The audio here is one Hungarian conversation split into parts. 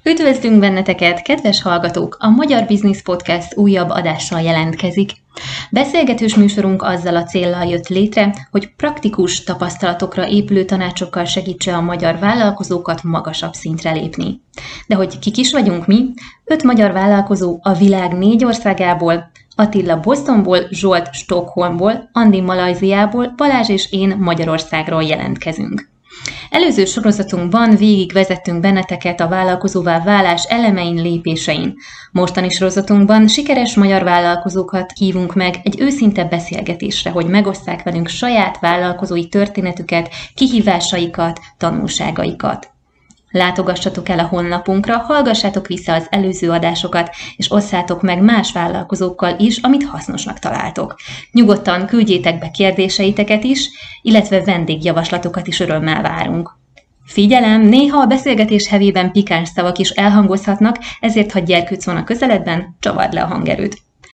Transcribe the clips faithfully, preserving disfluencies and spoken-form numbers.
Üdvözlünk benneteket, kedves hallgatók! A Magyar Business Podcast újabb adással jelentkezik. Beszélgetős műsorunk azzal a céllal jött létre, hogy praktikus tapasztalatokra épülő tanácsokkal segítse a magyar vállalkozókat magasabb szintre lépni. De hogy kik is vagyunk mi? Öt magyar vállalkozó a világ négy országából, Attila Bostonból, Zsolt Stockholmból, Andi Malajziából, Balázs és én Magyarországról jelentkezünk. Előző sorozatunkban végigvezettünk benneteket a vállalkozóvá válás elemein, lépésein. Mostani sorozatunkban sikeres magyar vállalkozókat hívunk meg egy őszinte beszélgetésre, hogy megosszák velünk saját vállalkozói történetüket, kihívásaikat, tanulságaikat. Látogassatok el a honlapunkra, hallgassátok vissza az előző adásokat, és osszátok meg más vállalkozókkal is, amit hasznosnak találtok. Nyugodtan küldjétek be kérdéseiteket is, illetve vendégjavaslatokat is örömmel várunk. Figyelem, néha a beszélgetés hevében pikáns szavak is elhangozhatnak, ezért ha gyerkőc van a közeledben, csavard le a hangerőt.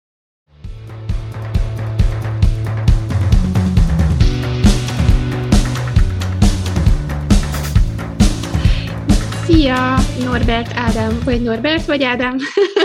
Szia, Norbert, Ádám, vagy Norbert, vagy Ádám?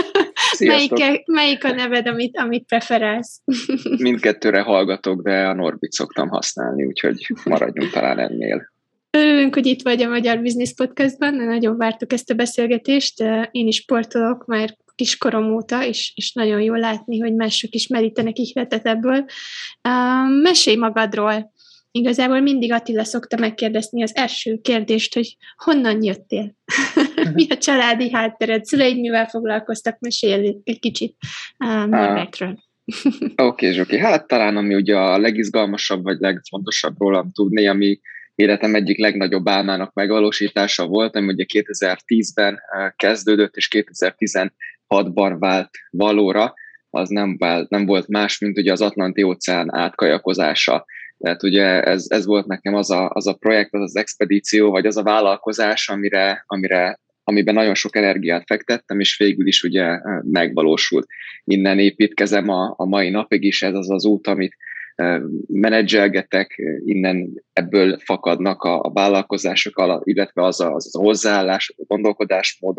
Melyik, melyik a neved, amit, amit preferálsz? Mindkettőre hallgatok, de a Norbit szoktam használni, úgyhogy maradjunk talán ennél. Örülünk, hogy itt vagy a Magyar Business Podcastban, nagyon vártuk ezt a beszélgetést, én is sportolok már kiskorom óta, és, és nagyon jól látni, hogy mások is merítenek ihletet ebből. Uh, mesélj magadról! Igazából mindig Attila szokta megkérdezni az első kérdést, hogy honnan jöttél? Mi a családi háttered? Szüleid mivel foglalkoztak? Mesélj egy kicsit uh, Norbertről. Oké, Zsoki. Hát talán ami ugye a legizgalmasabb, vagy legfontosabb rólam tudni, ami életem egyik legnagyobb álmának megvalósítása volt, ami ugye kétezer-tízben kezdődött, és kétezer-tizenhatban vált valóra, az nem, vált, nem volt más, mint ugye az Atlanti-óceán átkajakozása. Tehát ugye ez, ez volt nekem az a, az a projekt, az az expedíció, vagy az a vállalkozás, amire, amire, amiben nagyon sok energiát fektettem, és végül is ugye megvalósult. Innen építkezem a, a mai napig is, ez az az út, amit menedzselgetek, innen ebből fakadnak a, a vállalkozások, illetve az a, az a hozzáállás, a gondolkodásmód,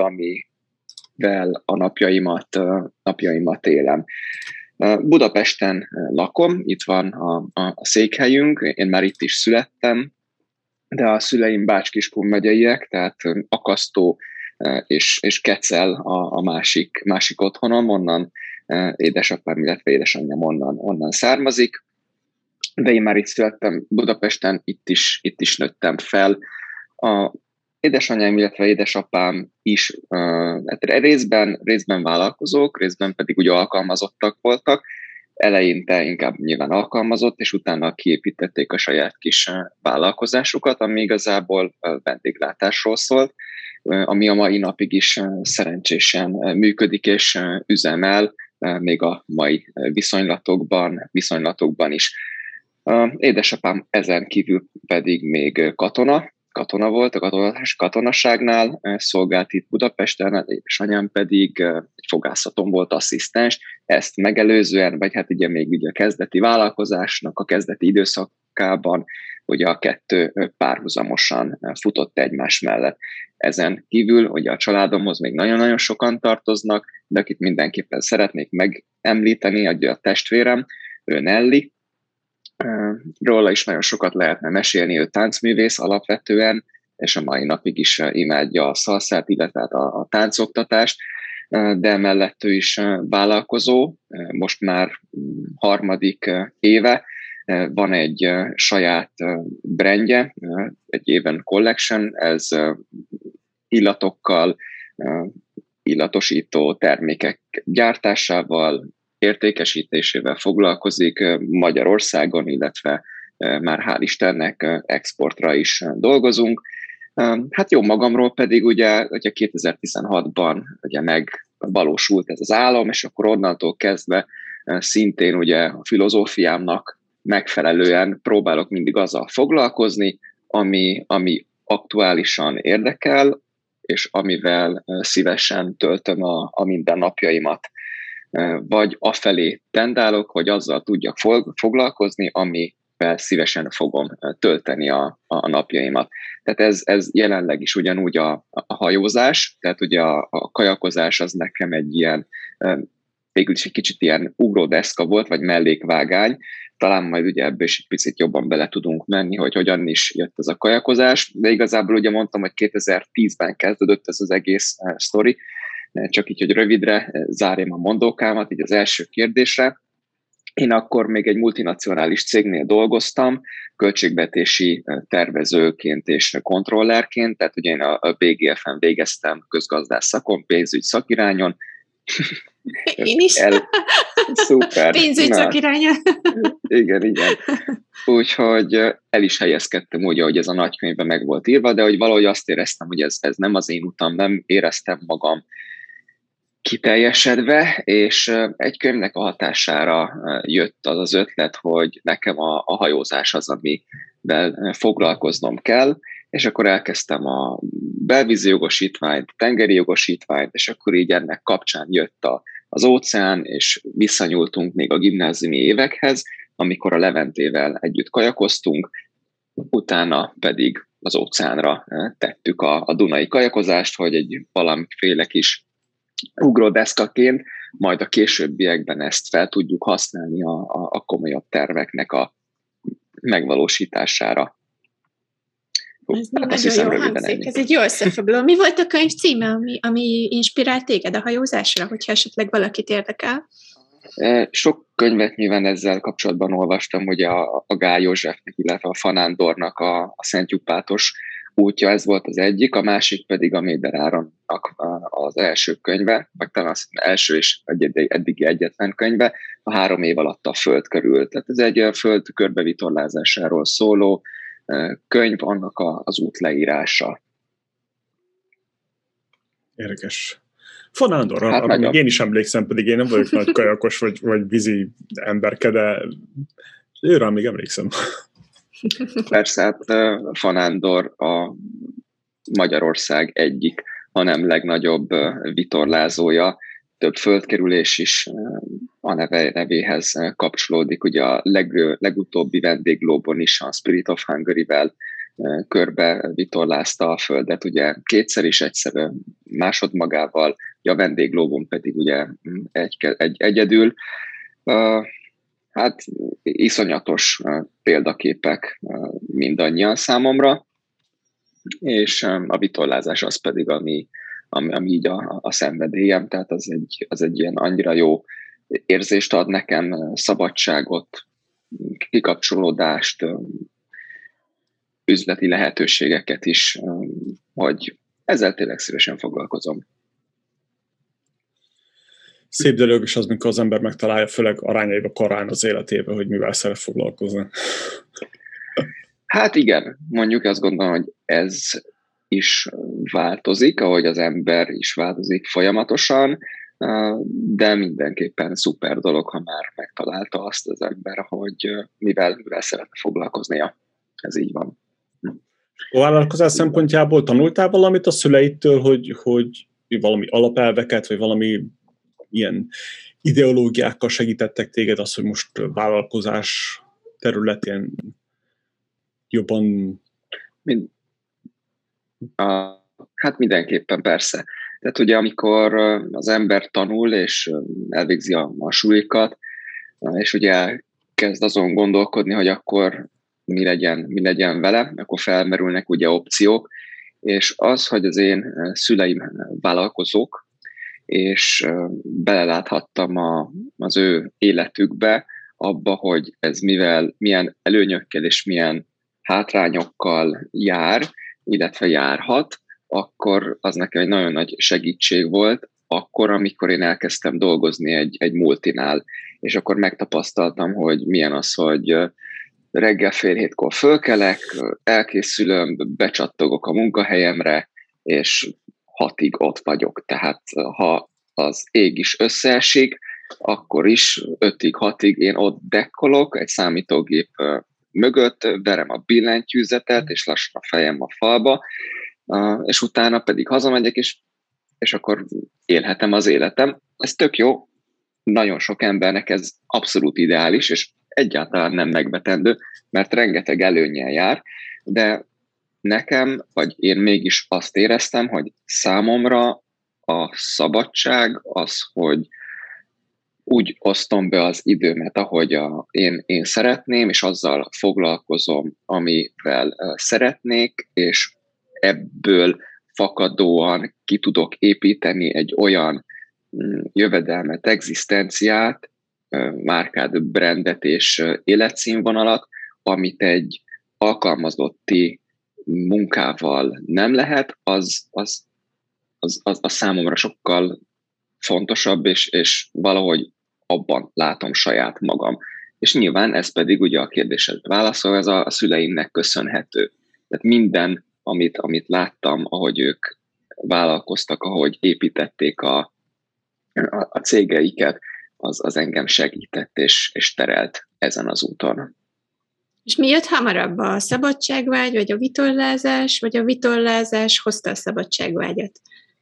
amivel a napjaimat, napjaimat élem. Budapesten lakom, itt van a, a, a székhelyünk, én már itt is születtem, de a szüleim Bács-Kiskun megyeiek, tehát Akasztó és, és Kecel a, a másik, másik otthonom, onnan édesapám, illetve édesanyám onnan, onnan származik, de én már itt születtem Budapesten, itt is, itt is nőttem fel. A édesanyám, illetve édesapám is uh, részben, részben vállalkozók, részben pedig ugye alkalmazottak voltak. Eleinte inkább nyilván alkalmazott, és utána kiépítették a saját kis uh, vállalkozásukat, ami igazából uh, vendéglátásról szólt, uh, ami a mai napig is uh, szerencsésen uh, működik és uh, üzemel, uh, még a mai uh, viszonylatokban, viszonylatokban is. Uh, édesapám ezen kívül pedig még katona, katona volt, a katonás, katonaságnál szolgált itt Budapesten, és anyám pedig egy fogászaton volt asszisztens. Ezt megelőzően, vagy hát ugye még ugye a kezdeti vállalkozásnak a kezdeti időszakában ugye a kettő párhuzamosan futott egymás mellett. Ezen kívül ugye a családomhoz még nagyon-nagyon sokan tartoznak, de akit mindenképpen szeretnék megemlíteni, ugye a testvérem, ő Nelly. Róla is nagyon sokat lehetne mesélni, ő táncművész alapvetően, és a mai napig is imádja a szalszát, illetve a, a táncoktatást, de mellett ő is vállalkozó, most már harmadik éve, van egy saját brandje, egy Even Collection, ez illatokkal, illatosító termékek gyártásával, értékesítésével foglalkozik Magyarországon, illetve már hál' Istennek exportra is dolgozunk. Hát jó magamról pedig ugye, ugye kétezer-tizenhatban ugye megvalósult ez az álom, és akkor onnantól kezdve szintén ugye a filozófiámnak megfelelően próbálok mindig azzal foglalkozni, ami, ami aktuálisan érdekel, és amivel szívesen töltöm a, a mindennapjaimat. Vagy afelé tendálok, hogy azzal tudjak foglalkozni, ami, amivel szívesen fogom tölteni a, a napjaimat. Tehát ez, ez jelenleg is ugyanúgy a, a hajózás, tehát ugye a, a kajakozás az nekem egy ilyen, végül is egy kicsit ilyen ugródeszka volt, vagy mellékvágány, talán majd ugye ebből is egy picit jobban bele tudunk menni, hogy hogyan is jött ez a kajakozás, de igazából ugye mondtam, hogy kétezer-tízben kezdődött ez az egész uh, sztori, csak így, hogy rövidre zárjam a mondókámat, így az első kérdésre. Én akkor még egy multinacionális cégnél dolgoztam, költségvetési tervezőként és kontrollerként, tehát ugye én a bé gé ef-en végeztem közgazdász szakon, pénzügy szakirányon. Én is. El... Szuper. Pénzügy szakirányon. Igen, igen. Úgyhogy el is helyezkedtem úgy, ahogy ez a nagykönyvben meg volt írva, de hogy valahogy azt éreztem, hogy ez, ez nem az én utam, nem éreztem magam kiteljesedve, és egy könyvnek a hatására jött az az ötlet, hogy nekem a, a hajózás az, amivel foglalkoznom kell, és akkor elkezdtem a belvízi jogosítványt, tengeri jogosítványt, és akkor így ennek kapcsán jött a, az óceán, és visszanyúltunk még a gimnáziumi évekhez, amikor a Leventével együtt kajakoztunk, utána pedig az óceánra tettük a, a dunai kajakozást, hogy egy valamiféle kis ugródeszkaként, majd a későbbiekben ezt fel tudjuk használni a, a, a komolyabb terveknek a megvalósítására. Ez hát nagyon jó hangzik, ez egy jó összefoglaló. Mi volt a könyv címe, ami, ami inspirált téged a hajózásra, hogyha esetleg valakit érdekel? Sok könyvet nyilván ezzel kapcsolatban olvastam, ugye a, a Gál Józsefnek, illetve a Fanándornak a, a Szent Juppátos útja, ez volt az egyik, a másik pedig a Méder Áronnak az első könyve, vagy talán az első és eddigi egyetlen könyve, a Három év alatt a Föld körül. Tehát ez egy föld körbevitorlázásáról szóló könyv, annak a, az út leírása. Érdekes. Fanándor, hát arra még én is emlékszem, pedig én nem vagyok nagy kajakos vagy, vagy vízi emberke, de őre még emlékszem. Persze, hát Fanándor a Magyarország egyik, hanem legnagyobb vitorlázója, több földkerülés is a neve, nevéhez kapcsolódik. Ugye a leg, legutóbbi vendéglóbon is a Spirit of Hungary-vel körbe vitorlázta a földet, ugye kétszer is, egyszer másodmagával, a vendéglóbon pedig ugye egy, egy, egyedül. Hát iszonyatos példaképek mindannyian számomra, és a vitorlázás az pedig, ami, ami, ami így a, a szenvedélyem, tehát az egy, az egy ilyen annyira jó érzést ad nekem, szabadságot, kikapcsolódást, üzleti lehetőségeket is, hogy ezzel tényleg szívesen foglalkozom. Szép dolog is az, mikor az ember megtalálja, főleg arányaiba korán az életébe, hogy mivel szeret foglalkozni. Hát igen, mondjuk azt gondolom, hogy ez is változik, ahogy az ember is változik folyamatosan, de mindenképpen szuper dolog, ha már megtalálta azt az ember, hogy mivel, mivel szeretne foglalkoznia. Ez így van. A vállalkozás szempontjából tanultál valamit a szüleitől, hogy, hogy valami alapelveket, vagy valami ilyen ideológiákkal segítettek téged az, hogy most vállalkozás területén jobban... Mind, a, hát mindenképpen persze. Tehát ugye amikor az ember tanul és elvégzi a, a sulikat, és ugye kezd azon gondolkodni, hogy akkor mi legyen, mi legyen vele, akkor felmerülnek ugye opciók, és az, hogy az én szüleim vállalkozók, és beleláthattam a, az ő életükbe, abba, hogy ez mivel, milyen előnyökkel és milyen hátrányokkal jár, illetve járhat, akkor az nekem egy nagyon nagy segítség volt, akkor, amikor én elkezdtem dolgozni egy, egy multinál, és akkor megtapasztaltam, hogy milyen az, hogy reggel fél hétkor fölkelek, elkészülöm, becsattogok a munkahelyemre, és hatig ott vagyok. Tehát ha az ég is összeesik, akkor is ötig, hatig én ott dekkolok egy számítógép mögött, verem a billentyűzetet, és lassan a fejem a falba, és utána pedig hazamegyek, és, és akkor élhetem az életem. Ez tök jó, nagyon sok embernek ez abszolút ideális, és egyáltalán nem megvetendő, mert rengeteg előnnyel jár, de nekem, vagy én mégis azt éreztem, hogy számomra a szabadság az, hogy úgy osztom be az időmet, ahogy a, én, én szeretném, és azzal foglalkozom, amivel szeretnék, és ebből fakadóan ki tudok építeni egy olyan jövedelmet, egzisztenciát, márkát, brandet és életszínvonalat, amit egy alkalmazotti munkával nem lehet, az, az, az, az, az számomra sokkal fontosabb, és, és valahogy abban látom saját magam. És nyilván ez pedig ugye a kérdésedre válaszol, ez a, a szüleimnek köszönhető. Tehát minden, amit, amit láttam, ahogy ők vállalkoztak, ahogy építették a, a, a cégeiket, az, az engem segített és, és terelt ezen az úton. És mi jött hamarabb, a szabadságvágy, vagy a vitorlázás, vagy a vitorlázás hozta a szabadságvágyat?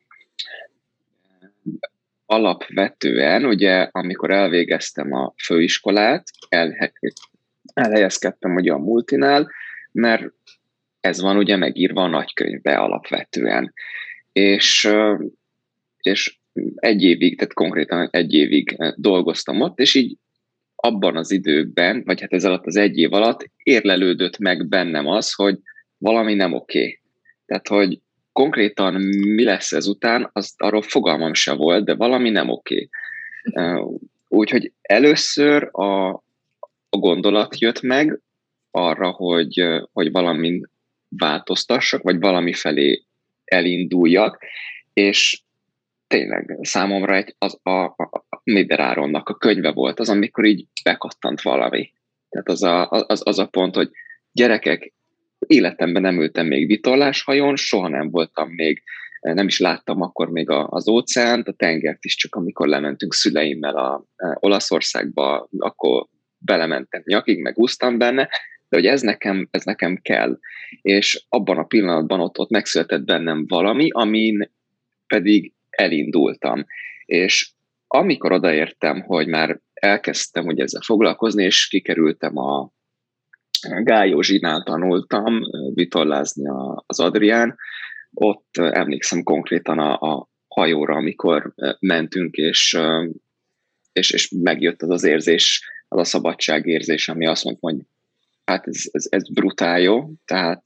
Alapvetően, ugye, amikor elvégeztem a főiskolát, el, elhelyezkedtem ugye a Multinál, mert ez van ugye megírva a nagykönyvbe alapvetően. És, és egy évig, tehát konkrétan egy évig dolgoztam ott, és így abban az időben, vagy hát ez alatt az egy év alatt érlelődött meg bennem az, hogy valami nem oké. Okay. Tehát, hogy konkrétan mi lesz ezután, az arról fogalmam se volt, de valami nem oké. Okay. Úgyhogy először a, a gondolat jött meg arra, hogy, hogy valamin változtassak, vagy valami felé elinduljak, és tényleg számomra egy, az a, a, a Nieder Áronnak a könyve volt az, amikor így bekattant valami. Tehát az a, az, az a pont, hogy gyerekek, életemben nem ültem még vitorláshajón, soha nem voltam még, nem is láttam akkor még a, az óceánt, a tengert is csak amikor lementünk szüleimmel a, a Olaszországba, akkor belementem nyakig, meg úsztam benne, de hogy ez nekem, ez nekem kell. És abban a pillanatban ott, ott megszületett bennem valami, amin pedig elindultam. És amikor odaértem, hogy már elkezdtem ugye ezzel foglalkozni, és kikerültem a Gály Józsinál tanultam vitorlázni az Adrián, ott emlékszem konkrétan a, a hajóra, amikor mentünk, és, és, és megjött az az érzés, az a szabadságérzés, ami azt mondta, hogy hát ez, ez, ez brutál jó, tehát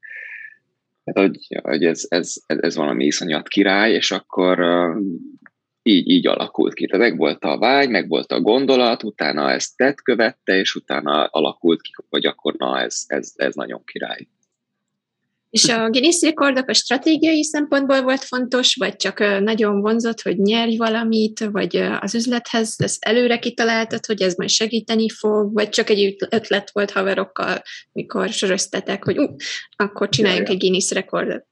hogy, hogy ez, ez, ez valami iszonyat király, és akkor így, így alakult ki. Tehát meg volt a vágy, meg volt a gondolat, utána ezt tett követte, és utána alakult ki, hogy akkor na, ez, ez, ez nagyon király. És a Guinness rekordok a stratégiai szempontból volt fontos, vagy csak nagyon vonzott, hogy nyerj valamit, vagy az üzlethez ezt előre kitaláltad, hogy ez majd segíteni fog, vagy csak egy ötlet volt haverokkal, mikor söröztetek, hogy uh, akkor csináljunk Jaj. egy Guinness rekordot.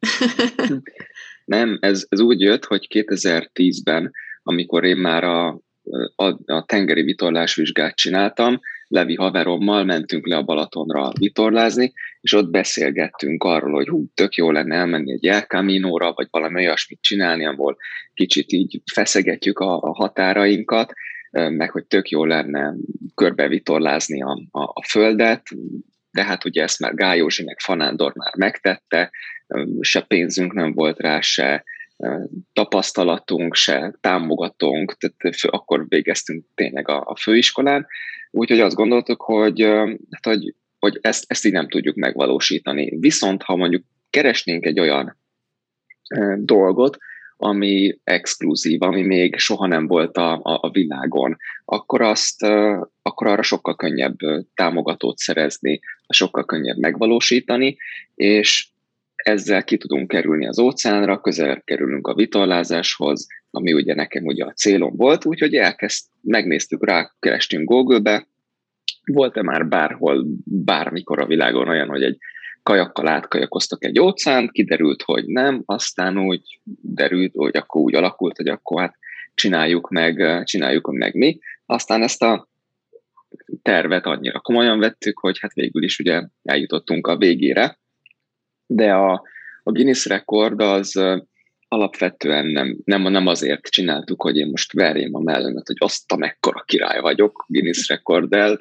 Nem, ez, ez úgy jött, hogy kétezer-tízben, amikor én már a, a, a tengeri vitorlásvizsgát csináltam, Levi haverommal mentünk le a Balatonra vitorlázni, és ott beszélgettünk arról, hogy hú, tök jó lenne elmenni egy El Camino-ra, vagy valami olyasmit csinálni, ahol kicsit így feszegetjük a, a határainkat, meg hogy tök jó lenne körbevitorlázni a, a, a földet, de hát ugye ezt már Gály Józsi meg Fanándor már megtette, se pénzünk nem volt rá, se tapasztalatunk, se támogatónk, tehát akkor végeztünk tényleg a, a főiskolán, úgyhogy azt gondoltuk, hogy, hát, hogy, hogy ezt, ezt így nem tudjuk megvalósítani. Viszont ha mondjuk keresnénk egy olyan dolgot, ami exkluzív, ami még soha nem volt a, a, a világon, akkor, azt, akkor arra sokkal könnyebb támogatót szerezni, sokkal könnyebb megvalósítani, és ezzel ki tudunk kerülni az óceánra, közel kerülünk a vitorlázáshoz, ami ugye nekem ugye a célom volt, úgyhogy elkezd, megnéztük rá, kerestünk Google-be, volt-e már bárhol, bármikor a világon olyan, hogy egy kajakkal átkajakoztak egy óceánt, kiderült, hogy nem, aztán úgy derült, hogy akkor úgy alakult, hogy akkor hát csináljuk meg, csináljuk meg mi. Aztán ezt a tervet annyira komolyan vettük, hogy hát végül is ugye eljutottunk a végére, de a, a Guinness rekord az alapvetően nem, nem, nem azért csináltuk, hogy én most verjem a mellemet, hogy azt a mekkora király vagyok Guinness rekorddel, tehát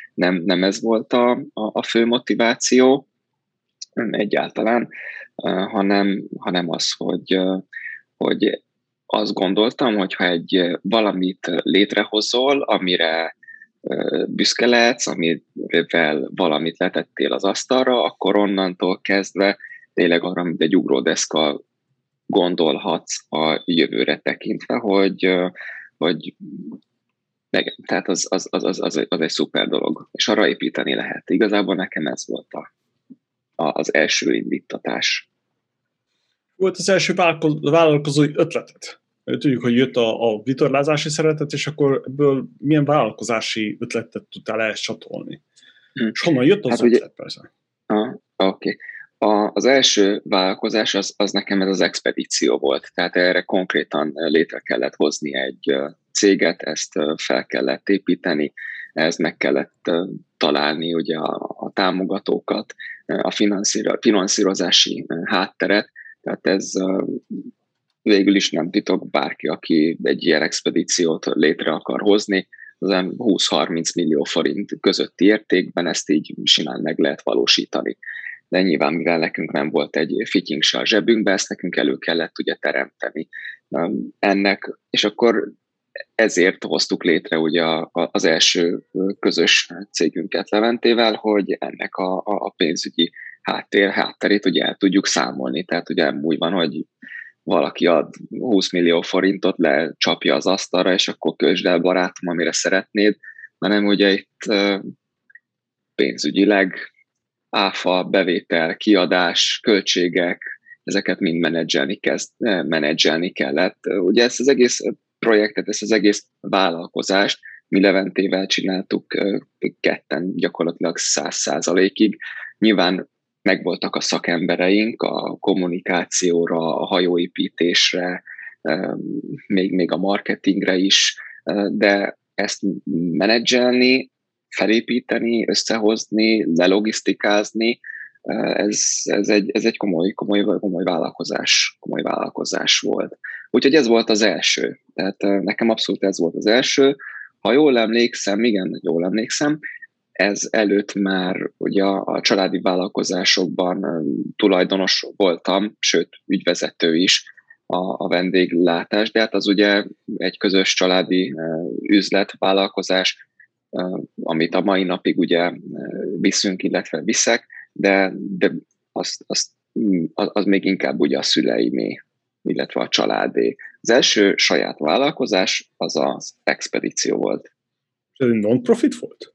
nem, nem ez volt a, a, a fő motiváció egyáltalán, hanem, hanem az, hogy, hogy azt gondoltam, hogy ha egy valamit létrehozol, amire büszke lehetsz, amivel valamit letettél az asztalra, akkor onnantól kezdve tényleg arra, mint egy ugródeszka gondolhatsz a jövőre tekintve, hogy, hogy meg, tehát az, az, az, az, az, az egy szuper dolog, és arra építeni lehet. Igazából nekem ez volt a, a, az első indítatás. Volt az első vállalkozói ötleted? Tudjuk, hogy jött a, a vitorlázási szeretet, és akkor ebből milyen vállalkozási ötletet tudtál ehhez csatolni? Hm. És honnan jött az hát ötlet, ugye, persze? Oké. Okay. Az első vállalkozás az, az nekem ez az expedíció volt, tehát erre konkrétan létre kellett hozni egy céget, ezt fel kellett építeni, ehhez meg kellett találni ugye a, a támogatókat, a finanszírozási hátteret, tehát ez végül is nem titok, bárki, aki egy ilyen expedíciót létre akar hozni, az húsz-harminc millió forint közötti értékben ezt így simán meg lehet valósítani. De nyilván, mivel nekünk nem volt egy fityink se a zsebünkbe, ezt nekünk elő kellett ugye teremteni ennek, és akkor ezért hoztuk létre ugye az első közös cégünket Leventével, hogy ennek a, a pénzügyi háttér, hátterét ugye el tudjuk számolni, tehát ugye nem úgy van, hogy valaki ad húsz millió forintot, lecsapja az asztalra, és akkor költsd el, barátom, amire szeretnéd, hanem ugye itt pénzügyileg áfa, bevétel, kiadás, költségek, ezeket mind menedzselni, kezd, menedzselni kellett. Ugye ezt az egész projektet, ezt az egész vállalkozást mi Leventével csináltuk ketten gyakorlatilag száz százalékig. Nyilván megvoltak a szakembereink a kommunikációra, a hajóépítésre, még, még a marketingre is, de ezt menedzselni, felépíteni, összehozni, lelogisztikázni, ez, ez, egy, ez egy komoly, komoly, komoly, vállalkozás, komoly vállalkozás volt. Úgyhogy ez volt az első. Tehát nekem abszolút ez volt az első. Ha jól emlékszem, igen, jól emlékszem, ez előtt már ugye a családi vállalkozásokban tulajdonos voltam, sőt, ügyvezető is a, a vendéglátás, de hát az ugye egy közös családi üzlet, vállalkozás, amit a mai napig ugye viszünk, illetve viszek, de, de az, az, az még inkább ugye a szüleimé, illetve a családé. Az első saját vállalkozás az az expedíció volt. Ez egy non-profit volt?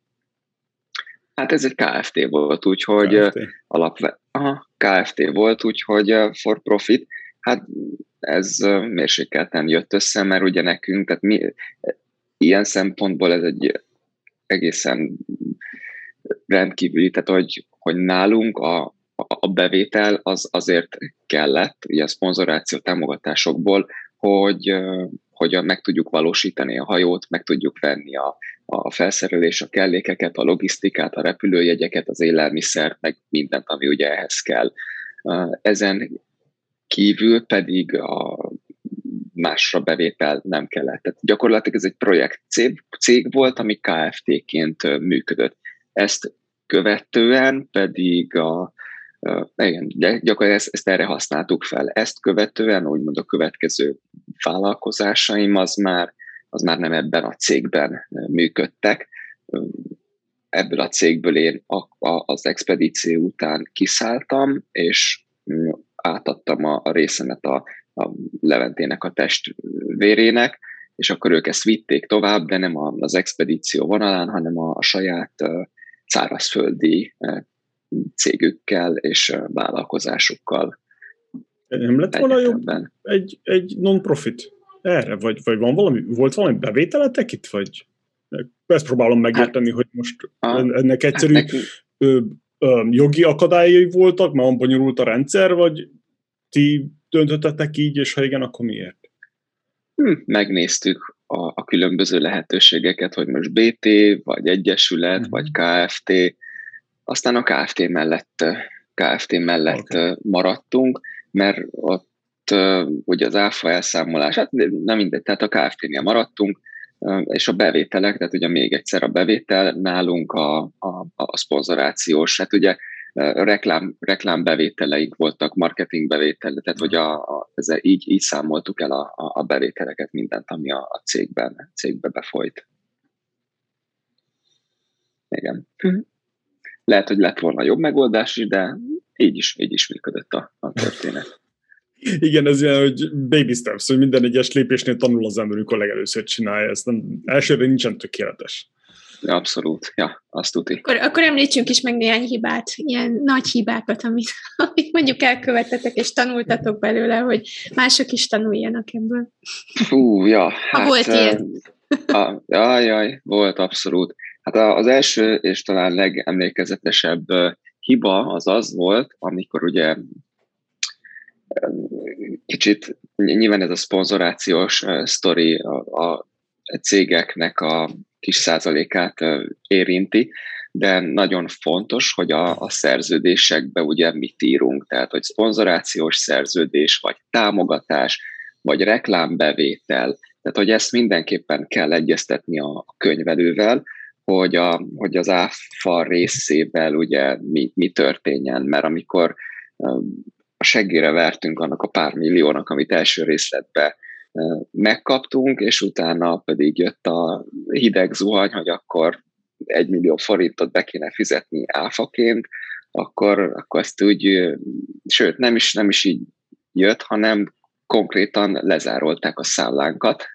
Hát ez egy ká ef té volt, úgyhogy alapvetően aha, ká ef té volt, úgyhogy for profit. Hát ez mérsékelten jött össze, mert ugye nekünk, tehát mi, ilyen szempontból ez egy egészen rendkívüli, tehát hogy, hogy nálunk a, a bevétel az azért kellett, ugye a szponzoráció támogatásokból, hogy, hogy meg tudjuk valósítani a hajót, meg tudjuk venni a, a felszerelés, a kellékeket, a logisztikát, a repülőjegyeket, az élelmiszert, meg mindent, ami ugye ehhez kell. Ezen kívül pedig a másra bevétel nem kellett. Tehát gyakorlatilag ez egy projekt cég, cég volt, ami ká ef té-ként működött. Ezt követően pedig a, igen, gyakorlatilag ezt, ezt erre használtuk fel. Ezt követően, úgymond a következő vállalkozásaim az már, az már nem ebben a cégben működtek. Ebből a cégből én a, a, az expedíció után kiszálltam, és átadtam a, a részemet a, a Leventének a testvérének, és akkor ők ezt vitték tovább, de nem az expedíció vonalán, hanem a, a saját uh, szárazföldi uh, cégükkel és uh, vállalkozásukkal. Nem lett volna jobb egy, egy non-profit erre? Vagy, vagy van valami, volt valami bevételetek itt? Vagy ezt próbálom megérteni, hát, hogy most a, ennek egyszerű hát neki... ö, ö, jogi akadályai voltak, mert bonyolult a rendszer, vagy ti döntöttetek így, és ha igen, akkor miért? Hm, megnéztük a, a különböző lehetőségeket, hogy most bé té, vagy egyesület, uh-huh. vagy ká ef té. Aztán a ká ef té mellett, ká ef té mellett okay. maradtunk, mert ott uh, ugye az áfa elszámolás, hát nem mindegy, tehát a ká ef té-nél maradtunk, és a bevételek, tehát ugye még egyszer a bevétel nálunk a, a, a szponzorációs, hát ugye reklám, reklámbevételeink voltak, marketingbevételek, tehát hogy a, a, ezzel így, így számoltuk el a, a bevételeket, mindent, ami a, a cégben, cégbe befolyt. Igen. Lehet, hogy lett volna jobb megoldás is, de így is, így is működött a, a történet. Igen, ez ilyen, hogy baby steps, hogy minden egyes lépésnél tanul az ember, amikor legelőször csinálja. Ez nem, elsőre nincsen tökéletes. Abszolút, ja, azt tudni. Akkor, akkor említsünk is meg néhány hibát, ilyen nagy hibákat, amit, amit mondjuk elkövettetek, és tanultatok belőle, hogy mások is tanuljanak ebből. Fú, ja. Ha hát, volt ilyen. A, jaj, jaj, volt abszolút. Hát az első és talán legemlékezetesebb hiba az az volt, amikor ugye kicsit, nyilván ez a szponzorációs sztori a, a cégeknek a kis százalékát érinti, de nagyon fontos, hogy a, a szerződésekbe ugye mit írunk, tehát hogy szponzorációs szerződés, vagy támogatás, vagy reklámbevétel, tehát hogy ezt mindenképpen kell egyeztetni a könyvelővel, hogy, a, hogy az áfa részével ugye mi, mi történjen, mert amikor a seggére vertünk annak a pár milliónak, amit első részletben megkaptunk, és utána pedig jött a hideg zuhany, hogy akkor egy millió forintot be kéne fizetni áfaként, akkor, akkor ezt úgy, sőt, nem is, nem is így jött, hanem konkrétan lezárolták a számlánkat.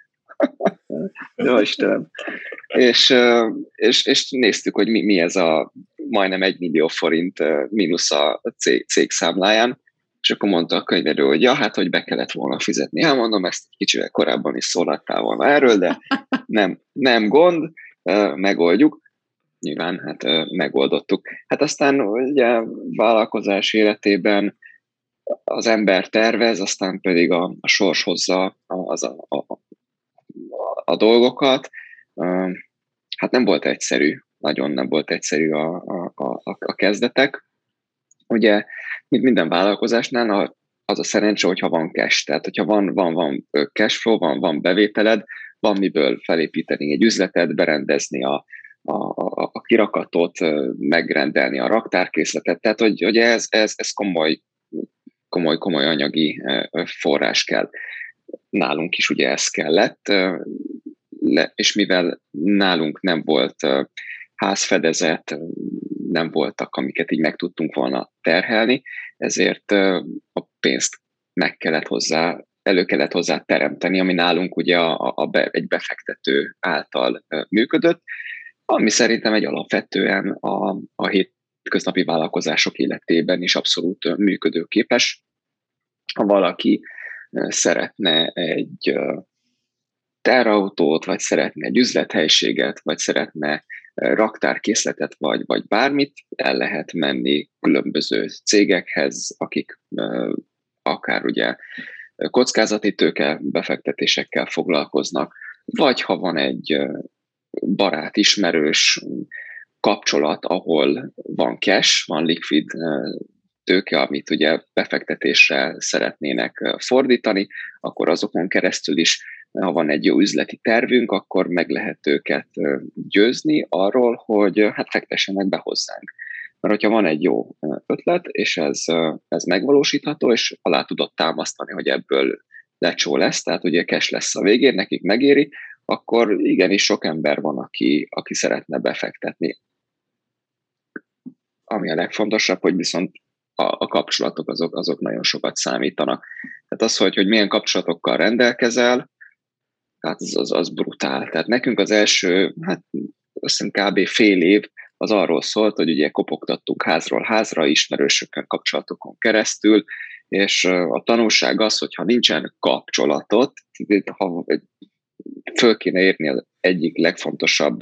Jó Istenem. És, és, és néztük, hogy mi, mi ez a majdnem egy millió forint mínusz a cég, cég számláján, és akkor mondta a könyvelő, hogy ja, hát, hogy be kellett volna fizetni. Hát mondom, ezt kicsivel korábban is szólaltál volna erről, de nem, nem gond, megoldjuk. Nyilván, hát megoldottuk. Hát aztán ugye vállalkozás életében az ember tervez, aztán pedig a, a sors hozza az a, a, a, a dolgokat. Hát nem volt egyszerű, nagyon nem volt egyszerű a, a, a, a kezdetek. Ugye, mint minden vállalkozásnál az a szerencse, hogyha van cash, tehát hogyha van, van, van cashflow, van, van bevételed, van miből felépíteni egy üzletet, berendezni a, a, a, a kirakatot, megrendelni a raktárkészletet, tehát hogy, hogy ez, ez, ez komoly, komoly, komoly anyagi forrás kell. Nálunk is ugye ez kellett, és mivel nálunk nem volt házfedezet, nem voltak, amiket így meg tudtunk volna terhelni, ezért a pénzt meg kellett hozzá, elő kellett hozzá teremteni, ami nálunk ugye a, a be, egy befektető által működött, ami szerintem egy alapvetően a, a hétköznapi vállalkozások életében is abszolút működőképes. Ha valaki szeretne egy terautót, vagy szeretne egy üzlethelyiséget, vagy szeretne raktárkészletet, vagy, vagy bármit, el lehet menni különböző cégekhez, akik akár ugye kockázati tőke befektetésekkel foglalkoznak, vagy ha van egy barát, ismerős kapcsolat, ahol van cash, van likvid tőke, amit ugye befektetésre szeretnének fordítani, akkor azokon keresztül is, ha van egy jó üzleti tervünk, akkor meg lehet őket győzni arról, hogy hát fektessenek be hozzánk. Mert hogyha van egy jó ötlet, és ez, ez megvalósítható, és alá tudod támasztani, hogy ebből lecsó lesz, tehát ugye cash lesz a végén, nekik megéri, akkor igenis sok ember van, aki, aki szeretne befektetni. Ami a legfontosabb, hogy viszont a, a kapcsolatok azok, azok nagyon sokat számítanak. Tehát az, hogy, hogy milyen kapcsolatokkal rendelkezel, hát az, az, az brutál. Tehát nekünk az első, hát azt hiszem kb. Fél év az arról szólt, hogy ugye kopogtattunk házról házra, ismerősökön, kapcsolatokon keresztül, és a tanulság az, hogyha nincsen kapcsolatot, ha föl kéne érni az egyik legfontosabb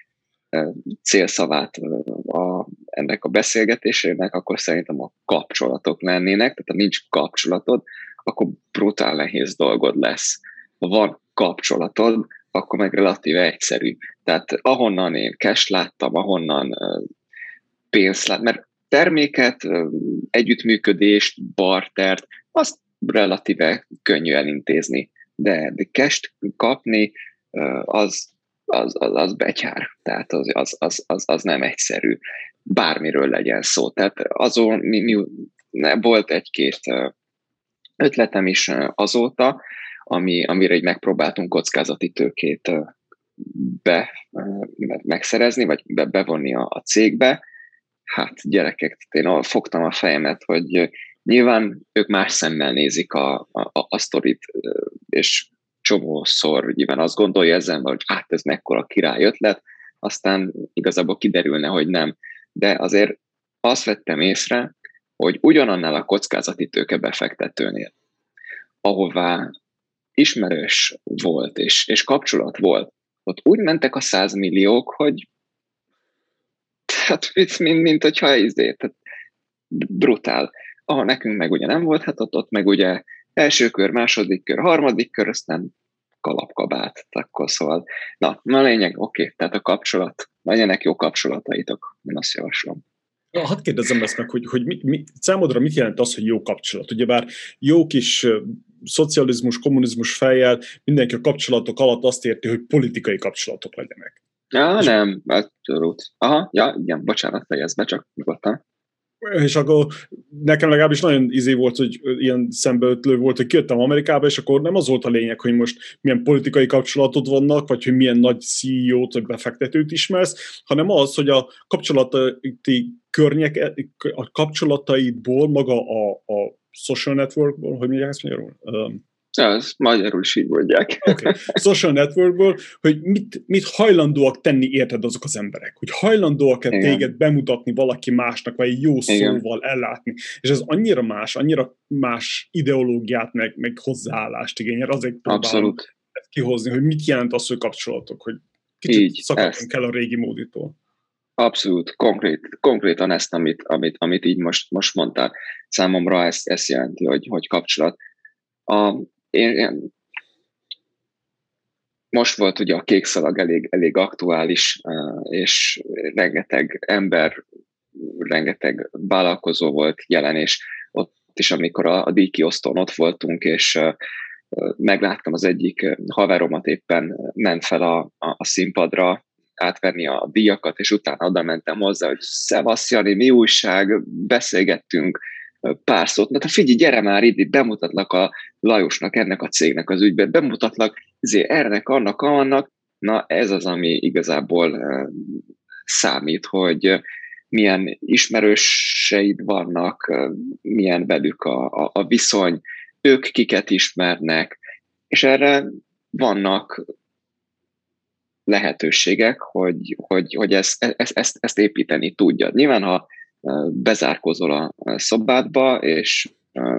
célszavát a, ennek a beszélgetésének, akkor szerintem a kapcsolatok lennének, tehát ha nincs kapcsolatod, akkor brutál nehéz dolgod lesz. Ha van kapcsolatod, akkor meg relatíve egyszerű. Tehát ahonnan én cash láttam, ahonnan pénzt lát, mert terméket, együttműködést, bartert, azt relatíve könnyű elintézni. De, de cash kapni, az az, az, az betyár, tehát az, az, az, az, az nem egyszerű, bármiről legyen szó. Tehát azon mi, mi, volt egy-két ötletem is azóta, ami, amire így megpróbáltunk kockázati tőkét be, megszerezni, vagy be, bevonni a, a cégbe. Hát gyerekek, én fogtam a fejemet, hogy nyilván ők más szemmel nézik a, a, a sztorit, és csomószor nyilván azt gondolja ezen, hogy hát ez mekkora király ötlet, aztán igazából kiderülne, hogy nem. De azért azt vettem észre, hogy ugyanannál a kockázati tőke befektetőnél, ahová ismerős volt, és, és kapcsolat volt, ott úgy mentek a százmilliók, hogy hát mint, mint hogyha izé, tehát brutál. Ahol nekünk meg ugye nem volt, hát ott, ott meg ugye első kör, második kör, harmadik kör, aztán kalapkabát, akkor szóval. Na, a lényeg, oké, okay, tehát a kapcsolat, legyenek jó kapcsolataitok, én azt javaslom. Hadd kérdezzem ezt meg, hogy, hogy mi, mi, számodra mit jelent az, hogy jó kapcsolat? Ugyebár jó kis uh, szocializmus, kommunizmus fejjel mindenki a kapcsolatok alatt azt érti, hogy politikai kapcsolatok legyenek. Ja, és nem, abszolút. Aha, ja, igen, bocsánat, fejezd be, csak nyugodtan. És akkor nekem legalábbis nagyon izé volt, hogy ilyen szembeötlő volt, hogy kijöttem Amerikába, és akkor nem az volt a lényeg, hogy most milyen politikai kapcsolatod vannak, vagy hogy milyen nagy cé é ó-t vagy befektetőt ismersz, hanem az, hogy a kapcsolati környek, a kapcsolataidból maga a, a social networkból, hogy mondják ezt magyarul? Um, Ja, ezt magyarul is így mondják. Okay. Social networkből, hogy mit, mit hajlandóak tenni érted azok az emberek, hogy hajlandóak-e Igen. téged bemutatni valaki másnak, vagy egy jó Igen. szóval ellátni. És ez annyira más, annyira más ideológiát, meg, meg hozzáállást igényel, azért próbálom ezt kihozni, hogy mit jelent az, hogy kapcsolatok, hogy kicsit így, szakadjunk el a régi móditól. Abszolút, konkrét, konkrétan ezt, amit, amit, amit így most, most mondtál. Számomra ezt, ezt jelenti, hogy, hogy kapcsolat. A Én, én, most volt ugye a kék szalag elég, elég aktuális, és rengeteg ember, rengeteg vállalkozó volt jelen, és ott is, amikor a, a díjkiosztón ott voltunk, és megláttam az egyik haveromat éppen ment fel a, a, a színpadra átvenni a díjakat, és utána oda mentem hozzá, hogy szevasz Jani, mi újság, beszélgettünk pár szót, na te figyelj, gyere már itt, bemutatlak a Lajosnak, ennek a cégnek az ügyben, bemutatlak ezért ennek, annak, annak, na ez az, ami igazából uh, számít, hogy milyen ismerőseid vannak, uh, milyen velük a, a, a viszony, ők kiket ismernek, és erre vannak lehetőségek, hogy, hogy, hogy ezt, ezt, ezt, ezt építeni tudjad. Nyilván, ha bezárkózol a szobádba, és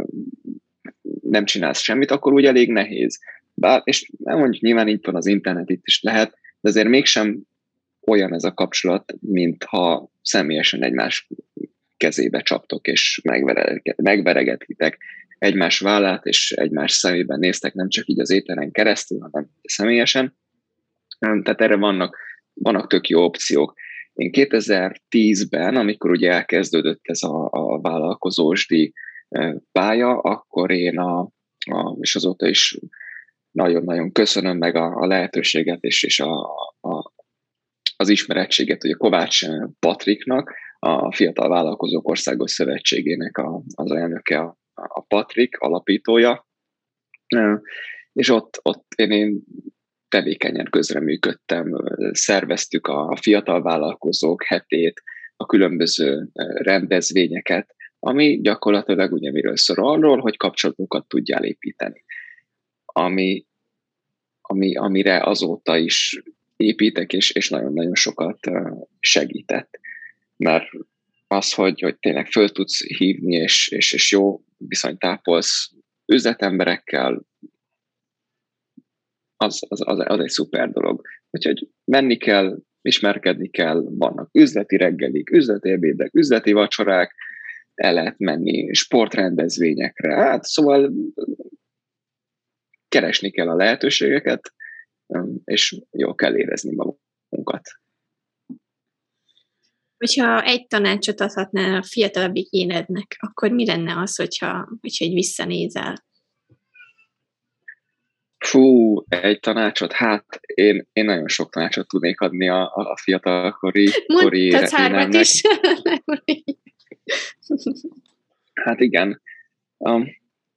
nem csinálsz semmit, akkor úgy elég nehéz. Bár, és mondjuk nyilván így van az internet, itt is lehet, de azért mégsem olyan ez a kapcsolat, mintha személyesen egymás kezébe csaptok, és megveregetitek egymás vállát, és egymás szemében néztek, nem csak így az éteren keresztül, hanem személyesen. Tehát erre vannak, vannak tök jó opciók. Én kétezer-tízben, amikor ugye elkezdődött ez a, a vállalkozósdi pálya, akkor én, a, a, és azóta is nagyon-nagyon köszönöm meg a, a lehetőséget és, és a, a, az ismerettséget, ugye Kovács Patriknak, a Fiatal Vállalkozók Országos Szövetségének a, az elnöke, a, a Patrik alapítója, és ott, ott én, én tevékenyen közreműködtem, szerveztük a fiatal vállalkozók hetét, a különböző rendezvényeket, ami gyakorlatilag ugye miről szól arról, hogy kapcsolatokat tudjál építeni. Ami, ami, amire azóta is építek, és, és nagyon-nagyon sokat segített. Mert az, hogy, hogy tényleg föl tudsz hívni, és, és, és jó viszonyt tápolsz üzletemberekkel, Az, az, az, az egy szuper dolog. Úgyhogy menni kell, ismerkedni kell, vannak üzleti reggelik, üzleti ebédek, üzleti vacsorák, el lehet menni sportrendezvényekre, hát szóval keresni kell a lehetőségeket, és jól kell érezni magunkat. Hogyha egy tanácsot adhatnál a fiatalabbik énednek, akkor mi lenne az, hogyha, hogyha egy visszanézel? Fú, egy tanácsot, hát én, én nagyon sok tanácsot tudnék adni a, a fiatalkori kori Mondtad hármat is. Hát igen. Um,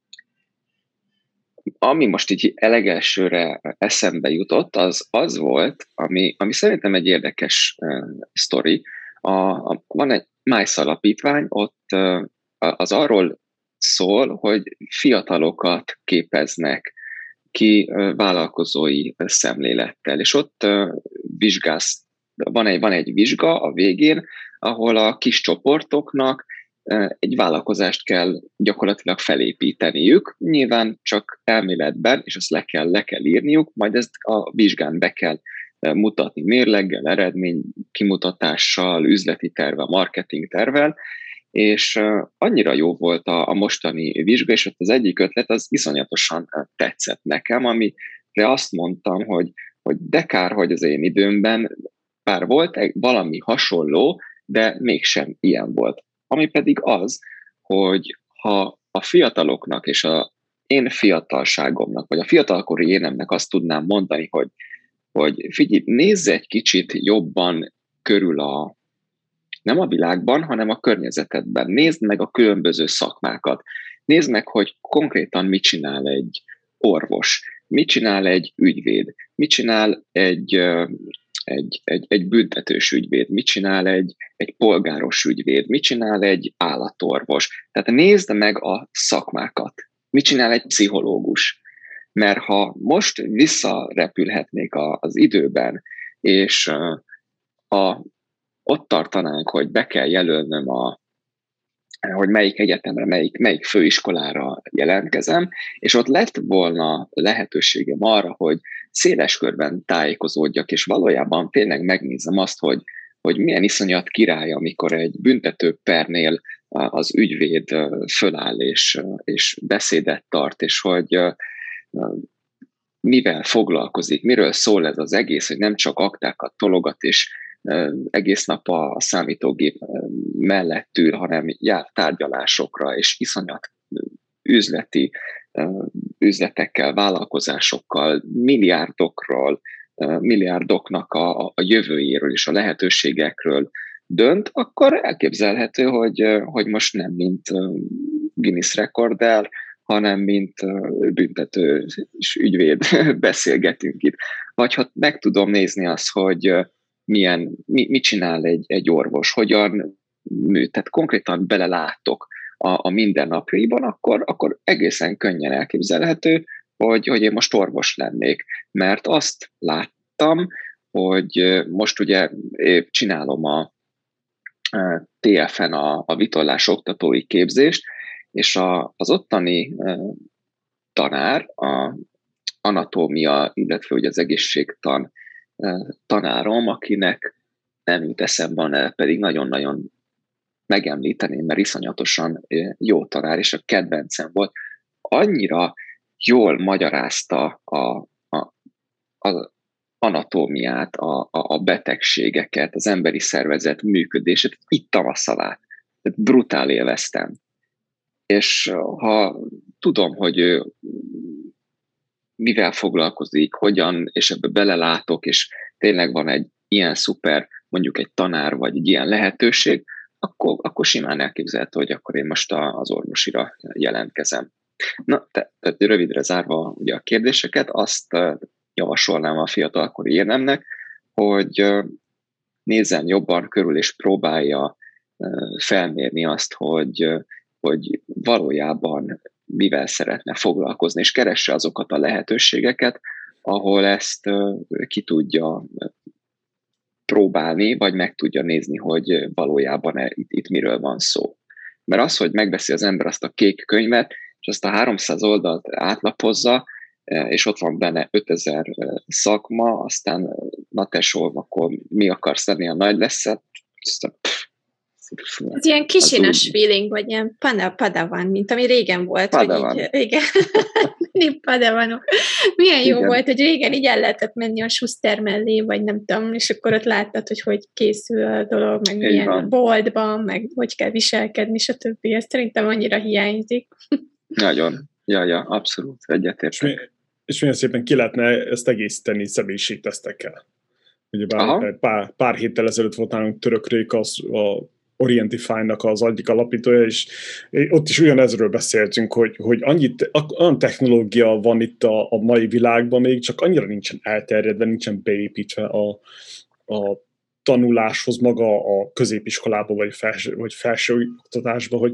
ami most így elegelsőre eszembe jutott, az az volt, ami, ami szerintem egy érdekes uh, sztori. A, a, van egy májsz alapítvány, ott uh, az arról szól, hogy fiatalokat képeznek ki uh, vállalkozói szemlélettel, és ott uh, vizsgálsz, van egy, van egy vizsga a végén, ahol a kis csoportoknak egy vállalkozást kell gyakorlatilag felépíteniük, nyilván csak elméletben, és ezt le kell, le kell írniuk, majd ezt a vizsgán be kell mutatni mérleggel, eredmény kimutatással, üzleti tervvel, marketing tervvel, és annyira jó volt a, a mostani vizsga, és ott az egyik ötlet az iszonyatosan tetszett nekem, amire azt mondtam, hogy, hogy de kár, hogy az én időmben bár volt egy valami hasonló, de mégsem ilyen volt. Ami pedig az, hogy ha a fiataloknak és a én fiatalságomnak, vagy a fiatalkori énemnek azt tudnám mondani, hogy, hogy figyelj, nézz egy kicsit jobban körül a, nem a világban, hanem a környezetedben. Nézd meg a különböző szakmákat. Nézd meg, hogy konkrétan mit csinál egy orvos, mit csinál egy ügyvéd, mit csinál egy... Egy, egy, egy büntetős ügyvéd, mit csinál egy, egy polgáros ügyvéd, mit csinál egy állatorvos. Tehát nézd meg a szakmákat. Mit csinál egy pszichológus. Mert ha most visszarepülhetnék a, az időben, és a, ott tartanánk, hogy be kell jelölnöm a hogy melyik egyetemre, melyik, melyik főiskolára jelentkezem, és ott lett volna lehetőségem arra, hogy széles körben tájékozódjak, és valójában tényleg megnézem azt, hogy, hogy milyen iszonyat király, amikor egy büntető pernél az ügyvéd föláll és, és beszédet tart, és hogy mivel foglalkozik, miről szól ez az egész, hogy nem csak aktákat tologat, és egész nap a számítógép mellett ül, hanem jár tárgyalásokra, és iszonyat üzleti üzletekkel, vállalkozásokkal, milliárdokról, milliárdoknak a, a jövőjéről és a lehetőségekről dönt, akkor elképzelhető, hogy, hogy most nem mint Guinness rekorder, hanem mint büntető és ügyvéd beszélgetünk itt. Vagy ha meg tudom nézni azt, hogy milyen, mi, mit csinál egy, egy orvos, hogyan műt, tehát konkrétan belelátok a, a mindennapjaiban, akkor, akkor egészen könnyen elképzelhető, hogy, hogy én most orvos lennék. Mert azt láttam, hogy most ugye csinálom a té ef-en a, a vitorlás oktatói képzést, és a, az ottani tanár, a anatómia, illetve ugye az egészségtan tanárom, akinek nem jut eszembe, pedig nagyon-nagyon megemlíteném, mert iszonyatosan jó tanár, és a kedvencem volt. Annyira jól magyarázta a, a, a anatómiát, a, a, a betegségeket, az emberi szervezet működését, ittam a szavát. Brutál élveztem. És ha tudom, hogy ő mivel foglalkozik, hogyan, és ebbe belelátok, és tényleg van egy ilyen szuper, mondjuk egy tanár, vagy egy ilyen lehetőség, akkor, akkor simán elképzelhető, hogy akkor én most az orvosira jelentkezem. Na, te, te rövidre zárva ugye a kérdéseket, azt javasolnám a fiatalkori énemnek, hogy nézzen jobban körül, és próbálja felmérni azt, hogy, hogy valójában mivel szeretne foglalkozni, és keresse azokat a lehetőségeket, ahol ezt ki tudja próbálni, vagy meg tudja nézni, hogy valójában itt, itt miről van szó. Mert az, hogy megveszi az ember azt a kék könyvet, és azt a háromszáz oldalt átlapozza, és ott van benne ötezer szakma, aztán na tesó, akkor mi akarsz lenni, a nagy leszed? Ez ilyen kisinas feeling, vagy ilyen padawan, mint ami régen volt. Padawan. Hogy így, igen, padawanok. Milyen jó igen. Volt, hogy régen így el lehetett menni a Schuster mellé, vagy nem tudom, és akkor ott láttad, hogy hogy készül a dolog, meg milyen a boltban, meg hogy kell viselkedni, stb. Ez szerintem annyira hiányzik. Nagyon. Ja, ja, abszolút egyetértek. És még, és milyen szépen ki lehetne ezt egészíteni személyiségtesztekkel. Ugye bár pár, pár héttel ezelőtt volt nálunk Török Réka, az a Orientify-nak az egyik alapítója, és ott is ugyanezről beszéltünk, hogy, hogy annyit, olyan technológia van itt a, a mai világban még, csak annyira nincsen elterjedve, nincsen beépítve a, a tanuláshoz maga a középiskolában, vagy felső, vagy felső oktatásban, hogy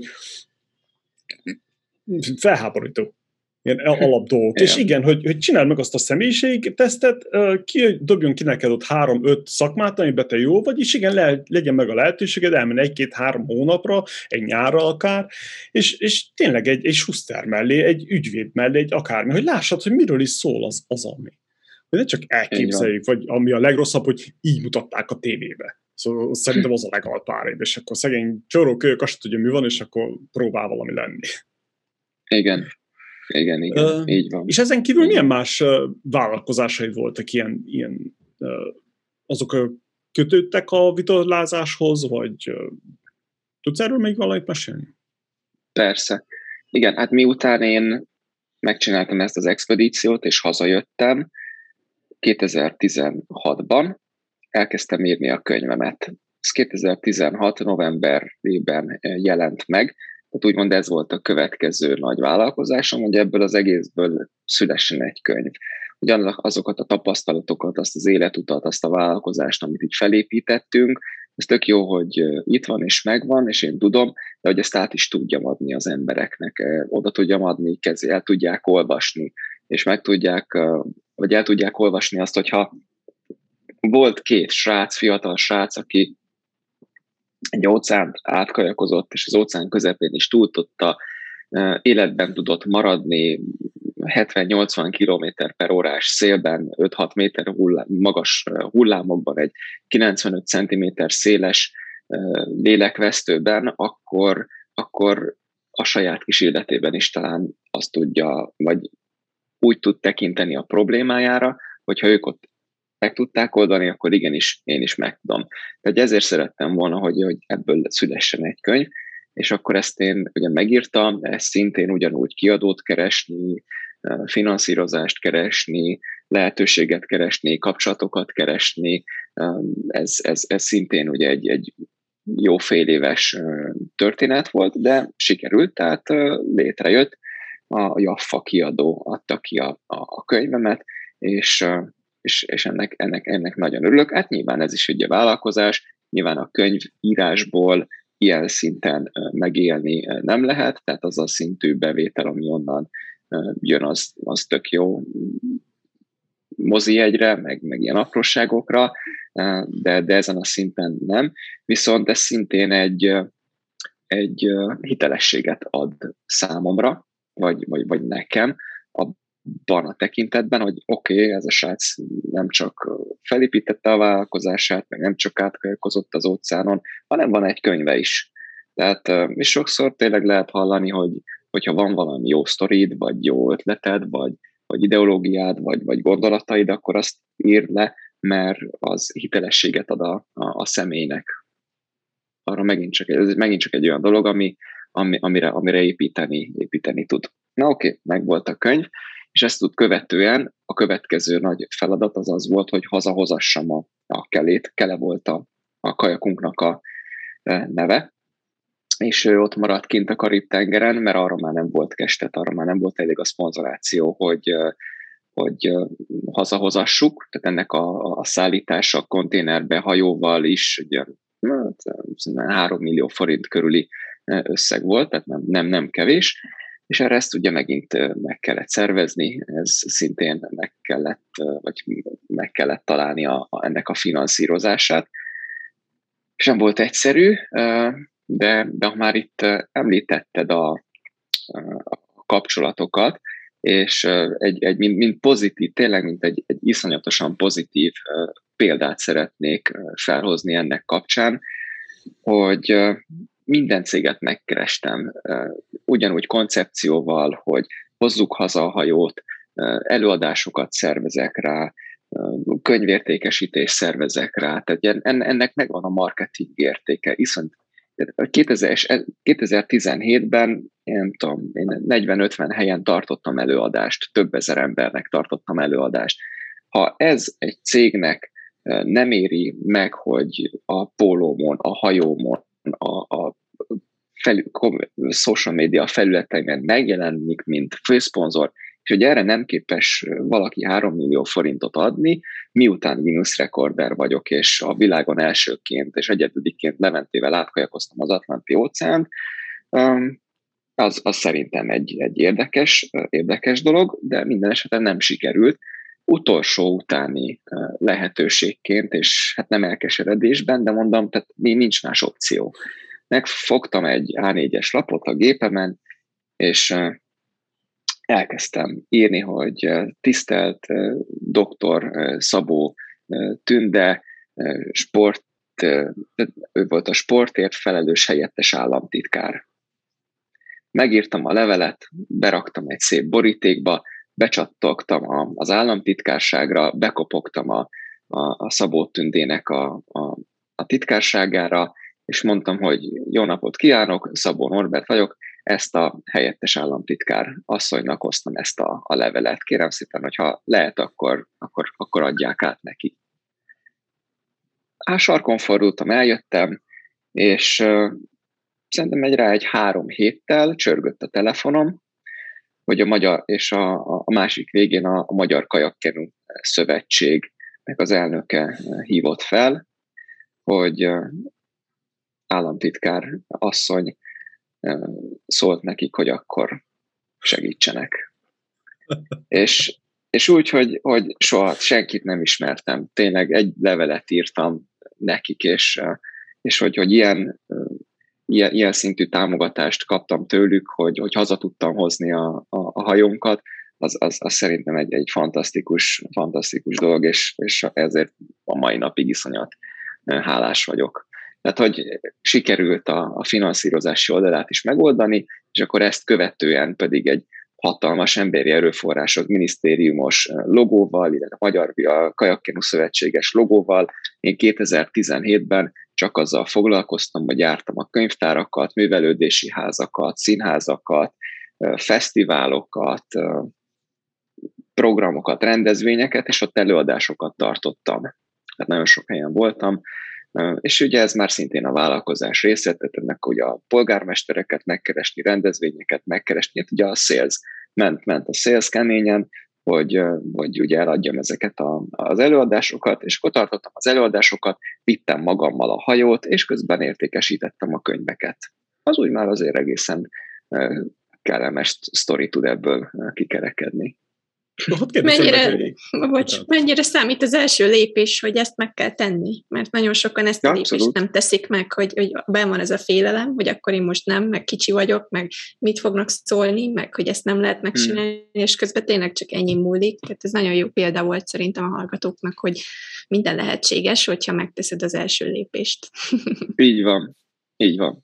felháborító. Ilyen alapdolgok. És igen, hogy, hogy csináld meg azt a személyiségtesztet, ki, dobjon ki neked ott három-öt szakmát, amiben te jó vagy, és igen, le, legyen meg a lehetőséged elmenni egy-két-három hónapra, egy nyárra akár, és, és tényleg egy, egy suszter mellé, egy ügyvéd mellé, egy akármi, hogy lássad, hogy miről is szól az, az ami. Hogy ne csak elképzeljük, vagy ami a legrosszabb, hogy így mutatták a tévébe. Szóval szerintem az a legalpárébb, és akkor szegény csorókölyök azt tudja, mi van, és akkor próbál valami lenni. Igen. Igen, igen, uh, így van. És ezen kívül milyen más uh, vállalkozásaid voltak ilyen, ilyen uh, azok uh, kötődtek a vitorlázáshoz, vagy uh, tudsz erről még valamit mesélni? Persze. Igen, hát miután én megcsináltam ezt az expedíciót, és hazajöttem, kétezer-tizenhatban elkezdtem írni a könyvemet. Ez kétezer-tizenhat novemberében jelent meg, tehát úgymond ez volt a következő nagy vállalkozásom, hogy ebből az egészből szülessen egy könyv. Hogy azokat a tapasztalatokat, azt az életutat, azt a vállalkozást, amit így felépítettünk, ez tök jó, hogy itt van és megvan, és én tudom, de hogy ezt át is tudjam adni az embereknek, oda tudjam adni, kezé, el tudják olvasni, és meg tudják, vagy el tudják olvasni azt, hogyha volt két srác, fiatal srác, aki egy óceánt átkajakozott, és az óceán közepén is túl tudta, életben tudott maradni, hetven-nyolcvan kilométer per órás szélben, öt-hat méter hullám, magas hullámokban, egy kilencvenöt centiméter széles lélekvesztőben, akkor, akkor a saját kis életében is talán azt tudja, vagy úgy tud tekinteni a problémájára, hogyha ők ott meg tudták oldani, akkor igenis én is meg tudom. Tehát ezért szerettem volna, hogy, hogy ebből szülessen egy könyv, és akkor ezt én ugye megírtam, ezt szintén ugyanúgy kiadót keresni, finanszírozást keresni, lehetőséget keresni, kapcsolatokat keresni, ez, ez, ez szintén ugye egy, egy jó fél éves történet volt, de sikerült, tehát létrejött, a Jaffa kiadó adta ki a, a, a könyvemet, és és, és ennek, ennek, ennek nagyon örülök. Hát nyilván ez is ugye vállalkozás, nyilván a könyvírásból ilyen szinten megélni nem lehet, tehát az a szintű bevétel, ami onnan jön, az, az tök jó mozijegyre, meg, meg ilyen apróságokra, de, de ezen a szinten nem. Viszont ez szintén egy, egy hitelességet ad számomra, vagy, vagy, vagy nekem, abban a tekintetben, hogy oké, okay, ez a srác nem csak felépítette a vállalkozását, meg nem csak átkajakozott az óceánon, hanem van egy könyve is. Tehát, és sokszor tényleg lehet hallani, hogy hogyha van valami jó sztorid, vagy jó ötleted, vagy, vagy ideológiád, vagy, vagy gondolataid, akkor azt írd le, mert az hitelességet ad a, a, a személynek. Arra megint csak, ez megint csak egy olyan dolog, ami, ami, amire, amire építeni, építeni tud. Na oké, okay, meg volt a könyv, és ezt tud követően a következő nagy feladat az az volt, hogy hazahozassam a, a kelét. Kele volt a, a kajakunknak a neve, és ő ott maradt kint a Karib-tengeren, mert arra már nem volt kestet, arra már nem volt elég a szponzoráció, hogy, hogy hazahozassuk, tehát ennek a, a szállítása konténerbe, hajóval is ugye, három millió forint körüli összeg volt, tehát nem, nem, nem kevés, és erre ezt ugye megint meg kellett szervezni, ez szintén meg kellett, vagy meg kellett találni a, a, ennek a finanszírozását. És nem volt egyszerű, de, de ha már itt említetted a, a kapcsolatokat, és egy, egy mint, mint pozitív, tényleg mint egy, egy iszonyatosan pozitív példát szeretnék felhozni ennek kapcsán, hogy minden céget megkerestem, ugyanúgy koncepcióval, hogy hozzuk haza a hajót, előadásokat szervezek rá, könyvértékesítést szervezek rá, tehát ennek megvan a marketing értéke, iszont kétezer-tizenhétben én nem tudom, én negyven-ötven helyen tartottam előadást, több ezer embernek tartottam előadást. Ha ez egy cégnek nem éri meg, hogy a pólómon, a hajómon, a, a fel, social media felületeimen megjelenik, mint főszponzor, és hogy erre nem képes valaki három millió forintot adni, miután Guinness rekorder vagyok, és a világon elsőként és egyedüliként Leventével átkajakoztam az Atlanti óceánt, az, az szerintem egy, egy érdekes, érdekes dolog, de minden esetben nem sikerült. Utolsó utáni lehetőségként, és hát nem elkeseredésben, de mondom, tehát nincs más opció. Megfogtam egy á négyes lapot a gépemen, és elkezdtem írni, hogy tisztelt doktor Szabó Tünde, sport, ő volt a sportért felelős helyettes államtitkár. Megírtam a levelet, beraktam egy szép borítékba, becsattogtam az államtitkárságra, bekopogtam a, a, a Szabó Tündének a, a, a titkárságára, és mondtam, hogy jó napot kívánok, Szabó Norbert vagyok, ezt a helyettes államtitkár asszonynak hoztam ezt a, a levelet. Kérem szépen, hogyha lehet, akkor, akkor, akkor adják át neki. Hát sarkon fordultam, eljöttem, és uh, szerintem egy rá egy három héttel csörgött a telefonom, hogy a magyar, és a, a másik végén a, a Magyar Kajakkenu Szövetségnek az elnöke hívott fel, hogy uh, államtitkár asszony szólt nekik, hogy akkor segítsenek. és, és úgy, hogy, hogy soha senkit nem ismertem. Tényleg egy levelet írtam nekik, és, és hogy, hogy ilyen, ilyen, ilyen szintű támogatást kaptam tőlük, hogy, hogy haza tudtam hozni a, a, a hajónkat, az, az, az szerintem egy, egy fantasztikus, fantasztikus dolog, és, és ezért a mai napig iszonyat hálás vagyok. Tehát, hogy sikerült a, a finanszírozási oldalát is megoldani, és akkor ezt követően pedig egy hatalmas emberi erőforrások minisztériumos logóval, illetve a Magyar a Kajakkenu Szövetséges logóval. Én kétezer-tizenhétben csak azzal foglalkoztam, hogy jártam a könyvtárakat, művelődési házakat, színházakat, fesztiválokat, programokat, rendezvényeket, és ott előadásokat tartottam. Tehát nagyon sok helyen voltam. És ugye ez már szintén a vállalkozás része, tehát ennek ugye a polgármestereket megkeresni, rendezvényeket megkeresni, hát ugye a sales, ment, ment a sales keményen, hogy, hogy ugye eladjam ezeket a, az előadásokat, és akkor tartottam az előadásokat, vittem magammal a hajót, és közben értékesítettem a könyveket. Az úgy már azért egészen kellemes sztori tud ebből kikerekedni. Mennyire, bocs, mennyire számít az első lépés, hogy ezt meg kell tenni? Mert nagyon sokan ezt a lépést Abszolút. nem teszik meg, hogy, hogy benn van ez a félelem, hogy akkor én most nem, meg kicsi vagyok, meg mit fognak szólni, meg hogy ezt nem lehet megcsinálni, hmm. és közben tényleg csak ennyi múlik. Tehát ez nagyon jó példa volt szerintem a hallgatóknak, hogy minden lehetséges, hogyha megteszed az első lépést. Így van, így van.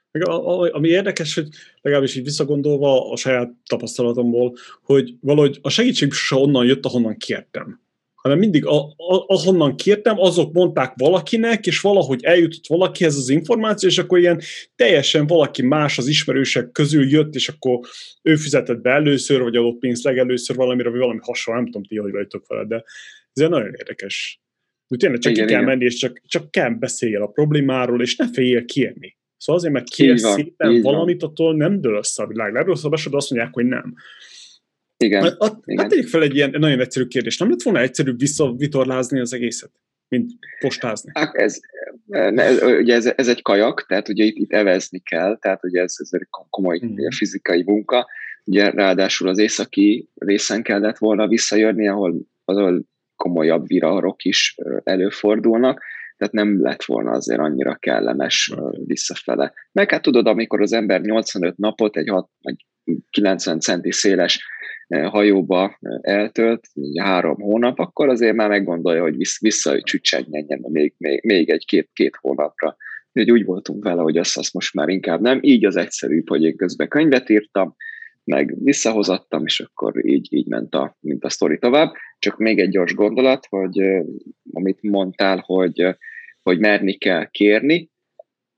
Ami érdekes, hogy legalábbis így visszagondolva a saját tapasztalatomból, hogy valahogy a segítség sose onnan jött, ahonnan kértem. Hanem mindig a, a, ahonnan kértem, azok mondták valakinek, és valahogy eljutott valakihez az információ, és akkor ilyen teljesen valaki más az ismerősek közül jött, és akkor ő fizetett be először, vagy adott pénzt legelőször valamire, vagy valami hasonló, nem tudom ti, hogy vagytok vele, de ez nagyon érdekes. Úgy tényleg csak igen, ki kell igen. menni, és csak, csak kell beszéljél a problémáról, és ne féljél kérni. Szóval azért, mert kérsz van, szépen valamit, attól nem dől össze a világ. Legrosszabb esetben azt mondják, hogy nem. Igen. Hát, hát igen. tegyük fel egy ilyen nagyon egyszerű kérdést. Nem lett volna egyszerűbb visszavitorlázni az egészet, mint postázni? Hát ez, ez, ugye ez, ez egy kajak, tehát ugye itt, itt evezni kell, tehát ugye ez, ez egy komoly hmm. fizikai munka. Ugye ráadásul az északi részen kellett volna visszajönni, ahol, ahol komolyabb viharok is előfordulnak. Tehát nem lett volna azért annyira kellemes okay. visszafele. Meg hát tudod, amikor az ember nyolcvanöt napot egy hat, vagy kilencven centi széles hajóba eltölt, három hónap, akkor azért már meggondolja, hogy visszacsücsegjen még, még, még egy-két hónapra. Úgyhogy úgy voltunk vele, hogy azt, azt most már inkább nem. Így az egyszerűbb, hogy én közben könyvet írtam, meg visszahozattam, és akkor így, így ment a, mint a sztori tovább. Csak még egy gyors gondolat, hogy amit mondtál, hogy, hogy merni kell kérni.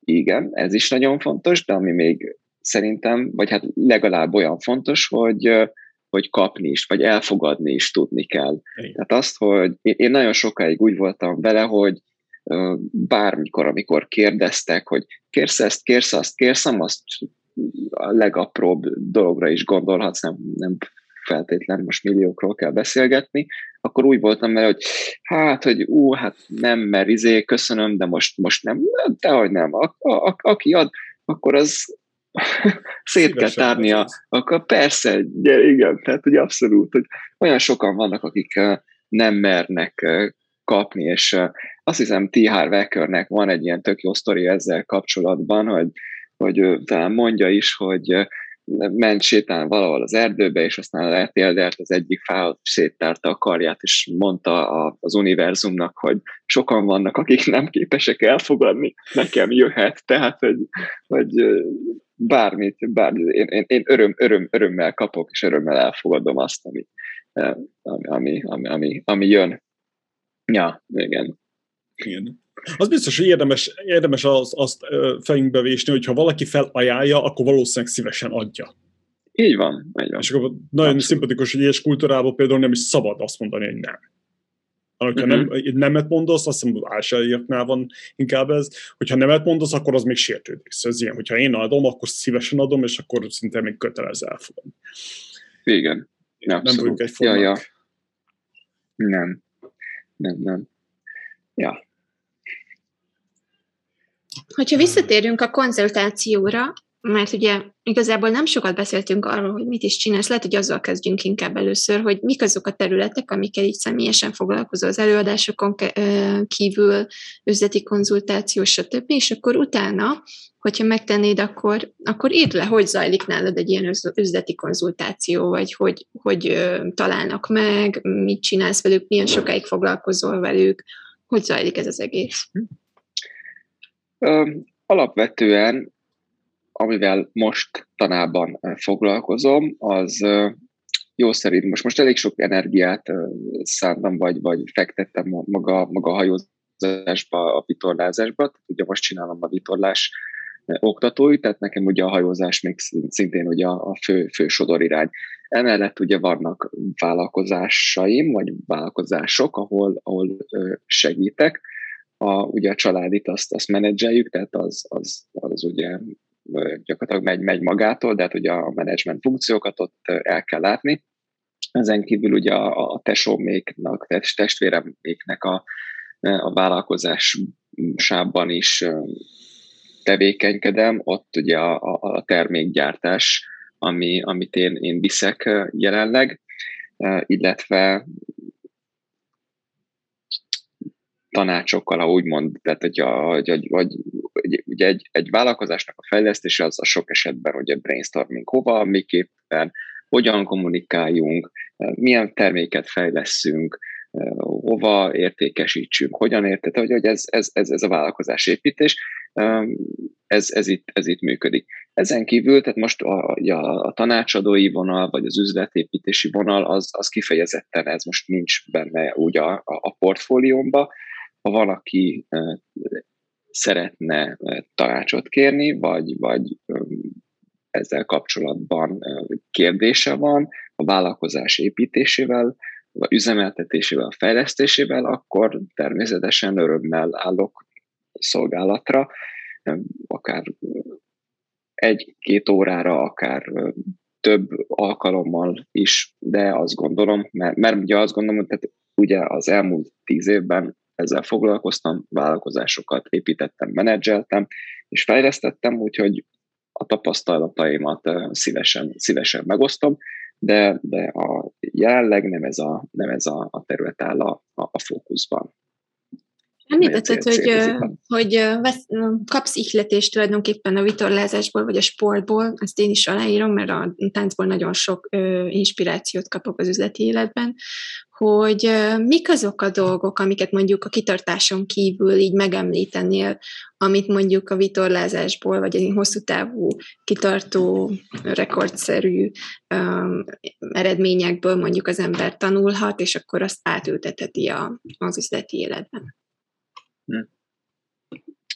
igen, ez is nagyon fontos, de ami még szerintem, vagy hát legalább olyan fontos, hogy, hogy kapni is, vagy elfogadni is tudni kell. Igen. Tehát azt, hogy én nagyon sokáig úgy voltam vele, hogy bármikor, amikor kérdeztek, hogy kérsz ezt, kérsz azt, kérsz azt, a legapróbb dologra is gondolhatsz, nem, nem feltétlen most milliókról kell beszélgetni, akkor úgy voltam vele, hogy hát, hogy ú, hát nem, mert izé, köszönöm, de most, most nem, dehogy nem. A, a, a, aki ad, akkor az szét kell tárnia, akkor persze, igen, tehát hogy abszolút, hogy olyan sokan vannak, akik nem mernek kapni, és azt hiszem T. Harv Ekernek van egy ilyen tök jó sztori ezzel kapcsolatban, hogy, hogy talán mondja is, hogy ment sétálni valahol az erdőbe, és aztán letéldelt az egyik fához, széttárta a karját, és mondta az univerzumnak, hogy sokan vannak, akik nem képesek elfogadni, nekem jöhet, tehát, hogy, hogy bármit, bármit én, én, én öröm, öröm, örömmel kapok, és örömmel elfogadom azt, ami, ami, ami, ami, ami jön. Ja, igen. Igen. Az biztos, hogy érdemes, érdemes az, azt fejünkbe vésni, hogyha valaki felajánlja, akkor valószínűleg szívesen adja. Így van. Így van. És akkor nagyon Abszolút. Szimpatikus, hogy ilyes kultúrában például nem is szabad azt mondani, hogy nem. Ha uh-huh. nem, nemet mondasz, azt hiszem, hogy ázsiaiaknál van inkább ez, hogyha nemet mondasz, akkor az még sértődés. Ez ilyen, hogyha én adom, akkor szívesen adom, és akkor szinte még kötelező elfogadni. Igen. Nem vagyunk egyformák. Ja, ja. Nem. Nem, nem. Ja. Hogyha visszatérünk a konzultációra, mert ugye igazából nem sokat beszéltünk arról, hogy mit is csinálsz, lehet, hogy azzal kezdjünk inkább először, hogy mik azok a területek, amikkel így személyesen foglalkozol az előadásokon kívül, üzleti konzultáció, stb. És akkor utána, hogyha megtennéd, akkor, akkor írd le, hogy zajlik nálad egy ilyen üzleti konzultáció, vagy hogy, hogy találnak meg, mit csinálsz velük, milyen sokáig foglalkozol velük, hogy zajlik ez az egész. Alapvetően, amivel most tanában foglalkozom, az jó szerint most, most elég sok energiát szántam, vagy, vagy fektettem maga, maga a hajózásba, a vitorlázásba. Tehát ugye most csinálom a vitorlás oktatói, tehát nekem ugye a hajózás még szintén ugye a fő, fő sodorirány. Emellett ugye vannak vállalkozásaim, vagy vállalkozások, ahol, ahol segítek. A, ugye a családit azt, azt menedzseljük, tehát az, az, az ugye gyakorlatilag megy, megy magától, de hát ugye a menedzsment funkciókat ott el kell látni. Ezen kívül ugye a, a tesóméknak, testvéreméknek a, a vállalkozásában is tevékenykedem, ott ugye a, a, a termékgyártás, ami, amit én, én viszek jelenleg, illetve tanácsokkal, ha úgy mond, tehát hogy, a, hogy, hogy ugye egy, egy vállalkozásnak a fejlesztése az a sok esetben ugye brainstorming, hova, miképpen, hogyan kommunikáljunk, milyen terméket fejleszünk, hova értékesítsünk, hogyan érted, hogy ez, ez, ez, ez a vállalkozásépítés, ez, ez, itt, ez itt működik. Ezen kívül, tehát most a, a, a tanácsadói vonal, vagy az üzletépítési vonal, az, az kifejezetten ez most nincs benne úgy a, a, a portfóliómba. Ha valaki szeretne tanácsot kérni, vagy, vagy ezzel kapcsolatban kérdése van a vállalkozás építésével, vagy üzemeltetésével, fejlesztésével, akkor természetesen örömmel állok szolgálatra, akár egy-két órára, akár több alkalommal is, de azt gondolom, mert, mert ugye azt gondolom, hogy tehát ugye az elmúlt tíz évben ezzel foglalkoztam, vállalkozásokat építettem, menedzseltem, és fejlesztettem, úgyhogy a tapasztalataimat szívesen, szívesen megosztom, de, de a, jelenleg nem ez a, nem ez a, a terület áll a, a, a fókuszban. Említetted, hogy, hogy kapsz ihletést tulajdonképpen a vitorlázásból, vagy a sportból, ezt én is aláírom, mert a táncból nagyon sok inspirációt kapok az üzleti életben, hogy mik azok a dolgok, amiket mondjuk a kitartáson kívül így megemlítenél, amit mondjuk a vitorlázásból, vagy egy hosszú távú, kitartó, rekordszerű um, eredményekből mondjuk az ember tanulhat, és akkor azt átültetheti a, az üzleti életben.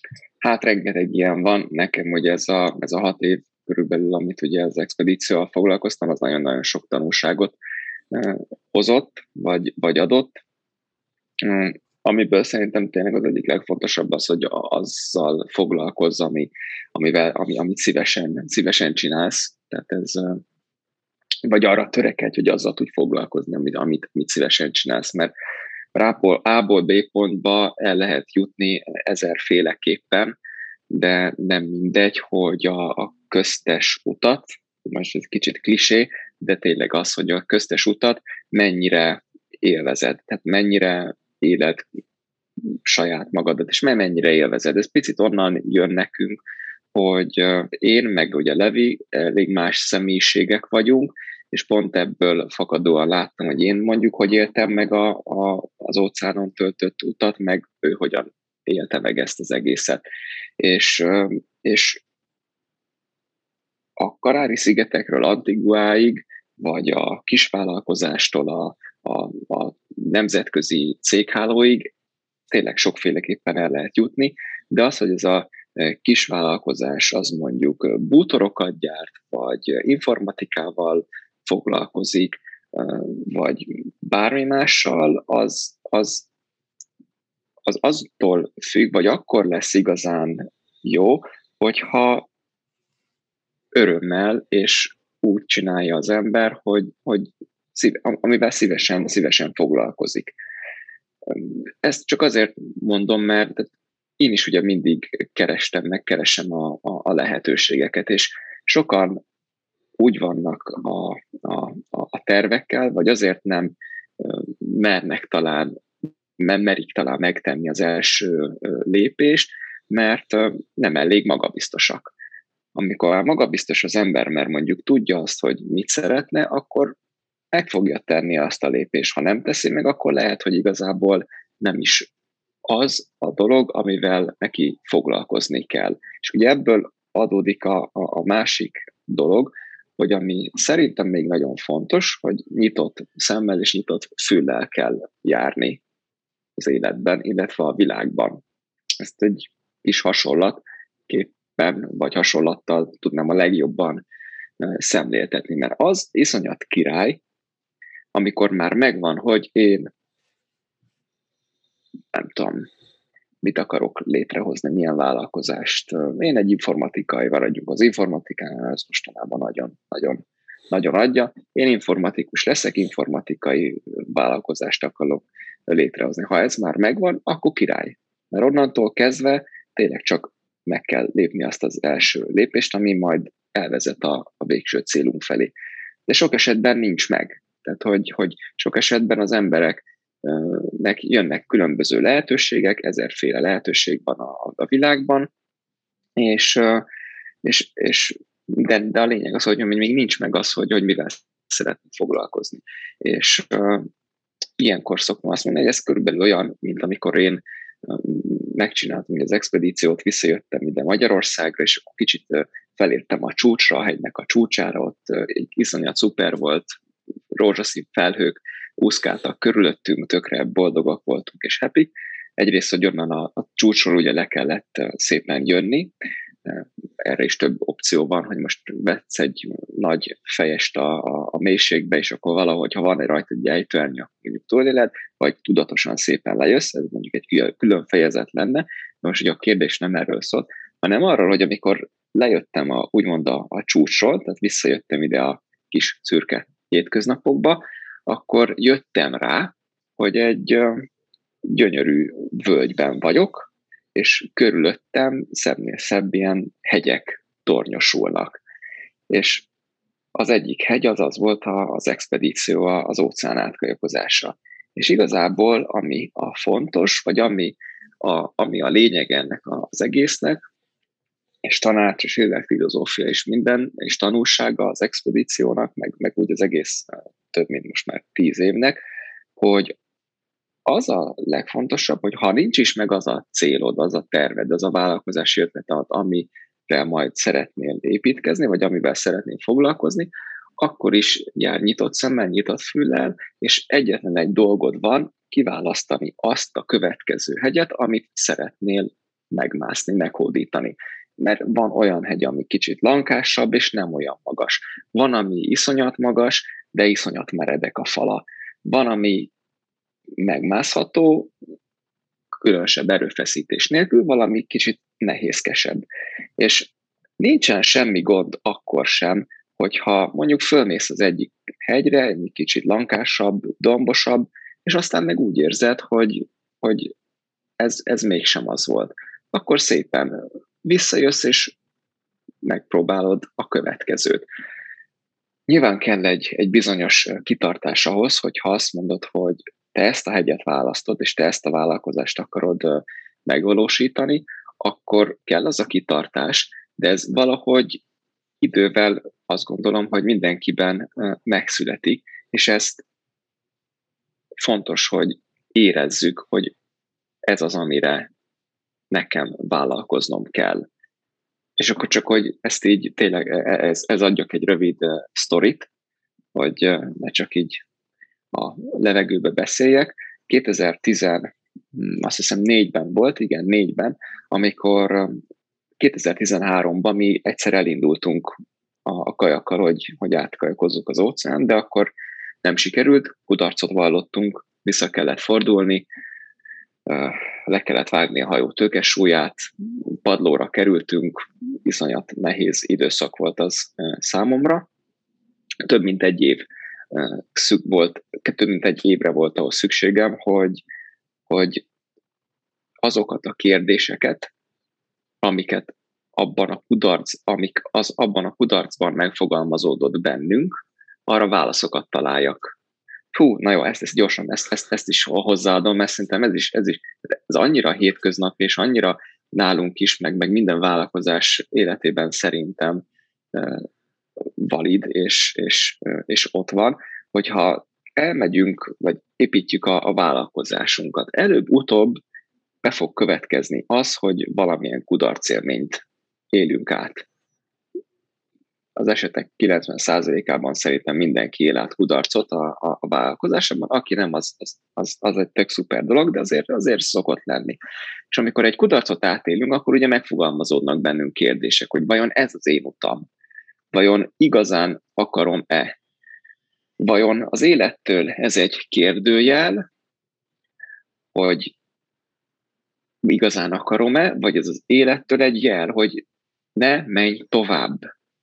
Hát rengeteg ilyen van. Nekem ugye ez a, ez a hat év körülbelül, amit ugye az expedícióval foglalkoztam, az nagyon-nagyon sok tanulságot eh, hozott, vagy, vagy adott. Mm, amiből szerintem tényleg az egyik legfontosabb az, hogy azzal foglalkozz, ami, amivel, ami, amit szívesen, szívesen csinálsz. Tehát ez, eh, vagy arra törekedj, hogy azzal tudj foglalkozni, amit, amit, amit szívesen csinálsz, mert A-ból B pontba el lehet jutni ezerféleképpen, de nem mindegy, hogy a, a köztes utat, most ez kicsit klisé, de tényleg az, hogy a köztes utat mennyire élvezed, tehát mennyire éled saját magadat, és mennyire élvezed. Ez picit onnan jön nekünk, hogy én, meg ugye Levi, elég más személyiségek vagyunk, és pont ebből fakadóan láttam, hogy én mondjuk, hogy éltem meg a, a, az óceánon töltött utat, meg ő hogyan élte meg ezt az egészet. És, és a Kanári-szigetekről Antiguáig, vagy a kisvállalkozástól a, a, a nemzetközi céghálóig tényleg sokféleképpen el lehet jutni, de az, hogy ez a kisvállalkozás az mondjuk bútorokat gyárt, vagy informatikával foglalkozik, vagy bármi mással, az, az, az aztól függ, vagy akkor lesz igazán jó, hogyha örömmel és úgy csinálja az ember, hogy, hogy szíve, amivel szívesen, szívesen foglalkozik. Ezt csak azért mondom, mert én is ugye mindig kerestem, megkeresem a, a, a lehetőségeket, és sokan úgy vannak a, a, a tervekkel, vagy azért nem mernek talán, nem merik talán megtenni az első lépést, mert nem elég magabiztosak. Amikor már magabiztos az ember, mert mondjuk tudja azt, hogy mit szeretne, akkor meg fogja tenni azt a lépést. Ha nem teszi meg, akkor lehet, hogy igazából nem is az a dolog, amivel neki foglalkozni kell. És ugye ebből adódik a, a, a másik dolog, hogy ami szerintem még nagyon fontos, hogy nyitott szemmel és nyitott füllel kell járni az életben, illetve a világban. Ezt egy kis hasonlatképpen, vagy hasonlattal tudnám a legjobban szemléltetni, mert az iszonyat király, amikor már megvan, hogy én nem tudom, mit akarok létrehozni, milyen vállalkozást. Én egy informatikai maradjunk az informatikánál, ez mostanában nagyon, nagyon, nagyon adja. Én informatikus leszek, informatikai vállalkozást akarok létrehozni. Ha ez már megvan, akkor király. Mert onnantól kezdve tényleg csak meg kell lépni azt az első lépést, ami majd elvezet a, a végső célunk felé. De sok esetben nincs meg. Tehát, hogy, hogy sok esetben az emberek jönnek különböző lehetőségek, ezerféle lehetőség van a, a világban, és, és, és de, de a lényeg az, hogy még nincs meg az, hogy, hogy mivel szeretnék foglalkozni. És uh, ilyenkor szoktam azt mondani, hogy ez körülbelül olyan, mint amikor én uh, megcsináltam az expedíciót, visszajöttem ide Magyarországra, és akkor kicsit uh, felértem a csúcsra, a hegynek a csúcsára, ott uh, egy iszonyat szuper volt, rózsaszín felhők úszkáltak körülöttünk, tökre boldogak voltunk és happy. Egyrészt, hogy onnan a, a csúcsról ugye le kellett szépen jönni, erre is több opció van, hogy most vetsz egy nagy fejest a, a, a mélységbe, és akkor valahogy, ha van egy rajta egy ejtőernyő, akkor mondjuk túléled, vagy tudatosan szépen lejössz, ez mondjuk egy külön fejezet lenne. De most ugye a kérdés nem erről szólt, hanem arról, hogy amikor lejöttem a, úgymond a, a csúcsról, tehát visszajöttem ide a kis szürke hétköznapokba, akkor jöttem rá, hogy egy gyönyörű völgyben vagyok, és körülöttem szebbnél szebb ilyen hegyek tornyosulnak. És az egyik hegy az az volt az expedíció, az óceán átkajakozása. És igazából ami a fontos, vagy ami a, ami a lényeg ennek az egésznek, és tanács, és életfilozófia is minden, és tanulsága az expedíciónak, meg, meg úgy az egész több, mint most már tíz évnek, hogy az a legfontosabb, hogy ha nincs is meg az a célod, az a terved, az a vállalkozási ötlet, amire majd szeretnél építkezni, vagy amivel szeretnél foglalkozni, akkor is jár nyitott szemmel, nyitott füllel, és egyetlen egy dolgod van, kiválasztani azt a következő hegyet, amit szeretnél megmászni, meghódítani. Mert van olyan hegy, ami kicsit lankásabb, és nem olyan magas. Van, ami iszonyat magas, de iszonyat meredek a fala. Van, ami megmászható, különösebb erőfeszítés nélkül, valami kicsit nehézkesebb. És nincsen semmi gond akkor sem, hogyha mondjuk fölmész az egyik hegyre, egy kicsit lankásabb, dombosabb, és aztán meg úgy érzed, hogy, hogy ez, ez mégsem az volt. Akkor szépen visszajössz, és megpróbálod a következőt. Nyilván kell egy, egy bizonyos kitartás ahhoz, hogyha azt mondod, hogy te ezt a hegyet választod, és te ezt a vállalkozást akarod megvalósítani, akkor kell az a kitartás, de ez valahogy idővel azt gondolom, hogy mindenkiben megszületik, és ezt fontos, hogy érezzük, hogy ez az, amire nekem vállalkoznom kell. És akkor csak, hogy ezt így tényleg, ez, ez adjak egy rövid sztorit, hogy ne csak így a levegőbe beszéljek. kétezer-tíz, azt hiszem négyben volt, igen, négyben, amikor kétezer-tizenháromban mi egyszer elindultunk a, a kajakkal, hogy, hogy átkajakozzuk az óceán, de akkor nem sikerült, kudarcot vallottunk, vissza kellett fordulni, le kellett vágni a hajó tőkesúlyát, padlóra kerültünk, iszonyat nehéz időszak volt az számomra. Több mint egy év szük volt, több mint egy évre volt ahhoz szükségem, hogy, hogy azokat a kérdéseket, amiket abban a kudarc, amik az abban a kudarcban megfogalmazódott bennünk, arra válaszokat találjak. Hú, na jó, ezt, ezt gyorsan, ezt, ezt, ezt is hozzáadom, mert szerintem ez is, ez is ez annyira hétköznap, és annyira nálunk is, meg, meg minden vállalkozás életében szerintem uh, valid, és, és, uh, és ott van, hogyha elmegyünk, vagy építjük a, a vállalkozásunkat, előbb-utóbb be fog következni az, hogy valamilyen kudarcélményt élünk át. Az esetek kilencven százalékában szerintem mindenki él át kudarcot a, a, a vállalkozásában, aki nem, az, az, az, az egy tök szuper dolog, de azért, azért szokott lenni. És amikor egy kudarcot átélünk, akkor ugye megfogalmazódnak bennünk kérdések, hogy vajon ez az én utam? Vajon igazán akarom-e? Vajon az élettől ez egy kérdőjel, hogy igazán akarom-e, vagy ez az élettől egy jel, hogy ne menj tovább.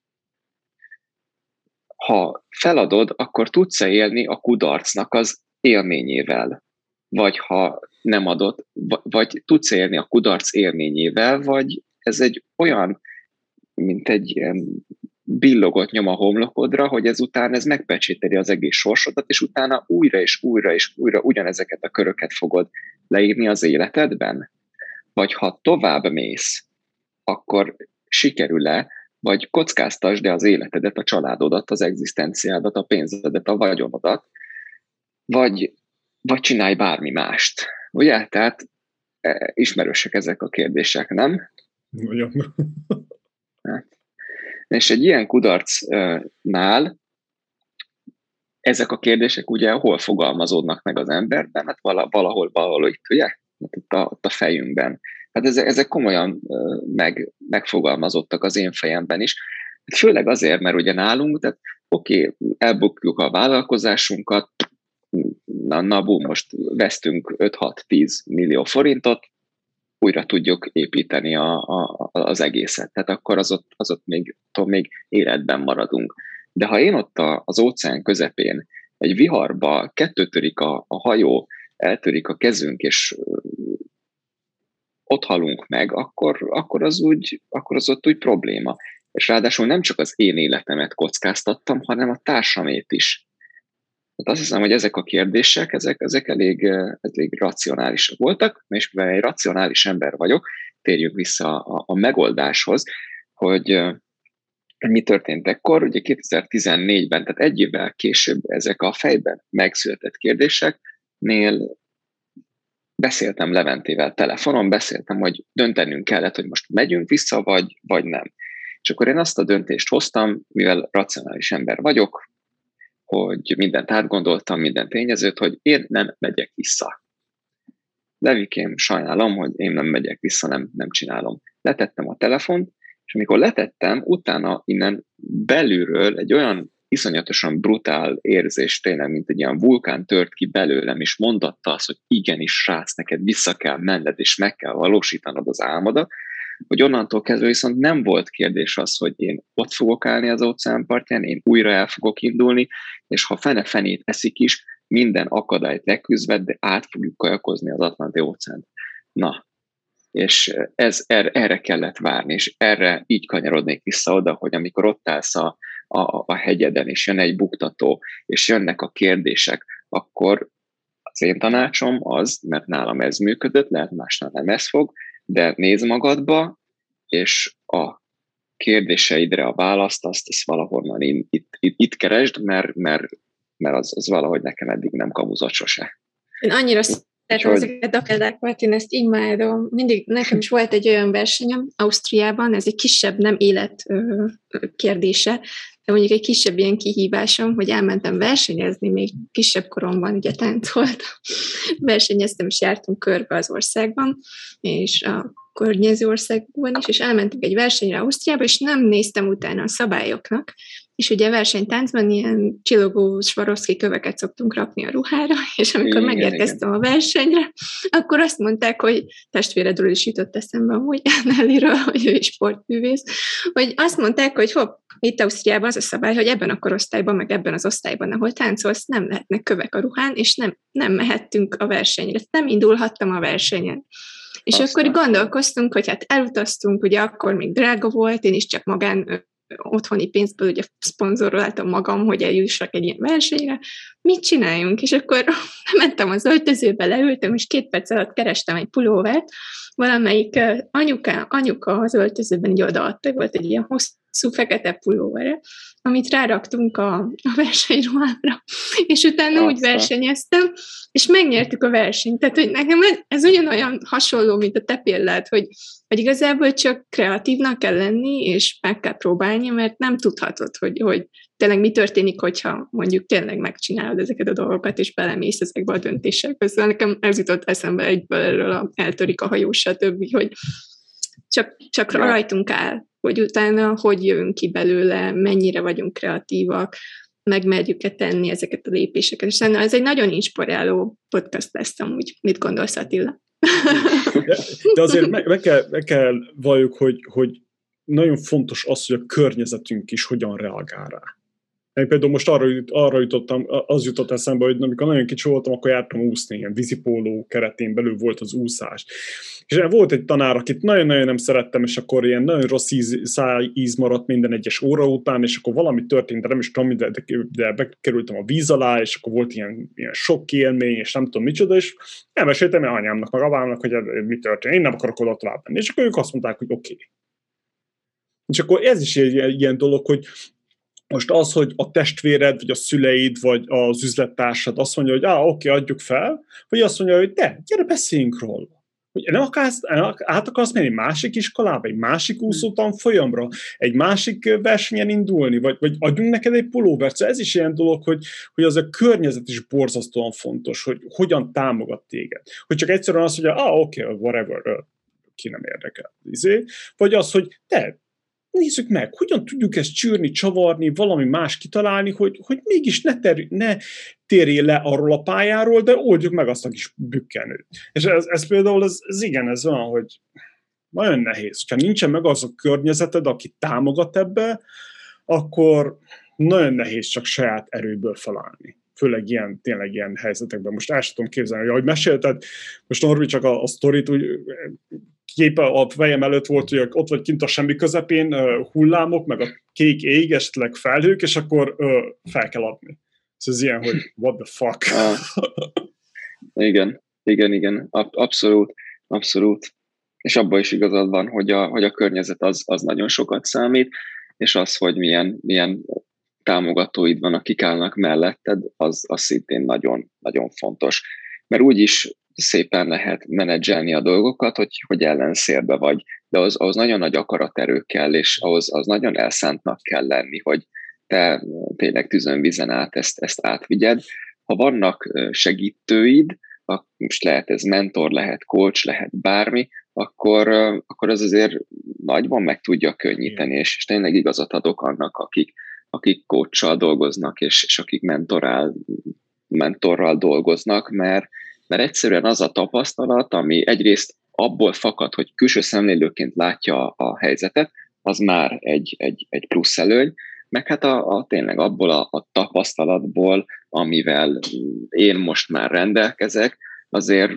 Ha feladod, akkor tudsz-e élni a kudarcnak az élményével? Vagy ha nem adod, vagy tudsz élni a kudarc élményével, vagy ez egy olyan, mint egy ilyen billogot nyom a homlokodra, hogy ezután ez megpecsételi az egész sorsodat, és utána újra és újra és újra ugyanezeket a köröket fogod leírni az életedben? Vagy ha tovább mész, akkor sikerül-e, vagy kockáztasd el az életedet, a családodat, az egzisztenciádat, a pénzedet, a vagyonodat, vagy, vagy csinálj bármi mást. Ugye? Tehát e, ismerősek ezek a kérdések, nem? Nagyon. Hát. És egy ilyen kudarcnál ezek a kérdések ugye hol fogalmazódnak meg az emberben? Hát valahol, valahol itt, ugye? Hát ott, a, ott a fejünkben. Hát ezek, ezek komolyan meg, megfogalmazottak az én fejemben is. Főleg azért, mert ugye nálunk, tehát oké, okay, elbukjuk a vállalkozásunkat, na, na bú, most vesztünk öt-hat-tíz millió forintot, újra tudjuk építeni a, a, az egészet. Tehát akkor az ott, az ott még, még életben maradunk. De ha én ott a, az óceán közepén egy viharba kettőtörik a, a hajó, eltörik a kezünk, és ott halunk meg, akkor, akkor, az úgy, akkor az ott úgy probléma. És ráadásul nem csak az én életemet kockáztattam, hanem a társamét is. Tehát azt hiszem, hogy ezek a kérdések, ezek, ezek elég, elég racionálisak voltak, és mivel egy racionális ember vagyok, térjünk vissza a, a megoldáshoz, hogy mi történt ekkor. Ugye kétezer-tizennégyben, tehát egy évvel később ezek a fejben megszületett kérdéseknél beszéltem Leventével telefonon, beszéltem, hogy döntenünk kellett, hogy most megyünk vissza, vagy, vagy nem. És akkor én azt a döntést hoztam, mivel racionális ember vagyok, hogy mindent átgondoltam, minden tényezőt, hogy én nem megyek vissza. Levikém, sajnálom, hogy én nem megyek vissza, nem, nem csinálom. Letettem a telefont, és amikor letettem, utána innen belülről egy olyan iszonyatosan brutál érzés, tényleg, mint egy ilyen vulkán tört ki belőlem, és mondatta azt, hogy igenis, srác, neked vissza kell menned, és meg kell valósítanod az álmodat, hogy onnantól kezdve viszont nem volt kérdés az, hogy én ott fogok állni az óceánpartján, én újra el fogok indulni, és ha fene-fenét eszik is, minden akadályt leküzdve, de át fogjuk kajakozni az Atlanti óceánt. Na, és ez, erre, erre kellett várni, és erre így kanyarodnék vissza oda, hogy amikor ott állsz a, a, a hegyeden, és jön egy buktató, és jönnek a kérdések, akkor az én tanácsom az, mert nálam ez működött, lehet másnál nem ez fog, de nézd magadba, és a kérdéseidre a választ, azt, azt valahonnan itt, itt, itt keresd, mert, mert, mert az, az valahogy nekem eddig nem kamuzott sose. Én annyira szeretem ezeket a példákat, én ezt imádom. Mindig nekem is volt egy olyan versenyem Ausztriában, ez egy kisebb, nem élet kérdése, de mondjuk egy kisebb ilyen kihívásom, hogy elmentem versenyezni, még kisebb koromban ugye táncolt. Versenyeztem, és jártunk körbe az országban, és a környező országban is, és elmentünk egy versenyre Ausztriába, és nem néztem utána a szabályoknak, és ugye versenytáncban ilyen csillogó Swarovski köveket szoktunk rakni a ruhára, és amikor igen, megérkeztem igen. a versenyre, akkor azt mondták, hogy testvéredről is jutott eszembe amúgy, Nellyről, hogy ő is sportművész, hogy azt mondták, hogy hopp, itt Ausztriában az a szabály, hogy ebben a korosztályban, meg ebben az osztályban, ahol táncolsz, nem lehetnek kövek a ruhán, és nem, nem mehettünk a versenyre. Nem indulhattam a versenyen. És Aztán. akkor gondolkoztunk, hogy hát elutaztunk, ugye akkor még drága volt, én is csak magán otthoni pénzből ugye szponzoroltam magam, hogy eljussak egy ilyen versenyre, mit csináljunk? És akkor mentem az öltözőbe, leültem, és két perc alatt kerestem egy pulóvert, valamelyik anyuka, anyuka az öltözőben így odaadta, volt egy ilyen hosszú fekete pulóvere, amit ráraktunk a, a versenyruhámra, és utána Aztán. úgy versenyeztem, és megnyertük a versenyt. Tehát, hogy nekem ez ugyanolyan hasonló, mint a te példád, hogy, hogy igazából csak kreatívnak kell lenni, és meg kell próbálni, mert nem tudhatod, hogy, hogy tényleg mi történik, hogyha mondjuk tényleg megcsinálod ezeket a dolgokat, és belemész ezekbe a döntésekbe. Szóval nekem ez jutott eszembe egyből erről a eltörik a hajó, stb., hogy csak, csak rajtunk áll, hogy utána hogy jövünk ki belőle, mennyire vagyunk kreatívak, megmerjük-e tenni ezeket a lépéseket. És szerintem ez egy nagyon inspiráló podcast lesz amúgy. Mit gondolsz, Attila? De, de azért meg, meg, kell, meg kell valljuk, hogy, hogy nagyon fontos az, hogy a környezetünk is hogyan reagál rá. Én például most arra, arra jutottam, az jutott eszembe, hogy amikor nagyon kicsi voltam, akkor jártam úszni, ilyen vízipóló keretén belül volt az úszás. És volt egy tanár, akit nagyon-nagyon nem szerettem, és akkor ilyen nagyon rossz íz, szájíz maradt minden egyes óra után, és akkor valami történt, de nem is tudom, de, de bekerültem a víz alá, és akkor volt ilyen, ilyen sok élmény, és nem tudom micsoda, és elmeséltem el anyámnak, meg apámnak, hogy mi történt. Én nem akarok oda tovább menni. És akkor ők azt mondták, hogy oké. Okay. És akkor ez is egy ilyen dolog, hogy most az, hogy a testvéred, vagy a szüleid, vagy az üzlettársad azt mondja, hogy ah, oké, okay, adjuk fel, vagy azt mondja, hogy de, gyere, beszéljünk róla. Hogy nem akarsz, át akarsz menni egy másik iskolába, egy másik úszótanfolyamra, egy másik versenyen indulni, vagy, vagy adjunk neked egy pulóvert. Szóval ez is ilyen dolog, hogy, hogy az a környezet is borzasztóan fontos, hogy hogyan támogat téged. Hogy csak egyszerűen az, hogy ah, oké, okay, whatever, ki nem érdekel. Izé. Vagy az, hogy te, nézzük meg, hogyan tudjuk ezt csűrni, csavarni, valami más kitalálni, hogy, hogy mégis ne, ter, ne térjél le arról a pályáról, de oldjuk meg azt a kis bükkenőt. És ez, ez például, ez, ez igen, ez olyan, hogy nagyon nehéz. Ha nincsen meg az a környezeted, aki támogat ebbe, akkor nagyon nehéz csak saját erőből felállni. Főleg ilyen, tényleg ilyen helyzetekben. Most el sem tudom képzelni, hogy ahogy mesélted, most Norbi csak a, a sztorit úgy képe a fejem előtt volt, hogy ott vagy kint a semmi közepén, uh, hullámok, meg a kék ég, esetleg felhők, és akkor uh, fel kell adni. Szóval ez ilyen, hogy what the fuck. Ah, igen, igen, igen, Ab- abszolút, abszolút. És abban is igazad van, hogy a, hogy a környezet az, az nagyon sokat számít, és az, hogy milyen, milyen támogatóid van, akik állnak melletted, az, az szintén nagyon, nagyon fontos. Mert úgyis szépen lehet menedzselni a dolgokat, hogy, hogy ellenszélbe vagy, de az, az nagyon nagy akaraterő kell, és ahhoz az nagyon elszántnak kell lenni, hogy te tényleg tűzön vízen át ezt, ezt átvigyed. Ha vannak segítőid, most lehet ez mentor, lehet coach, lehet bármi, akkor, akkor az azért nagyban meg tudja könnyíteni, és, és tényleg igazat adok annak, akik, akik coachsal dolgoznak, és, és akik mentorál, mentorral dolgoznak, mert, mert egyszerűen az a tapasztalat, ami egyrészt abból fakad, hogy külső szemlélőként látja a helyzetet, az már egy, egy, egy plusz előny, meg hát a, a, tényleg abból a, a tapasztalatból, amivel én most már rendelkezek, azért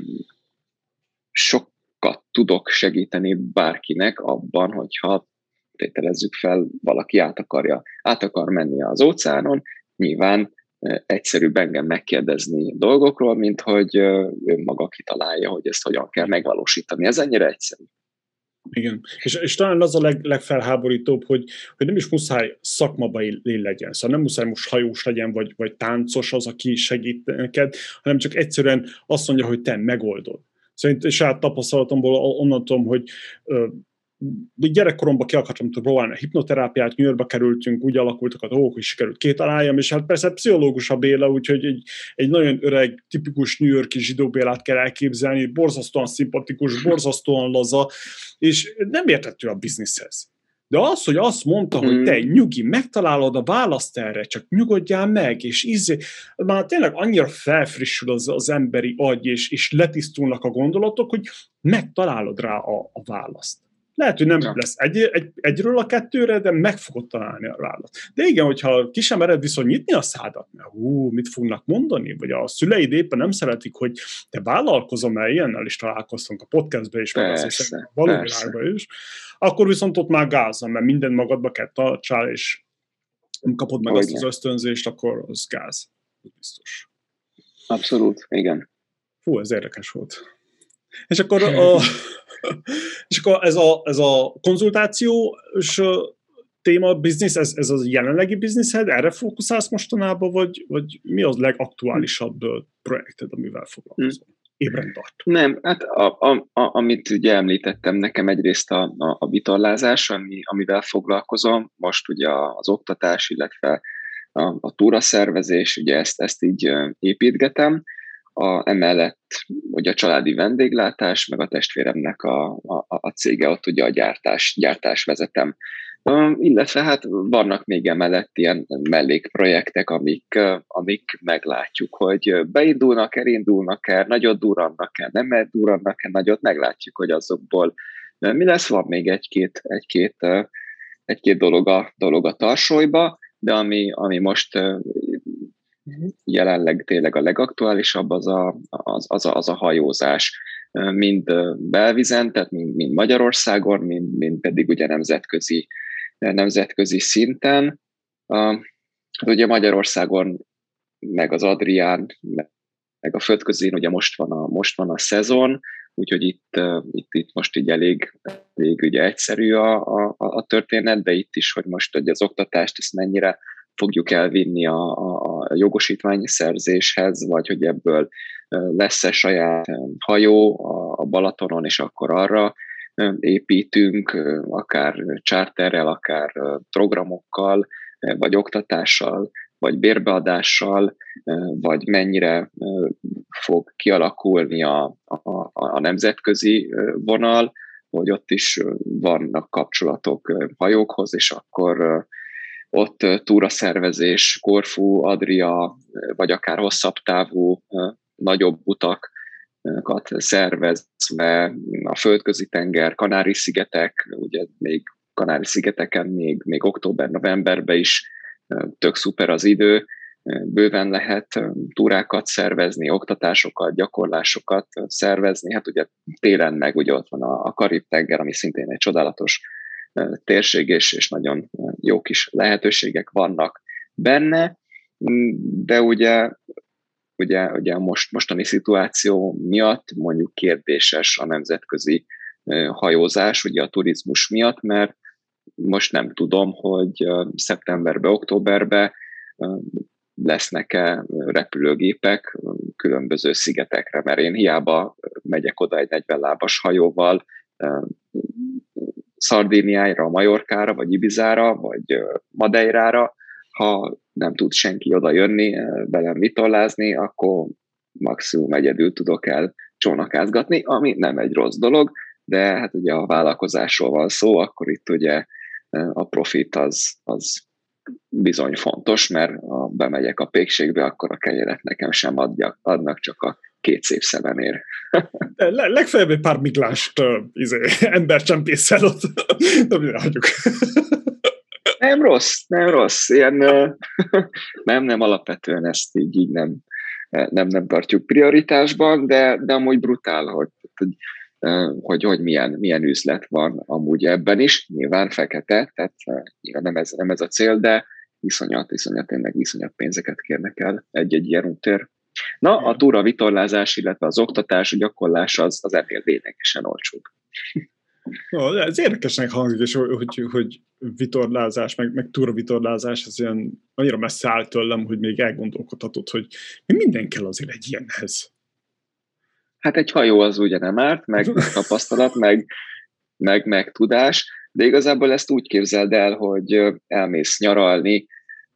sokat tudok segíteni bárkinek abban, hogyha tételezzük fel, valaki át, akarja, át akar menni az óceánon, nyilván egyszerűbb engem megkérdezni dolgokról, mint hogy ő maga kitalálja, hogy ezt hogyan kell megvalósítani. Ez ennyire egyszerű. Igen, és, és talán az a leg, legfelháborítóbb, hogy, hogy nem is muszáj szakmabeli legyen, szóval nem muszáj most hajós legyen, vagy, vagy táncos az, aki segít neked, hanem csak egyszerűen azt mondja, hogy te megoldod. Szerintem saját tapasztalatomból onnan tudom, hogy ö, gyerekkoromban ki akartam próbálni a hipnoterápiát, New Yorkba kerültünk, úgy alakultak a dolgok, hogy sikerült kitaláljam, és hát persze pszichológus a Béla, úgyhogy egy, egy nagyon öreg, tipikus New York-i zsidó Bélát kell elképzelni, borzasztóan szimpatikus, borzasztóan laza, és nem értettő a bizniszhez. De az, hogy azt mondta, hmm. hogy te nyugi, megtalálod a választ erre, csak nyugodjál meg, és ízé, már tényleg annyira felfrissül az, az emberi agy, és, és letisztulnak a gondolatok, hogy megtalálod rá a, a választ. Lehet, hogy nem ja. lesz egy, egy, egyről a kettőre, de meg fogod találni a választ. De igen, hogyha ki sem mered viszont nyitni a szádat, mert hú, mit fognak mondani, vagy a szüleid éppen nem szeretik, hogy te vállalkozom, mert ilyennel is találkoztunk a podcastben is, meg azért a valóvilágban is, akkor viszont ott már gázom, mert minden magadba kell tartsál, és nem kapod meg Olyan. azt az ösztönzést, akkor az gáz. Biztos. Abszolút, igen. Fú, ez érdekes volt. És akkor a... És akkor ez a, ez a konzultációs téma, biznisz, ez, ez az jelenlegi bizniszed, erre fókuszálsz mostanában, vagy, vagy mi az legaktuálisabb projekted, amivel foglalkozol? Ébren tart. Nem, hát a, a, a, amit ugye említettem, nekem egyrészt a, a, a vitorlázás, ami, amivel foglalkozom, most ugye az oktatás, illetve a, a túraszervezés, ugye ezt, ezt így építgetem. A, emellett ugye a családi vendéglátás, meg a testvéremnek a, a, a cége, ott ugye a gyártás, gyártás vezetem. Uh, illetve hát vannak még emellett ilyen mellékprojektek, amik, uh, amik meglátjuk, hogy beindulnak, elindulnak-e, nagyot durrannak-e, nem durrannak-e, nagyot, meglátjuk, hogy azokból uh, mi lesz. Van még egy-két, egy-két, uh, egy-két dolog, a, dolog a tarsolyba, de ami, ami most uh, jelenleg tényleg a legaktuálisabb az a, az, az, a, az a hajózás, mind belvízen, tehát mind, mind Magyarországon, mind, mind pedig ugye nemzetközi, nemzetközi szinten. Uh, ugye Magyarországon meg az Adrián, meg a Földközén ugye most van a, most van a szezon, úgyhogy itt, uh, itt, itt most így elég, elég ugye egyszerű a, a, a történet, de itt is, hogy most hogy az oktatást ezt mennyire fogjuk elvinni a, a jogosítványszerzéshez, vagy hogy ebből lesz-e saját hajó a Balatonon, és akkor arra építünk, akár charterrel, akár programokkal, vagy oktatással, vagy bérbeadással, vagy mennyire fog kialakulni a, a, a nemzetközi vonal, hogy ott is vannak kapcsolatok hajókhoz, és akkor ott túraszervezés, Korfu, Adria, vagy akár hosszabb távú, nagyobb utakat szervezve, a Földközi tenger, Kanári-szigetek, ugye még Kanári-szigeteken még, még október-novemberben is tök szuper az idő, bőven lehet túrákat szervezni, oktatásokat, gyakorlásokat szervezni, hát ugye télen meg ugye ott van a Karib-tenger, ami szintén egy csodálatos térség, és, és nagyon jó kis lehetőségek vannak benne, de ugye, ugye, ugye most, mostani szituáció miatt mondjuk kérdéses a nemzetközi hajózás, ugye a turizmus miatt, mert most nem tudom, hogy szeptemberben, októberben lesznek-e repülőgépek különböző szigetekre, mert én hiába megyek oda egy negyven lábas hajóval, Szardíniára, Majorkára, vagy Ibizára, vagy Madeirára, ha nem tud senki oda jönni, velem vitorlázni, akkor maximum egyedül tudok el csónakázgatni, ami nem egy rossz dolog, de hát ugye a vállalkozásról van szó, akkor itt ugye a profit az, az bizony fontos, mert ha bemegyek a pékségbe, akkor a kenyeret nekem sem adjak, adnak, csak a két szép szememér. Le, legfeljebb egy pár miglást uh, izé, embercsempészel ott. Nem, hagyjuk. Nem rossz, nem rossz. Ilyen, uh, nem, nem, alapvetően ezt így, így nem, nem, nem tartjuk prioritásban, de, de amúgy brutál, hogy, hogy, hogy, hogy milyen, milyen üzlet van amúgy ebben is. Nyilván fekete, tehát nyilván nem ez, nem ez a cél, de iszonyat, iszonyat, tényleg iszonyat pénzeket kérnek el egy-egy ilyen úttér. Na, a túra vitorlázás, illetve az oktatás, a gyakorlás az, az ennél lényegesen olcsóbb. No, ez érdekesnek hangzik, és hogy, hogy, hogy vitorlázás, meg, meg túravitorlázás, ez ilyen annyira messze áll tőlem, hogy még elgondolkodhatod, hogy minden kell azért egy ilyenhez. Hát egy hajó az ugye nem árt, meg tapasztalat, meg, meg, meg tudás, de igazából ezt úgy képzeld el, hogy elmész nyaralni,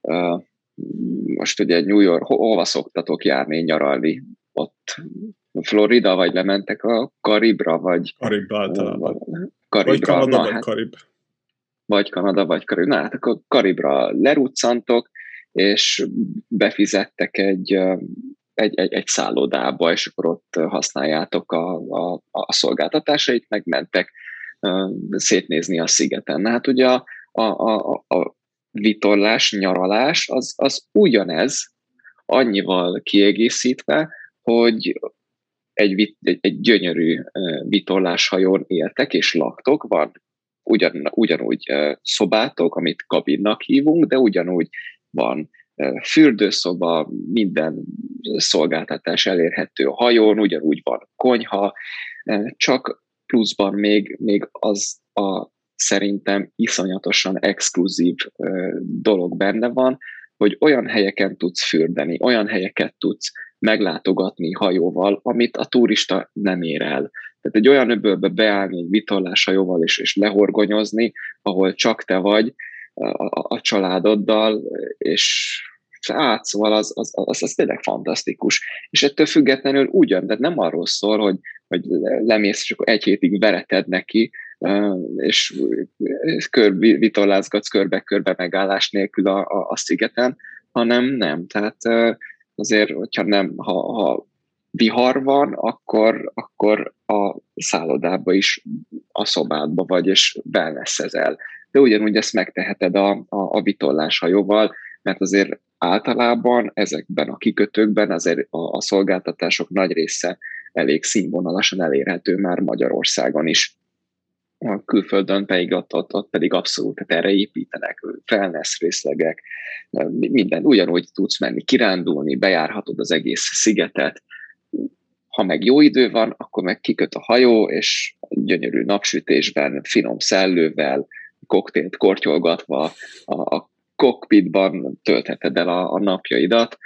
most ugye New York, ho- hova szoktatok járni, nyaralni? Ott Florida, vagy lementek a Karibra, vagy... Karib általában. Karibra. Vagy Kanada, Na, vagy hát, Karib. Vagy Kanada, vagy Karib. Na, hát akkor Karibra leruccantok, és befizettek egy, egy, egy, egy szállodába, és akkor ott használjátok a, a, a szolgáltatásait, megmentek szétnézni a szigeten. Na, hát ugye a, a, a, a vitorlás, nyaralás, az, az ugyanez, annyival kiegészítve, hogy egy, egy, egy gyönyörű vitorláshajón éltek és laktok, van ugyan, ugyanúgy szobátok, amit kabinnak hívunk, de ugyanúgy van fürdőszoba, minden szolgáltatás elérhető a hajón, ugyanúgy van konyha, csak pluszban még, még az a szerintem iszonyatosan exkluzív dolog benne van, hogy olyan helyeken tudsz fürdeni, olyan helyeket tudsz meglátogatni hajóval, amit a turista nem ér el. Tehát egy olyan öbölbe beállni egy vitorláshajóval és, és lehorgonyozni, ahol csak te vagy a, a, a családoddal, és át, szóval az, az, az, az tényleg fantasztikus. És ettől függetlenül ugyan, de nem arról szól, hogy, hogy lemész, és akkor egy hétig vereted neki, és kör, vitorlázgatsz körbe-körbe megállás nélkül a, a, a szigeten, hanem nem. Tehát azért, hogyha nem, ha, ha vihar van, akkor, akkor a szállodába is a szobádba vagy, és wellnessezel. De ugyanúgy ezt megteheted a, a, a vitorláshajóval, mert azért általában ezekben a kikötőkben azért a, a szolgáltatások nagy része elég színvonalasan elérhető már Magyarországon is. A külföldön pedig ott, ott, ott pedig abszolút tehát erre építenek, wellness részlegek, minden, ugyanúgy tudsz menni kirándulni, bejárhatod az egész szigetet. Ha meg jó idő van, akkor meg kiköt a hajó, és gyönyörű napsütésben, finom szellővel, koktélt kortyolgatva a, a kokpitban töltheted el a, a napjaidat.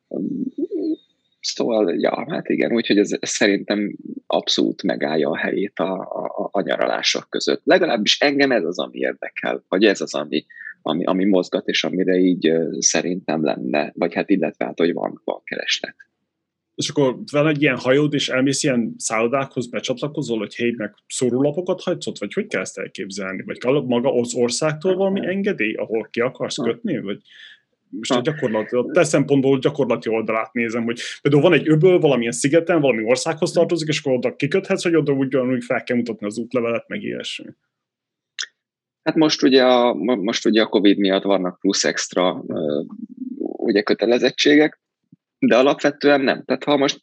Szóval, ja, hát igen, úgyhogy ez, ez szerintem abszolút megállja a helyét a, a, a nyaralások között. Legalábbis engem ez az, ami érdekel, vagy ez az, ami, ami, ami mozgat, és amire így szerintem lenne, vagy hát illetve hát, hogy van, van kereslet. És akkor van egy ilyen hajód, és elmész ilyen szállodákhoz, becsatlakozol, hogy hely, meg szórólapokat hagysz ott, vagy hogy kell ezt elképzelni? Vagy kell maga az országtól valami engedély, ahol ki akarsz kötni? Vagy most a gyakorlat, a te szempontból gyakorlati oldalát nézem, hogy például van egy öböl valamilyen szigeten, valami országhoz tartozik, és akkor oda kiköthetsz, hogy oda ugyanúgy fel kell mutatni az útlevelet, meg ilyesmi. Hát most ugye a, most ugye a Covid miatt vannak plusz extra ugye kötelezettségek, de alapvetően nem. Tehát ha most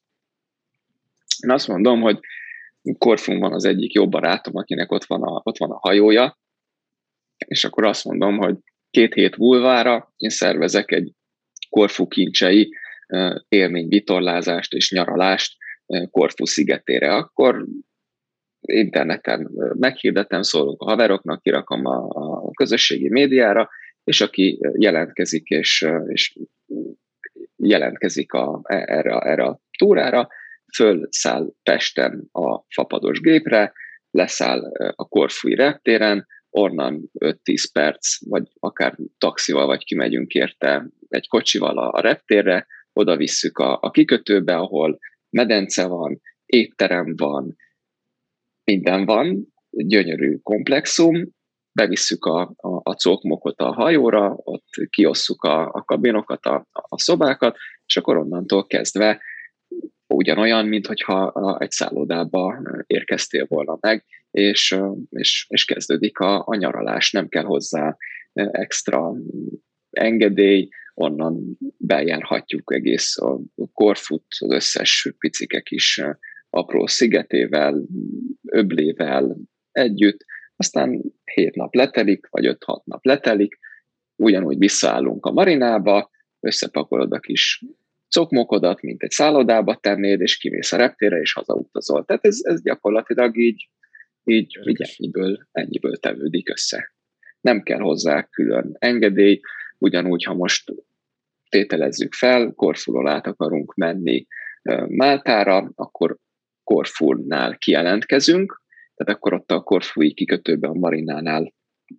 én azt mondom, hogy Korfun van az egyik jó barátom, akinek ott van a, ott van a hajója, és akkor azt mondom, hogy két hét múlvára én szervezek egy Korfu kincsei élményvitorlázást és nyaralást Korfu szigetére. Akkor interneten meghirdetem, szólok a haveroknak, kirakom a, a közösségi médiára, és aki jelentkezik, és, és jelentkezik a, erre, erre a túrára, fölszáll Pesten a fapados gépre, leszáll a korfui reptéren, onnan öt-tíz perc, vagy akár taxival, vagy kimegyünk érte egy kocsival a, a reptérre, oda visszük a, a kikötőbe, ahol medence van, étterem van, minden van, gyönyörű komplexum, bevisszük a, a, a cokmokot a hajóra, ott kiosszuk a, a kabinokat, a, a szobákat, és akkor onnantól kezdve ugyanolyan, mint hogyha egy szállodába érkeztél volna meg, és, és, és kezdődik a, a nyaralás, nem kell hozzá extra engedély, onnan bejárhatjuk egész a Korfut, az összes picike kis apró szigetével, öblével együtt, aztán hét nap letelik, vagy öt-hat nap letelik, ugyanúgy visszaállunk a marinába, összepakolod a kis cokmokodat, mint egy szállodába tennéd, és kimész a reptérre, és hazautazol. Tehát ez, ez gyakorlatilag így, így, így ennyiből, ennyiből tevődik össze. Nem kell hozzá külön engedély, ugyanúgy, ha most tételezzük fel, Korfuról át akarunk menni Máltára, akkor Korfunál kijelentkezünk, tehát akkor ott a korfui kikötőben, a marinánál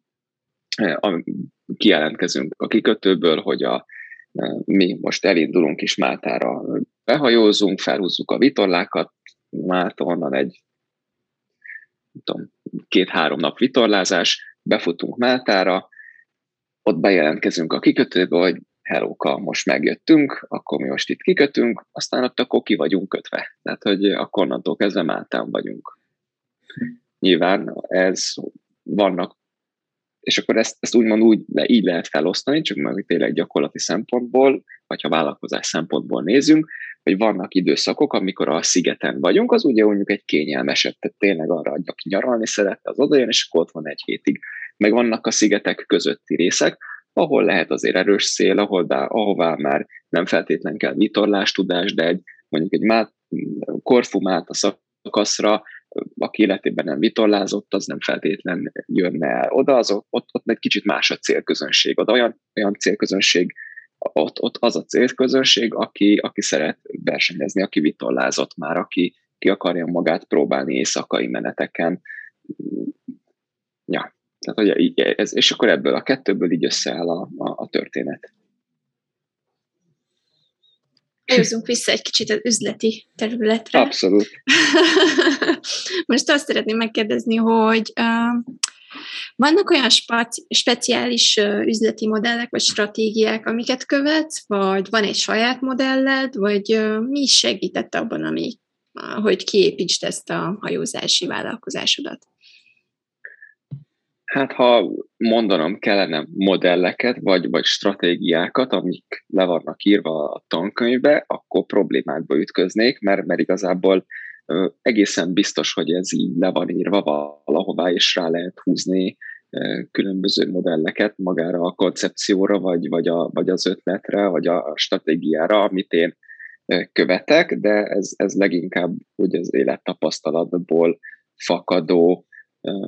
kijelentkezünk a kikötőből, hogy a, mi most elindulunk is Máltára, behajózunk, felhúzzuk a vitorlákat, Málta onnan egy tudom, két-három nap vitorlázás, befutunk Máltára, ott bejelentkezünk a kikötőbe, hogy hellóka, most megjöttünk, akkor mi most itt kikötünk, aztán ott akkor ki vagyunk kötve. Tehát, hogy akkor onnantól kezdve Máltán vagyunk. Nyilván ez vannak, és akkor ezt, ezt úgymond úgy, de így lehet felosztani, csak meg tényleg gyakorlati szempontból, vagy ha vállalkozás szempontból nézünk, hogy vannak időszakok, amikor a szigeten vagyunk, az ugye mondjuk egy kényelmesebb, tehát tényleg arra, hogy aki nyaralni szerette, az odajön, és akkor ott van egy hétig. Meg vannak a szigetek közötti részek, ahol lehet azért erős szél, ahol, de, ahová már nem feltétlen kell vitorlástudás, de egy, mondjuk egy mát, Korfu Málta szakaszra, aki életében nem vitorlázott, az nem feltétlen jönne el oda, az, ott, ott egy kicsit más a célközönség. Oda olyan, olyan célközönség, ott, ott az a célközönség, aki, aki szeret versenyezni, aki vitorlázott már, aki ki akarja magát próbálni éjszakai meneteken. Ja, tehát, hogy ez, és akkor ebből a kettőből így összeáll a, a, a történet. Jözzünk vissza egy kicsit az üzleti területre. Abszolút. Most azt szeretném megkérdezni, hogy uh, vannak olyan spaci- speciális uh, üzleti modellek, vagy stratégiák, amiket követsz, vagy van egy saját modelled, vagy uh, mi is segített abban, ami, uh, hogy kiépítsd ezt a hajózási vállalkozásodat? Hát, ha mondanom kellene modelleket, vagy, vagy stratégiákat, amik le vannak írva a tankönyvbe, akkor problémákba ütköznék, mert, mert igazából ö, egészen biztos, hogy ez így le van írva valahová, és rá lehet húzni ö, különböző modelleket magára a koncepcióra, vagy, vagy, a, vagy az ötletre, vagy a stratégiára, amit én ö, követek, de ez, ez leginkább úgy az élettapasztalatból fakadó ö,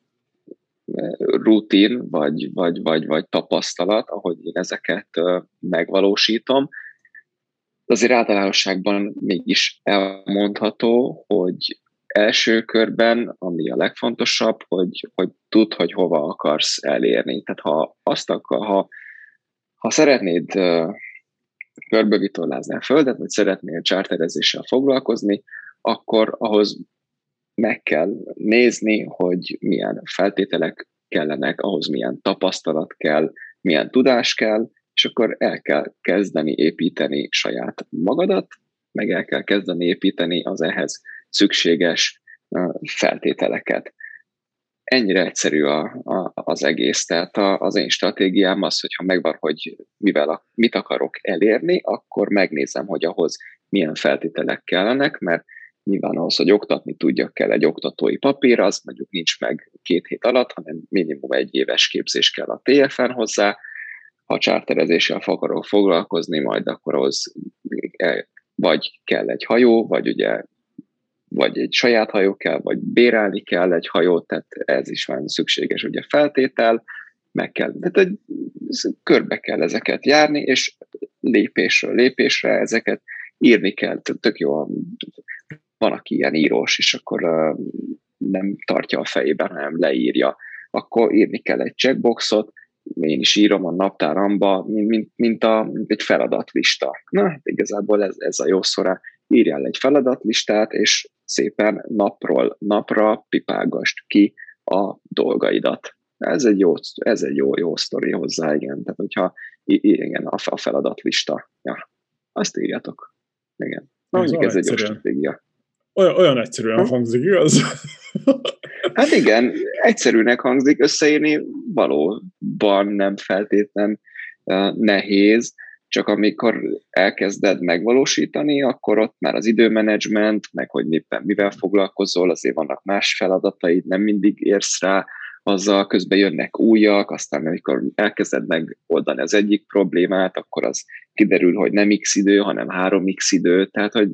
rutin, vagy, vagy, vagy, vagy tapasztalat, ahogy én ezeket megvalósítom. Azért általánosságban mégis elmondható, hogy első körben, ami a legfontosabb, hogy, hogy tudd, hogy hova akarsz elérni. Tehát ha azt akar, ha, ha szeretnéd körbevitorlázni a földet, vagy szeretnél charterezéssel foglalkozni, akkor ahhoz meg kell nézni, hogy milyen feltételek kellenek, ahhoz milyen tapasztalat kell, milyen tudás kell, és akkor el kell kezdeni építeni saját magadat, meg el kell kezdeni építeni az ehhez szükséges feltételeket. Ennyire egyszerű a, a, az egész. Tehát a, az én stratégiám az, hogyha megvan, hogy mivel a, mit akarok elérni, akkor megnézem, hogy ahhoz milyen feltételek kellenek, mert nyilván ahhoz, hogy oktatni tudjak, kell egy oktatói papír, az mondjuk nincs meg két hét alatt, hanem minimum egy éves képzés kell a té ef en hozzá. Ha charterezéssel akarok foglalkozni, majd akkor ahhoz vagy kell egy hajó, vagy ugye vagy egy saját hajó kell, vagy bérelni kell egy hajót, tehát ez is van szükséges ugye feltétel, meg kell, tehát körbe kell ezeket járni, és lépésről lépésre ezeket írni kell, tök jó, van, aki ilyen írós, és akkor nem tartja a fejében, hanem leírja. Akkor írni kell egy checkboxot, én is írom a naptáramba, mint, mint, mint, a, mint egy feladatlista. Na, hát igazából ez, ez a jó szó, írjál egy feladatlistát, és szépen napról napra pipálgasd ki a dolgaidat. Ez egy jó, ez egy jó, jó sztori hozzá, igen. Tehát, hogyha igen, a feladatlista. Ja, azt írjátok. Igen. Na, ez, ez egy jó stratégia. Olyan, olyan egyszerűen hm? hangzik, igaz? Hát igen, egyszerűnek hangzik, összeírni valóban nem feltétlen uh, nehéz, csak amikor elkezded megvalósítani, akkor ott már az időmenedzsment, meg hogy éppen mivel foglalkozol, azért vannak más feladataid, nem mindig érsz rá, azzal közben jönnek újak, aztán amikor elkezded megoldani az egyik problémát, akkor az kiderül, hogy nem x idő, hanem három x idő, tehát hogy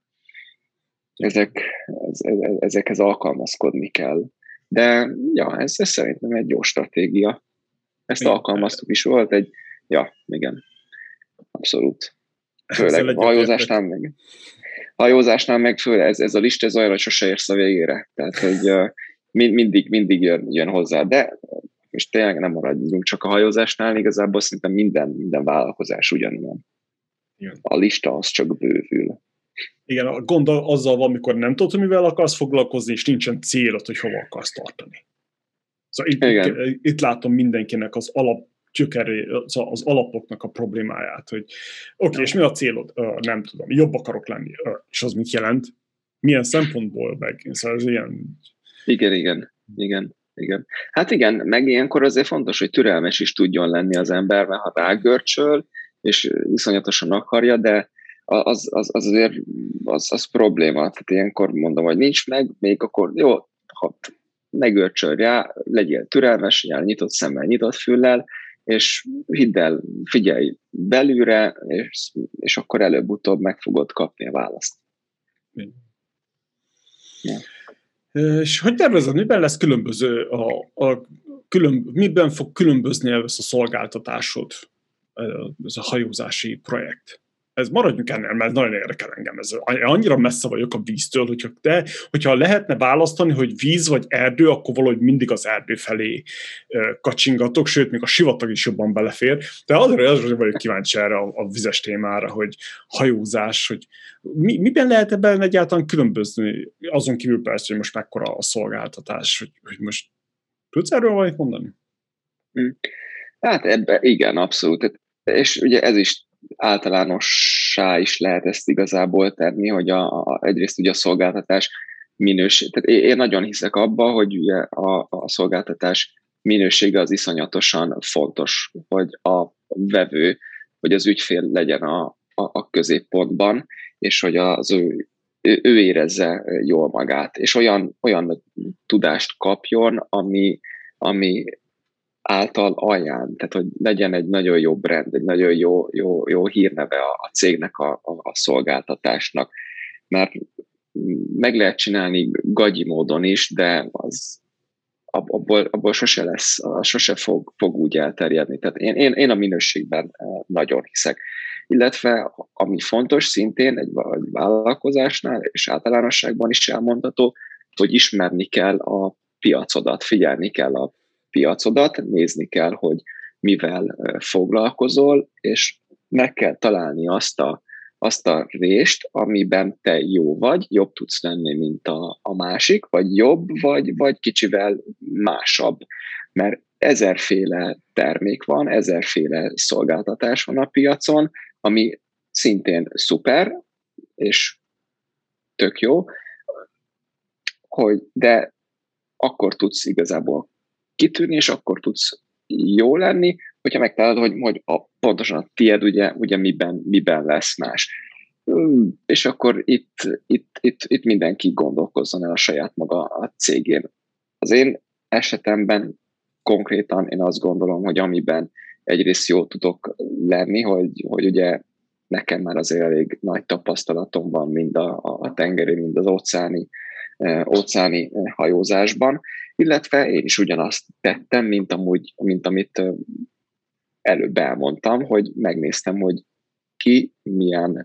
ezek, ezekhez alkalmazkodni kell. De ja, ez, ez szerintem egy jó stratégia. Ezt igen, alkalmaztuk is, volt egy, ja, igen, abszolút. Főleg a hajózásnál meg. Hajózásnál meg főleg ez, ez a lista ez olyan, hogy sose érsz a végére. Tehát, hogy uh, mindig, mindig jön, jön hozzá. De és tényleg nem maradjunk csak a hajózásnál, igazából szerintem minden, minden vállalkozás ugyanilyen. Igen. A lista az csak bővül. Igen, a gond azzal van, amikor nem tudod, mivel akarsz foglalkozni, és nincsen célod, hogy hova akarsz tartani. Szóval itt, itt, itt látom mindenkinek az alap gyökeré, az alapoknak a problémáját, hogy oké, okay, és mi a célod? Uh, nem tudom, jobb akarok lenni. Uh, és az mit jelent? Milyen szempontból meg? Szóval ez ilyen... Igen, igen, igen, igen. Hát igen, meg ilyenkor azért fontos, hogy türelmes is tudjon lenni az ember, mert ha rágörcsöl, és iszonyatosan akarja, de az, az, az azért az, az probléma. Tehát ilyenkor mondom, hogy nincs meg, még akkor jó, ha megörcsöl rá, legyél türelmes, jár nyitott szemmel, nyitott füllel, és hidd el, figyelj belülre, és, és akkor előbb-utóbb meg fogod kapni a választ. Ja. És hogy tervezed, miben lesz különböző a, a külön, miben fog különbözni ez a szolgáltatásod, ez a hajózási projekt? Ez maradjunk ennél, mert nagyon érdekel engem. Ez, annyira messze vagyok a víztől, hogyha, de, hogyha lehetne választani, hogy víz vagy erdő, akkor valahogy mindig az erdő felé kacsingatok, sőt, még a sivatag is jobban belefér. De azért, azért vagyok kíváncsi erre a, a vizes témára, hogy hajózás, hogy mi, miben lehet ebben egyáltalán különbözni, azon kívül persze, hogy most mekkora a szolgáltatás, hogy, hogy most tudsz erről valamit mondani? Hát ebben igen, abszolút. És ugye ez is általánossá is lehet ezt igazából tenni, hogy a, a, egyrészt ugye a szolgáltatás minőség. Tehát én nagyon hiszek abba, hogy ugye a, a szolgáltatás minősége az iszonyatosan fontos, hogy a vevő, hogy az ügyfél legyen a, a, a középpontban, és hogy az ő, ő, ő érezze jól magát, és olyan, olyan tudást kapjon, ami, ami által ajánl, tehát hogy legyen egy nagyon jó brand, egy nagyon jó, jó, jó hírneve a, a cégnek, a, a, a szolgáltatásnak. Mert meg lehet csinálni gagyi módon is, de az abból, abból sose lesz, sose fog, fog úgy elterjedni. Tehát én, én, én a minőségben nagyon hiszek. Illetve ami fontos szintén egy vállalkozásnál, és általánosságban is elmondható, hogy ismerni kell a piacodat, figyelni kell a piacodat, nézni kell, hogy mivel foglalkozol, és meg kell találni azt a, azt a rést, amiben te jó vagy, jobb tudsz lenni, mint a, a másik, vagy jobb, vagy, vagy kicsivel másabb. Mert ezerféle termék van, ezerféle szolgáltatás van a piacon, ami szintén szuper, és tök jó, hogy, de akkor tudsz igazából kitűnni, és akkor tudsz jó lenni, hogyha megtalálod, hogy, hogy a, pontosan a tied ugye, ugye miben, miben lesz más. És akkor itt, itt, itt, itt mindenki gondolkozzon el a saját maga a cégén. Az én esetemben konkrétan én azt gondolom, hogy amiben egyrészt jó tudok lenni, hogy, hogy ugye nekem már azért elég nagy tapasztalatom van mind a, a tengeri, mind az óceáni, óceáni hajózásban, illetve én is ugyanazt tettem, mint, amúgy, mint amit előbb elmondtam, hogy megnéztem, hogy ki milyen,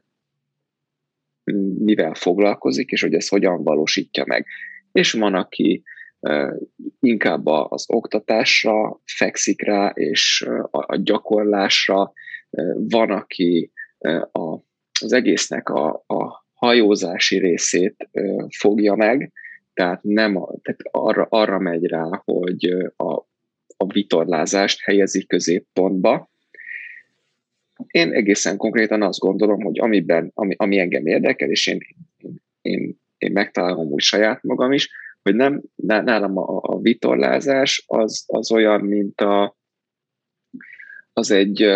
mivel foglalkozik, és hogy ezt hogyan valósítja meg. És van, aki inkább az oktatásra fekszik rá, és a gyakorlásra. Van, aki az egésznek a, a hajózási részét fogja meg, tehát, nem a, tehát arra, arra megy rá, hogy a, a vitorlázást helyezi középpontba. Én egészen konkrétan azt gondolom, hogy amiben, ami, ami engem érdekel, és én, én, én, én megtalálom úgy saját magam is, hogy nem, nálam a, a vitorlázás az, az olyan, mint a, az egy,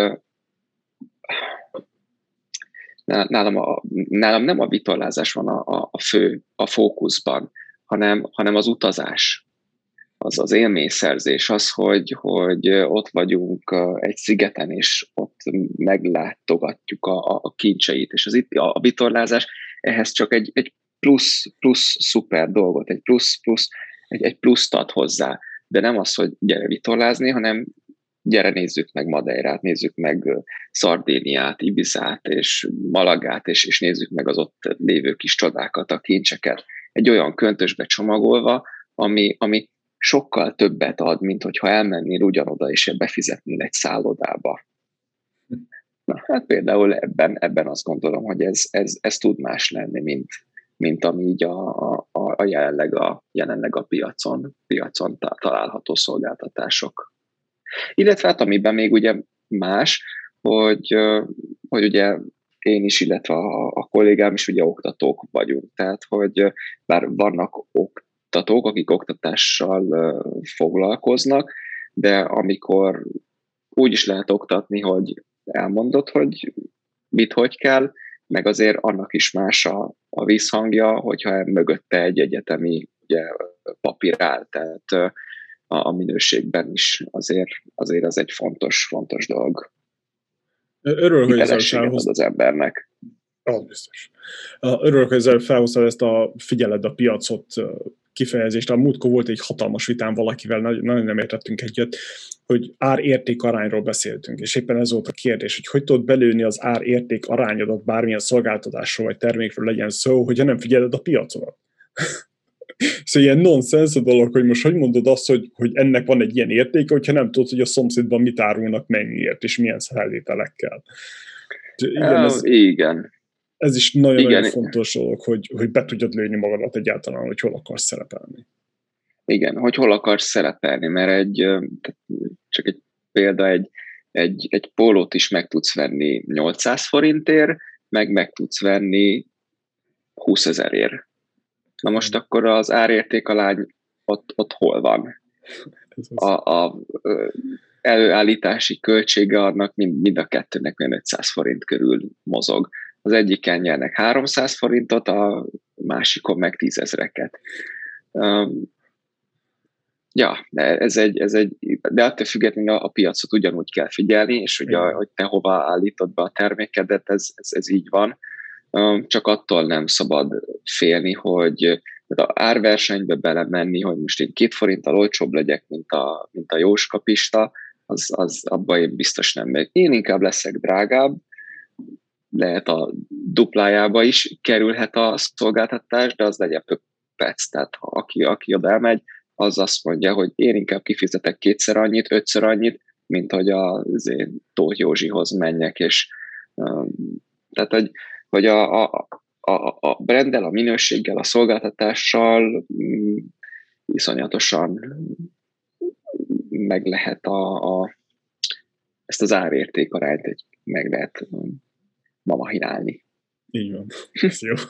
nálam, a, nálam nem a vitorlázás van a, a, a fő, a fókuszban, hanem, hanem az utazás, az az élményszerzés, az, hogy, hogy ott vagyunk egy szigeten, és ott meglátogatjuk a, a kincseit, és az itt a, a vitorlázás ehhez csak egy, egy plusz, plusz szuper dolgot, egy plusz, plusz, egy, egy pluszt ad hozzá, de nem az, hogy gyere vitorlázni, hanem gyere nézzük meg Madeirát, nézzük meg Szardéniát, Ibizát és Malagát, és, és nézzük meg az ott lévő kis csodákat, a kincseket. Egy olyan köntösbe csomagolva, ami, ami sokkal többet ad, mint hogyha elmennél ugyanoda, és befizetnél egy szállodába. Na, hát például ebben, ebben azt gondolom, hogy ez, ez, ez tud más lenni, mint, mint ami így a, a, a jelenleg, a, jelenleg a piacon, piacon található szolgáltatások. Illetve hát amiben még ugye más, hogy, hogy ugye én is, illetve a, a kollégám is ugye oktatók vagyunk, tehát hogy bár vannak oktatók, akik oktatással foglalkoznak, de amikor úgy is lehet oktatni, hogy elmondod, hogy mit, hogy kell, meg azért annak is más a, a visszhangja, hogyha mögötte egy egyetemi ugye, papír áll, tehát a, a minőségben is azért, azért az egy fontos, fontos dolog. Örülök, hogy ezzel felhoztad az embernek. Az biztos. Örülök, hogy ezzel felhoztad ezt a figyeled a piacot kifejezést. A múltkor volt egy hatalmas vitám valakivel, nagyon nem értettünk egyet, hogy ár-érték arányról beszéltünk, és éppen ez volt a kérdés, hogy hogy tudod belőni az ár-érték arányodat bármilyen szolgáltatásról vagy termékről legyen szó, hogyha nem figyeled a piacodat. Szóval ilyen nonsens a dolog, hogy most hogy mondod azt, hogy, hogy ennek van egy ilyen értéke, hogyha nem tudod, hogy a szomszédban mit árulnak mennyiért, és milyen feltételekkel. Igen, ez, igen. ez is nagyon-nagyon fontos dolog, hogy, hogy be tudjad lőni magadat egyáltalán, hogy hol akarsz szerepelni. Igen, hogy hol akarsz szerepelni, mert egy, csak egy példa, egy, egy, egy pólót is meg tudsz venni nyolcszáz forintért, meg meg tudsz venni húszezerért. Na most akkor az árértékalány ott, ott hol van? A, a előállítási költsége annak mind, mind a kettőnek olyan ötszáz forint körül mozog. Az egyiken nyernek háromszáz forintot, a másikon meg tízezreket. Um, ja, de ez egy, ez egy, de attól függetlenül a, a piacot ugyanúgy kell figyelni, és ugye, hogy te hova állítod be a termékedet, ez, ez, ez így van. Um, csak attól nem szabad félni, hogy az árversenybe belemenni, hogy most én két forinttal olcsóbb legyek, mint a, mint a Jóskapista, az, az abban én biztos nem megy. Én inkább leszek drágább, lehet a duplájába is kerülhet a szolgáltatás, de az legyen több perc. Tehát aki, aki oda elmegy, az azt mondja, hogy én inkább kifizetek kétszer annyit, ötször annyit, mint hogy az én Tóth Józsihoz menjek, és um, tehát, hogy, hogy a, a, a, a branddel, a minőséggel, a szolgáltatással um, iszonyatosan meg lehet a, a, ezt az árérték arányt egy, meg lehet um, mamahinálni. Így van. Ez jó.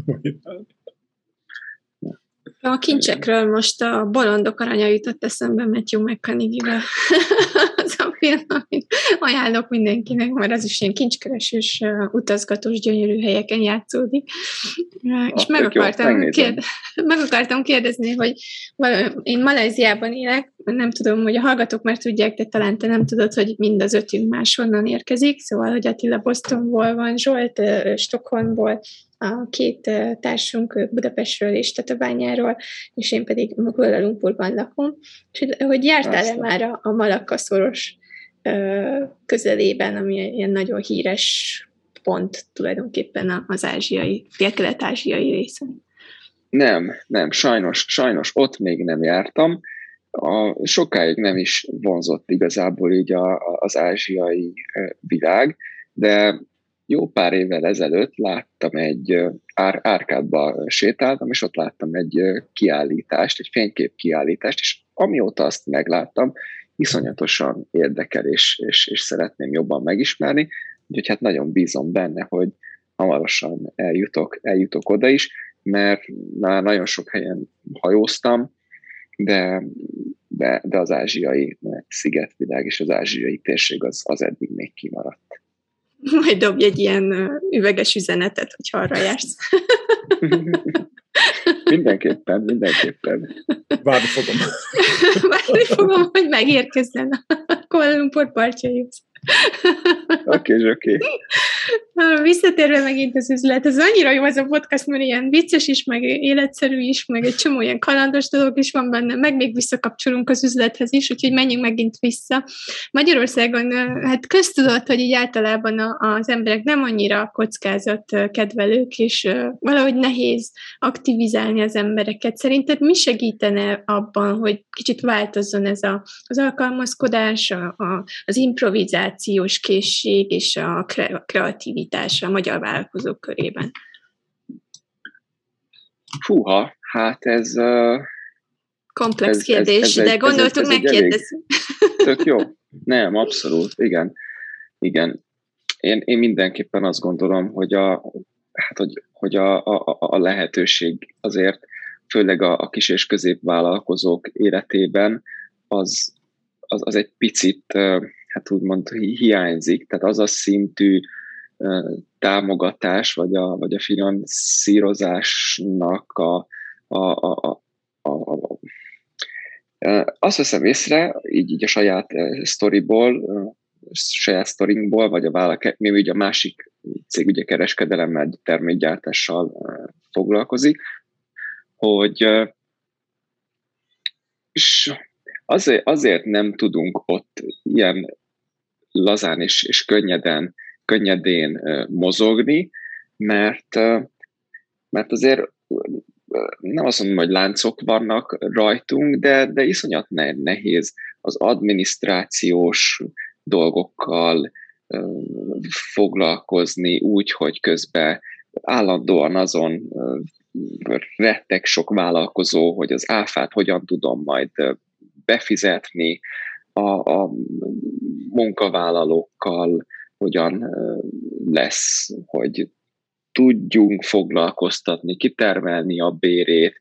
A kincsekről most a Bolondok aranya jutott eszembe Matthew McConaughey-vel. Az a film, amit ajánlok mindenkinek, mert az is ilyen kincskeresős, utazgatós, gyönyörű helyeken játszódik. Ah, és meg akartam, kérde- meg akartam kérdezni, hogy én Malajziában élek, nem tudom, hogy a hallgatók már tudják, de talán te nem tudod, hogy mind az ötünk máshonnan érkezik, szóval, hogy Attila Bostonból van, Zsolt Stockholmból, a két társunk Budapestről és Tatabányáról, és én pedig Kuala Lumpurban lakom. És hogy jártál-e már a, a Malakka-szoros közelében, ami ilyen nagyon híres pont tulajdonképpen az ázsiai, dél-kelet-ázsiai részen? Nem, nem, sajnos, sajnos ott még nem jártam. A, sokáig nem is vonzott igazából így a, az ázsiai világ, de jó pár évvel ezelőtt láttam egy ár, árkádba sétáltam, és ott láttam egy kiállítást, egy fénykép kiállítást, és amióta azt megláttam, iszonyatosan érdekel, és, és, és szeretném jobban megismerni, úgyhogy hát nagyon bízom benne, hogy hamarosan eljutok, eljutok oda is, mert már nagyon sok helyen hajóztam, de, de, de az ázsiai szigetvilág és az ázsiai térség az, az eddig még kimaradt. Majd dobj egy ilyen üveges üzenetet, hogyha arra jársz. Mindenképpen, mindenképpen. Várni fogom. Várni fogom, hogy megérkezzen a Kuala Lumpur partjaihoz. Oké, okay, oké. Okay. Visszatérve megint az üzlet, ez annyira jó ez a podcast, mert ilyen vicces is, meg életszerű is, meg egy csomó ilyen kalandos dolog is van benne, meg még visszakapcsolunk az üzlethez is, úgyhogy menjünk megint vissza. Magyarországon hát köztudott, hogy így általában az emberek nem annyira kockázat kedvelők, és valahogy nehéz aktivizálni az embereket. Szerinted mi segítene abban, hogy kicsit változzon ez a, az alkalmazkodás, a, a, az improvizációs készség és a kreativitása a magyar vállalkozók körében? Fúha, hát ez... Uh, komplex ez, kérdés, ez, ez, de gondoltuk megkérdezni. Tök jó. Nem, abszolút, igen. Igen. Én, én mindenképpen azt gondolom, hogy a, hát, hogy, hogy a, a, a lehetőség azért, főleg a, a kis és középvállalkozók életében az, az, az egy picit, hát úgymond hiányzik. Tehát az a szintű támogatás, vagy a, vagy a finanszírozásnak a, a, a, a, a, a azt veszem észre, így, így a saját sztoriból, saját sztorinkból, vagy a vállalat, mi ugye a másik cég ugye kereskedelemmel, termékgyártással foglalkozik, hogy és azért, azért nem tudunk ott ilyen lazán és, és könnyeden, könnyedén mozogni, mert, mert azért nem azt mondom, hogy láncok vannak rajtunk, de, de iszonyat nehéz az adminisztrációs dolgokkal foglalkozni úgy, hogy közben állandóan azon rettek sok vállalkozó, hogy az áfát hogyan tudom majd befizetni, a, a munkavállalókkal hogyan lesz, hogy tudjunk foglalkoztatni, kitermelni a bérét.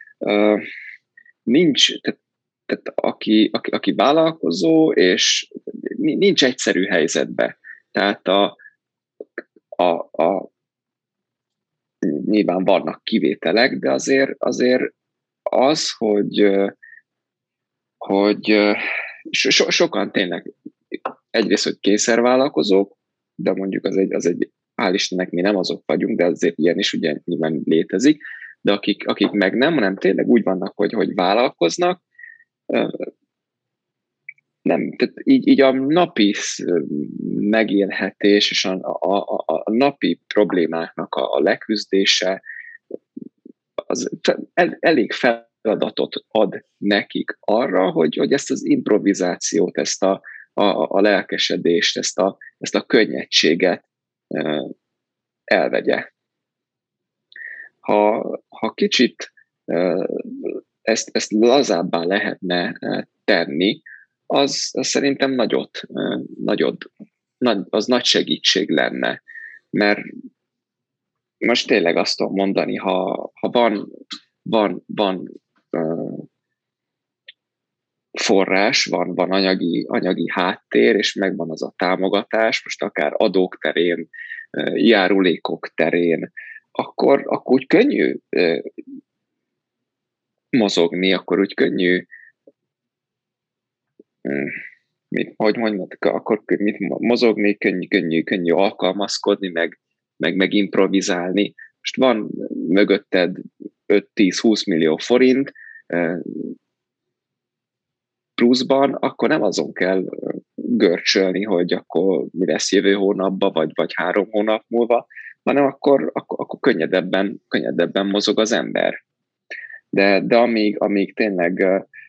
Nincs, tehát, tehát aki, aki, aki vállalkozó, és nincs egyszerű helyzetbe. Tehát a, a, a, nyilván vannak kivételek, de azért, azért az, hogy, hogy so, sokan tényleg egyrészt, hogy kényszervállalkozók, de mondjuk az egy, az egy hál' Istennek mi nem azok vagyunk, de azért ilyen is ugye nyilván létezik, de akik, akik meg nem, hanem tényleg úgy vannak, hogy, hogy vállalkoznak, nem, tehát így, így a napi megélhetés és a, a, a, a napi problémáknak a, a leküzdése az el, elég feladatot ad nekik arra, hogy, hogy ezt az improvizációt, ezt a, a, a lelkesedést, ezt a, ezt a könnyedséget elvegye. Ha, ha kicsit ezt, ezt lazábbá lehetne tenni, az, az szerintem nagyot, nagyot, nagy, az nagy segítség lenne. Mert most tényleg azt tudom mondani, ha, ha van, van, van uh, forrás, van, van anyagi, anyagi háttér, és megvan az a támogatás, most akár adók terén, uh, járulékok terén, akkor, akkor úgy könnyű uh, mozogni, akkor úgy könnyű mit, hogy mondjam, akkor mit mozogni, könnyű, könnyű, könnyű alkalmazkodni, meg, meg, meg improvizálni. Most van mögötted öt-tíz-húsz millió forint pluszban, akkor nem azon kell görcsölni, hogy akkor mi lesz jövő hónapban, vagy, vagy három hónap múlva, hanem akkor, akkor, akkor könnyedebben, könnyedebben mozog az ember. De, de amíg, amíg tényleg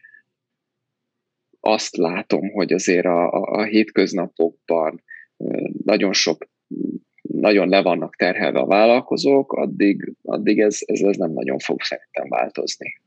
azt látom, hogy azért a, a, a hétköznapokban nagyon sok, nagyon le vannak terhelve a vállalkozók, addig, addig ez, ez, ez nem nagyon fog szerintem változni.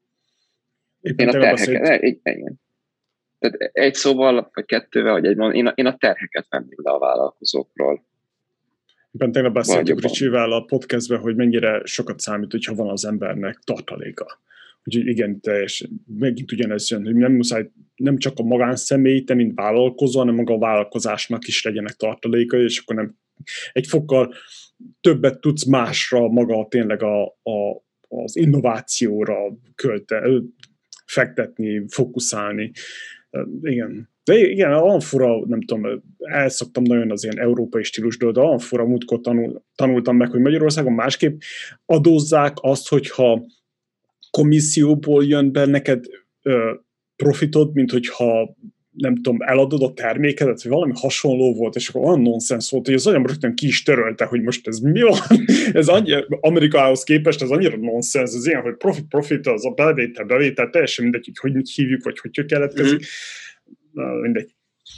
Éppen én a terheket, egy, egy, tehát egy szóval, vagy kettővel, vagy egy mondom, én a, én a terheket venném le a vállalkozókról. Éppen tegnap beszéltük Ricsivel a podcastben, hogy mennyire sokat számít, hogyha van az embernek tartaléka. Úgyhogy igen, teljes, megint ugyanez jön, hogy nem muszáj, nem csak a magánszemély, te mint vállalkozó, hanem maga a vállalkozásnak is legyenek tartalékai, és akkor nem egy fokkal többet tudsz másra, maga tényleg a, a, az innovációra költe, fektetni, fókuszálni. Igen. De igen, olyan fura, nem tudom, elszoktam nagyon az ilyen európai stílusból, de olyan fura múltkor tanul, tanultam meg, hogy Magyarországon másképp adózzák azt, hogyha komisszióból jön be neked ö, profitod, mint hogyha nem tudom, eladod a termékedet, vagy valami hasonló volt, és akkor olyan nonsens volt, hogy az agyam rögtön ki is törölte, hogy most ez mi van? Ez annyira, Amerikához képest ez annyira nonsens, ez ilyen, hogy profit, profit, az a bevétel, bevétel, teljesen mindegy, hogy hogy hívjuk, vagy hogy keletkezik. Mm-hmm. Na, mindegy.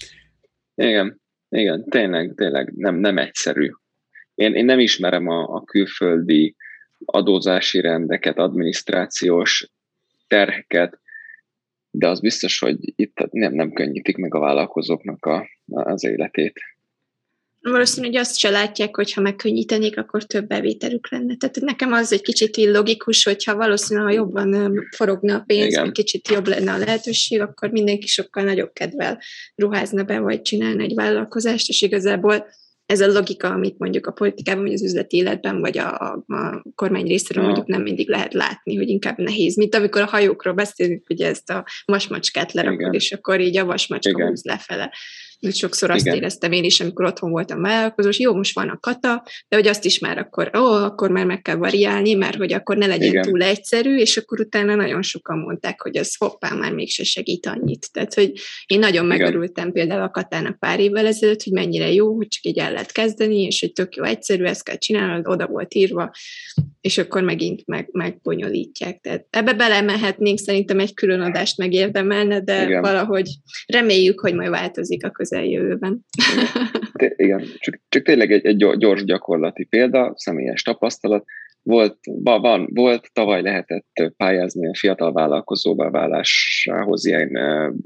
Igen, igen, tényleg, tényleg nem, nem egyszerű. Én, én nem ismerem a, a külföldi adózási rendeket, adminisztrációs terheket, de az biztos, hogy itt nem, nem könnyítik meg a vállalkozóknak a, az életét. Valószínűleg azt se látják, hogy ha megkönnyítenék, akkor több bevételük lenne. Tehát nekem az egy kicsit illogikus, hogyha valószínűleg ha jobban forogna a pénz, igen. Egy kicsit jobb lenne a lehetőség, akkor mindenki sokkal nagyobb kedvel ruházna be, vagy csinálna egy vállalkozást, és igazából ez a logika, amit mondjuk a politikában, vagy az üzleti életben, vagy a, a kormány részéről ja. mondjuk nem mindig lehet látni, hogy inkább nehéz. Mint amikor a hajókról beszélünk, hogy ezt a vasmacskát lerakod, igen. és akkor így a vasmacska igen. húz lefele. Úgy sokszor azt igen. éreztem én is, amikor otthon voltam vállalkozós, jó, most van a kata, de hogy azt is már akkor, ó, akkor már meg kell variálni, mert hogy akkor ne legyen igen. túl egyszerű, és akkor utána nagyon sokan mondták, hogy az hoppá, már mégse segít annyit. Tehát, hogy én nagyon igen. megörültem például a katának pár évvel ezelőtt, hogy mennyire jó, hogy csak így el lehet kezdeni, és hogy tök jó egyszerű, ezt kell csinálnod, oda volt írva, és akkor megint meg, megbonyolítják. Tehát ebbe belemehetnénk, szerintem egy külön adást megérdemelne, de igen. valahogy reméljük, hogy majd változik a közeljövőben. Igen, csak, csak tényleg egy, egy gyors gyakorlati példa, személyes tapasztalat. Volt, van, volt, tavaly lehetett pályázni a fiatal vállalkozóvá válásához ilyen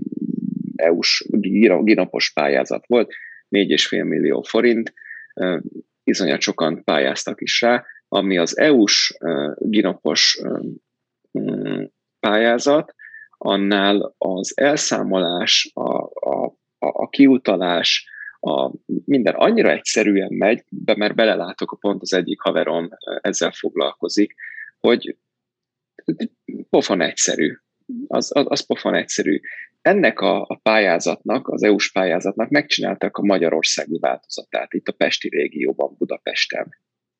é u-s ginapos pályázat volt, négy és fél millió forint, iszonyat sokan pályáztak is rá, ami az é u-s ginapos pályázat, annál az elszámolás, a, a, a kiutalás, a minden annyira egyszerűen megy, de mert belelátok, a pont az egyik haverom ezzel foglalkozik, hogy pofon egyszerű. Az, az, az pofon egyszerű. Ennek a, a pályázatnak, az é u-s pályázatnak megcsináltak a magyarországi változatát, itt a pesti régióban, Budapesten.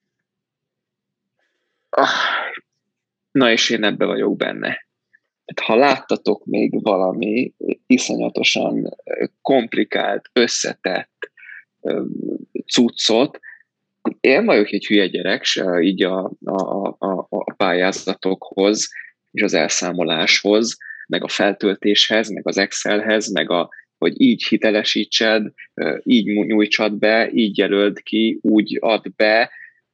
Na és én ebbe vagyok benne. Ha láttatok még valami iszonyatosan komplikált, összetett cuccot, én vagyok egy hülye gyerek, így a, a, a, a pályázatokhoz, és az elszámoláshoz, meg a feltöltéshez, meg az Excelhez, meg a, hogy így hitelesítsed, így nyújtsad be, így jelöld ki, úgy add be.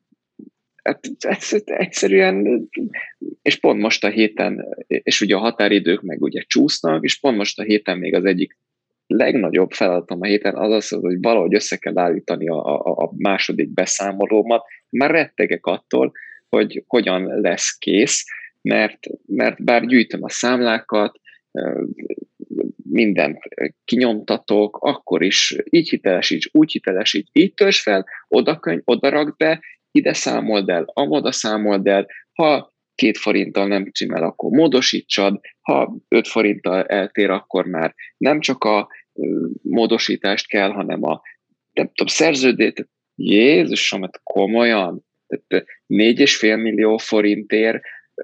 Egyszerűen, és pont most a héten, és ugye a határidők meg ugye csúsznak, és pont most a héten még az egyik legnagyobb feladatom a héten az az, hogy valahogy össze kell állítani a, a, a második beszámolómat. Már rettegek attól, hogy hogyan lesz kész, mert, mert bár gyűjtöm a számlákat, mindent kinyomtatok, akkor is így hitelesíts, úgy hitelesíts, így töltsd fel, oda könyv, oda rakd be, ide számold el, amoda számold el, ha két forinttal nem csinál, akkor módosítsad, ha öt forinttal eltér, akkor már nem csak a módosítást kell, hanem a nem tudom, szerződést. Jézusom, hát komolyan, tehát négy és fél millió forintért,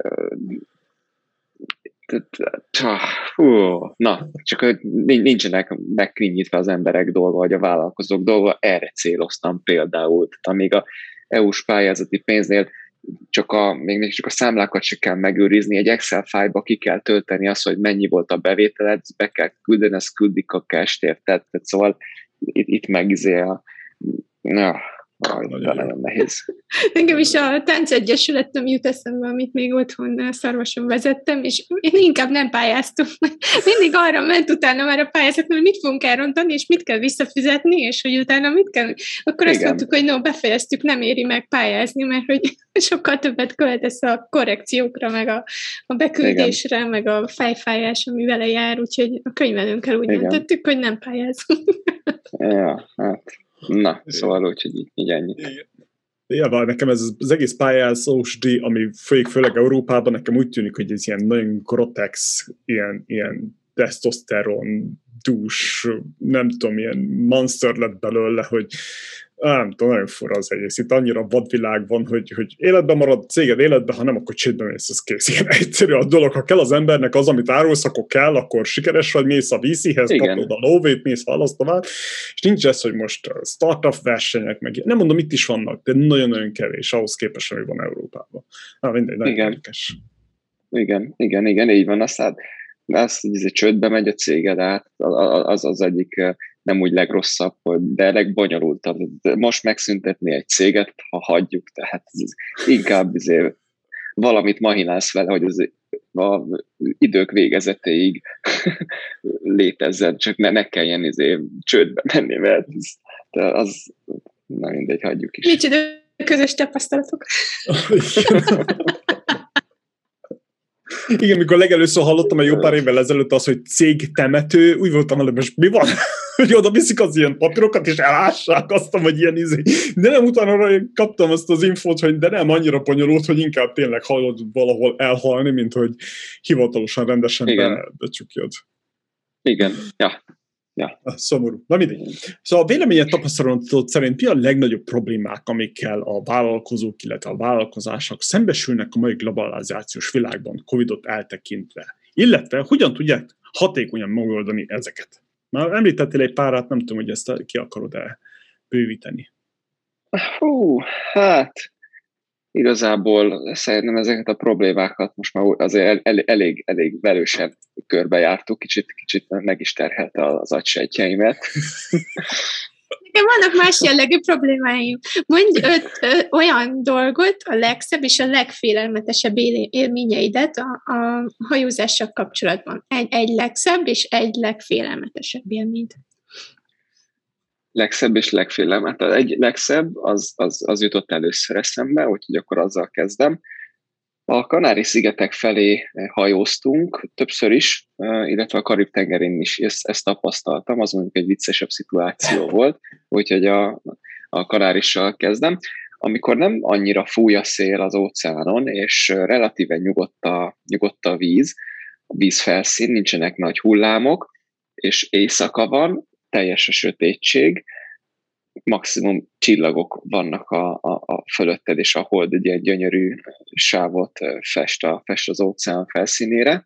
hú, na, csak nincsenek megkönnyítve az emberek dolga, vagy a vállalkozók dolga, erre céloztam például, tehát amíg a é u-s pályázati pénznél csak a, még csak a számlákat se kell megőrizni, egy Excel fájlba ki kell tölteni azt, hogy mennyi volt a bevételed, be kell küldeni, ezt küldik a cash-t, érted? Szóval itt, itt meg izé a... Ja, de nagyon nehéz. Nekem is a táncegyesületem jut eszembe, amit még otthon Szarvason vezettem, és én inkább nem pályáztam. Mindig arra ment utána már a pályázat, hogy mit fogunk elrontani, és mit kell visszafizetni, és hogy utána mit kell. Akkor Igen. azt mondtuk, hogy no, befejeztük, nem éri meg pályázni, mert hogy sokkal többet költesz a korrekciókra, meg a, a beküldésre, Igen. meg a fejfájás, ami vele jár, úgyhogy a könyvelőnkkel úgy Igen. döntöttük, hogy nem pályázunk. Ja, hát... Na, szóval úgy, hogy így, így ennyit. Ja, nekem ez az egész pályázós díj, ami folyik főleg Európában, nekem úgy tűnik, hogy ez ilyen nagyon grotex, ilyen, ilyen testoszteron, dús, nem tudom, ilyen monster lett belőle, hogy nem tudom, nagyon fura az egész. Itt annyira vadvilág van, hogy, hogy életben marad, céged életben, ha nem, akkor csődben mész, az kész. Igen, egyszerű a dolog. Ha kell az embernek az, amit árulsz, akkor kell, akkor sikeres vagy, mész a vé céhez, kapod a lóvét, mész, hallasz tovább. És nincs ez, hogy most startup versenyek, meg nem mondom, itt is vannak, de nagyon-nagyon kevés ahhoz képest, ami van Európában. Na, mindegy, nagyon érdekes. Igen, igen, igen, így van. Aztán az, hogy ez csődbe megy a céged át, az az egyik nem úgy legrosszabb, de legbonyolultabb. Most megszüntetni egy céget, ha hagyjuk, tehát inkább azért valamit mahinálsz vele, hogy az a idők végezetéig létezzen, csak ne, ne kelljen azért csődbe menni, mert az, az na mindegy, hagyjuk is. Micsoda közös tapasztalatok. Igen, mikor legelőször hallottam egy jó pár évvel ezelőtt az, hogy cégtemető, úgy voltam, hogy most mi van? Hogy oda viszik az ilyen papírokat, és elássák azt, hogy ilyen izé. De nem utána kaptam azt az infót, hogy de nem annyira bonyolult, hogy inkább tényleg hallod valahol elhalni, mint hogy hivatalosan rendesen be, becsukjad. Igen, ja. Ja. Szomorú. Na mindegy. Szóval a véleményed tapasztalatod szerint mi a legnagyobb problémák, amikkel a vállalkozók, illetve a vállalkozások szembesülnek a mai globalizációs világban, Covidot eltekintve? Illetve hogyan tudják hatékonyan megoldani ezeket? Már említettél egy párat, nem tudom, hogy ezt ki akarod-e bővíteni. Hú, hát igazából szerintem ezeket a problémákat most már azért el, elég, elég velősen körbejártuk, kicsit, kicsit meg is terhelte az agysejtjeimet. Nekem vannak más jellegű problémáim. Mondj öt ö, olyan dolgot, a legszebb és a legfélelmetesebb élményeidet a, a hajózással kapcsolatban. Egy, egy legszebb és egy legfélelmetesebb élményt. Legszebb és legfélelmetesebb. Egy legszebb, az, az, az jutott először eszembe, úgyhogy akkor azzal kezdem. A Kanári-szigetek felé hajóztunk többször is, illetve a Karib-tengerén is ezt, ezt tapasztaltam, az mondjuk egy viccesebb szituáció volt, úgyhogy a, a Kanárissal kezdem. Amikor nem annyira fúj a szél az óceánon, és relatíve nyugodt a, nyugodt a víz, a vízfelszín, nincsenek nagy hullámok, és éjszaka van, teljes a sötétség, maximum csillagok vannak a, a, a fölötted, és a hold egy ilyen gyönyörű sávot fest, a, fest az óceán felszínére,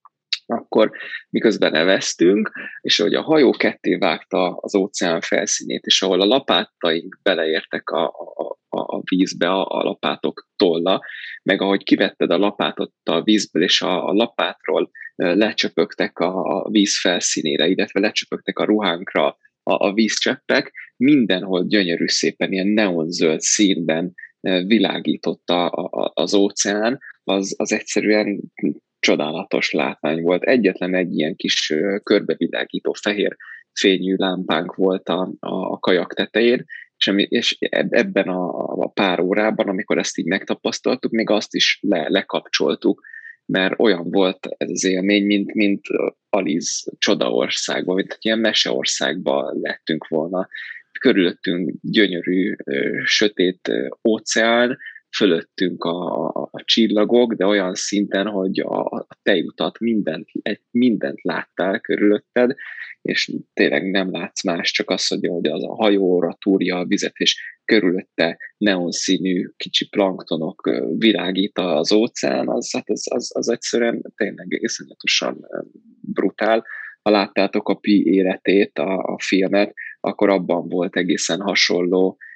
akkor miközben neveztünk, és ahogy a hajó ketté vágta az óceán felszínét, és ahol a lapátaink beleértek a, a, a vízbe, a, a lapátok tolla, meg ahogy kivetted a lapátot a vízből, és a, a lapátról lecsöpögtek a, a víz felszínére, illetve lecsöpögtek a ruhánkra a, a vízcseppek, mindenhol gyönyörű szépen, ilyen neonzöld színben világított a, a, az óceán, az, az egyszerűen csodálatos látvány volt. Egyetlen egy ilyen kis körbevilágító fehér fényű lámpánk volt a, a kajak tetején, és, ami, és ebben a, a pár órában, amikor ezt így megtapasztaltuk, még azt is le, lekapcsoltuk, mert olyan volt ez az élmény, mint, mint Alice csodaországban, mint egy ilyen meseországban lettünk volna. Körülöttünk gyönyörű, sötét óceán, fölöttünk a, a, a csillagok, de olyan szinten, hogy a, a tejutat, mindent, mindent láttál körülötted, és tényleg nem látsz más, csak az, hogy az a hajóra túrja a vizet, és körülötte neonszínű kicsi planktonok világít az óceán, az, hát az, az, az egyszerűen tényleg iszonyatosan brutál. Ha láttátok a Pi életét, a, a filmet, akkor abban volt egészen hasonló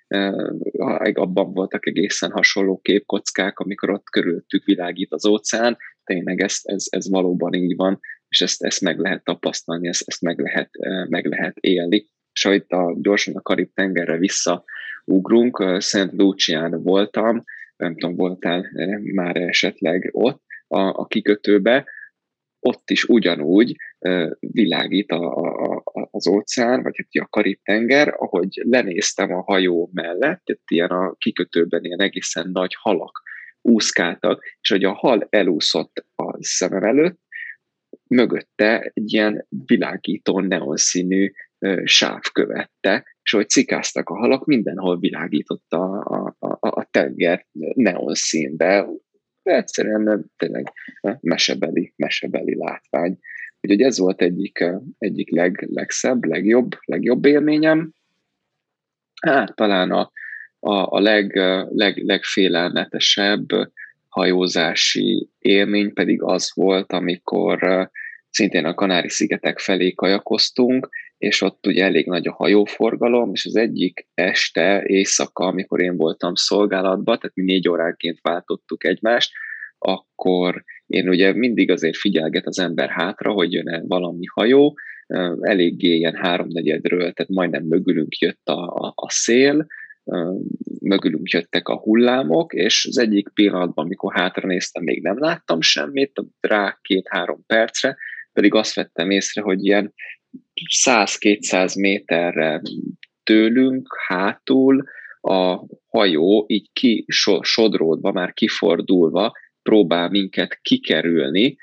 abban voltak egészen hasonló képkockák, amikor ott körülöttük világít az óceán, tényleg ez, ez, ez valóban így van, és ezt, ezt meg lehet tapasztalni, ezt, ezt meg, lehet, meg lehet élni. És ahogy a, gyorsan a Karib-tengerre visszaugrunk, Szent Lucián voltam, nem tudom, voltál már esetleg ott a, a kikötőbe, ott is ugyanúgy uh, világít a, a, a, az óceán, vagy hát a Karib-tenger, ahogy lenéztem a hajó mellett, itt ilyen a kikötőben ilyen egészen nagy halak úszkáltak, és hogy a hal elúszott a szemem előtt, mögötte egy ilyen világító neonszínű uh, sáv követte, és ahogy cikáztak a halak, mindenhol világított a, a, a, a tenger neonszínbe, egyszerűen tényleg mesebeli, mesebeli látvány. Úgyhogy ez volt egyik, egyik leg, legszebb, legjobb, legjobb élményem. Hát talán a, a, a leg, leg, legfélelmetesebb hajózási élmény pedig az volt, amikor szintén a Kanári-szigetek felé kajakoztunk, és ott ugye elég nagy a hajóforgalom, és az egyik este, éjszaka, amikor én voltam szolgálatban, tehát mi négy óránként váltottuk egymást, akkor én ugye mindig azért figyelget az ember hátra, hogy jön-e valami hajó, eléggé ilyen háromnegyedről, tehát majdnem mögülünk jött a, a, a szél, mögülünk jöttek a hullámok, és az egyik pillanatban, amikor hátra néztem, még nem láttam semmit, rá két-három percre, pedig azt vettem észre, hogy ilyen száz-kétszáz méterre tőlünk, hátul a hajó így kisodródva, már kifordulva próbál minket kikerülni,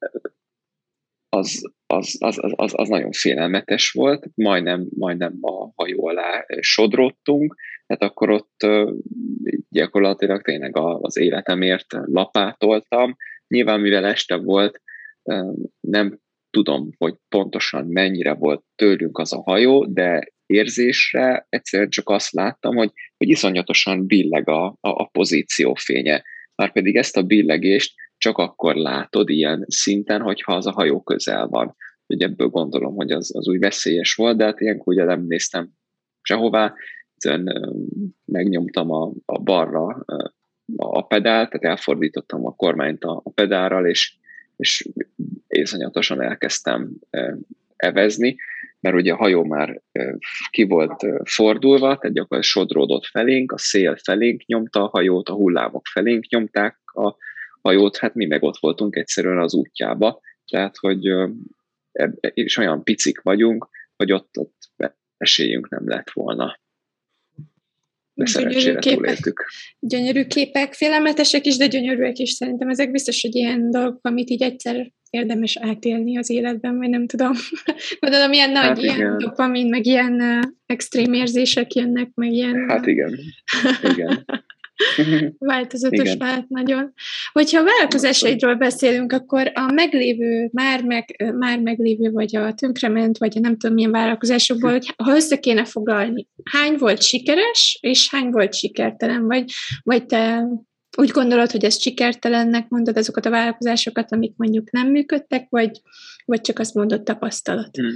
az, az, az, az, az nagyon félelmetes volt, majdnem, majdnem a hajó alá sodródtunk, tehát akkor ott gyakorlatilag tényleg az életemért lapátoltam. Nyilván, mivel este volt, nem tudom, hogy pontosan mennyire volt tőlünk az a hajó, de érzésre egyszerűen csak azt láttam, hogy, hogy iszonyatosan billeg a, a, a pozíciófénye. Márpedig ezt a billegést csak akkor látod ilyen szinten, hogyha az a hajó közel van. Ugye ebből gondolom, hogy az, az úgy veszélyes volt, de hát ilyenkor ugye nem néztem sehová, egyszerűen megnyomtam a, a balra a pedált, tehát elfordítottam a kormányt a, a pedálral, és és iszonyatosan elkezdtem evezni, mert ugye a hajó már ki volt fordulva, tehát gyakorlatilag sodródott felénk, a szél felénk nyomta a hajót, a hullámok felénk nyomták a hajót, hát mi meg ott voltunk egyszerűen az útjába, tehát hogy és olyan picik vagyunk, hogy ott, ott esélyünk nem lett volna. De szerencsére túléltük. Gyönyörű képek, félelmetesek is, de gyönyörűek is. Szerintem ezek biztos, hogy ilyen dolgok, amit így egyszer érdemes átélni az életben, vagy nem tudom. Gondolom, ilyen nagy, hát ilyen dopamin, meg ilyen uh, extrém érzések jönnek, meg ilyen... Hát igen, igen. Változatos vált nagyon. Hogyha a változásaidról beszélünk, akkor a meglévő, már, meg, már meglévő, vagy a tönkrement, vagy a nem tudom milyen vállalkozásokból, ha össze kéne foglalni, hány volt sikeres, és hány volt sikertelen, vagy, vagy te úgy gondolod, hogy ez sikertelennek mondod azokat a vállalkozásokat, amik mondjuk nem működtek, vagy, vagy csak azt mondod tapasztalat? Hmm.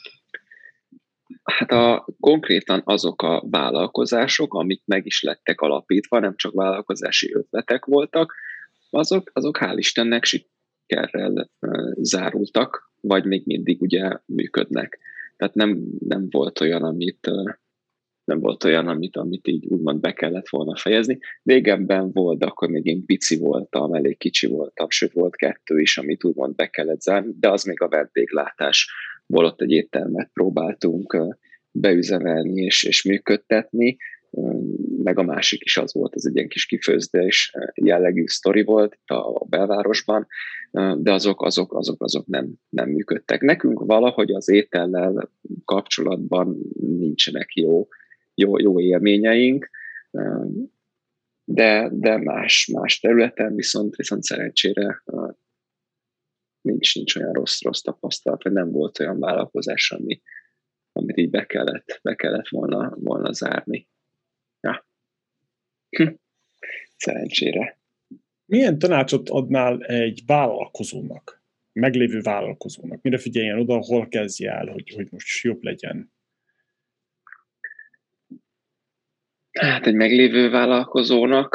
Hát a, konkrétan azok a vállalkozások, amik meg is lettek alapítva, nem csak vállalkozási ötletek voltak, azok, azok hál' Istennek sikerrel uh, zárultak, vagy még mindig ugye működnek. Tehát nem, nem volt olyan, amit, uh, nem volt olyan, amit, amit így úgymond be kellett volna fejezni. Régebben volt, de akkor még én pici voltam, elég kicsi voltam, sőt volt kettő is, amit úgymond be kellett zárni, de az még a vendéglátás. Ott egy éttermet próbáltunk beüzemelni és, és működtetni, meg a másik is az volt, ez egy ilyen kis kifőzdés jellegű sztori volt itt a belvárosban, de azok, azok, azok, azok nem, nem működtek. Nekünk valahogy az étellel kapcsolatban nincsenek jó, jó, jó élményeink, de, de más, más területen viszont, viszont szerencsére nincs, nincs olyan rossz-rossz tapasztalat, vagy nem volt olyan vállalkozás, ami, amit így be kellett, be kellett volna, volna zárni. Ja. Hm. Szerencsére. Milyen tanácsot adnál egy vállalkozónak, meglévő vállalkozónak? Mire figyeljen oda, hol kezdje el, hogy, hogy most jobb legyen? Hát egy meglévő vállalkozónak,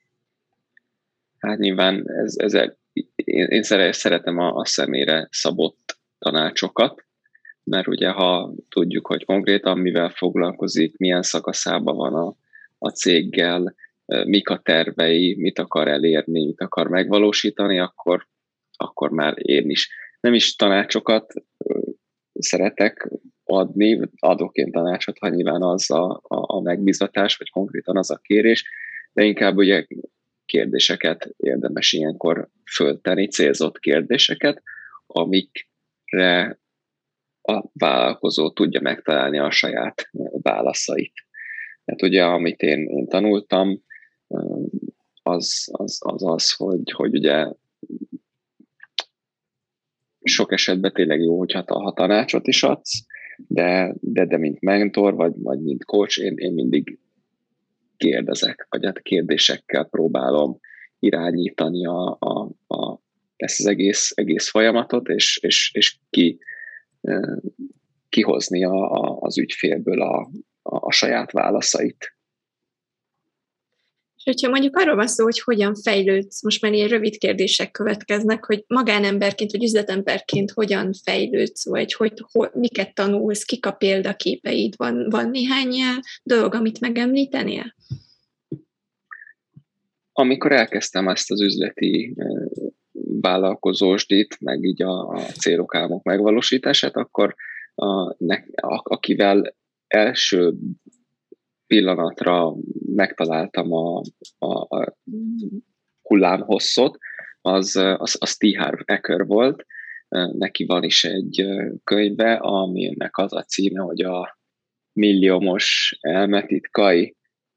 hát nyilván ez, ez én, én szeretem a, a személyre szabott tanácsokat, mert ugye ha tudjuk, hogy konkrétan mivel foglalkozik, milyen szakaszában van a, a céggel, mik a tervei, mit akar elérni, mit akar megvalósítani, akkor, akkor már én is nem is tanácsokat szeretek adni, adok én tanácsot, ha nyilván az a, a, a megbízatás, vagy konkrétan az a kérés, de inkább ugye kérdéseket érdemes ilyenkor föltenni, célzott kérdéseket, amikre a vállalkozó tudja megtalálni a saját válaszait. Tehát ugye, amit én, én tanultam, az az, az, az hogy, hogy ugye sok esetben tényleg jó, hogyha ha tanácsot is adsz, de, de, de mint mentor, vagy, vagy mint coach, én, én mindig kérdezek, vagy hát kérdésekkel próbálom irányítani a, a, a, ezt az egész, egész folyamatot, és, és, és ki, kihozni a, a, az ügyfélből a, a, a saját válaszait. És hogyha mondjuk arról van szó, hogy hogyan fejlődsz, most már ilyen rövid kérdések következnek, hogy magánemberként, vagy üzletemberként hogyan fejlődsz, vagy hogy, hogy miket tanulsz, kik a példaképeid, van, van néhány ilyen dolog, amit megemlítenél? Amikor elkezdtem ezt az üzleti vállalkozósdit, meg így a, a célok, álmok megvalósítását, akkor a, ne, a, akivel első pillanatra megtaláltam a, a, a hullámhosszot, az, az, az T. Harv Eker volt. Neki van is egy könyve, aminek az a címe, hogy a milliómos elmetitkai,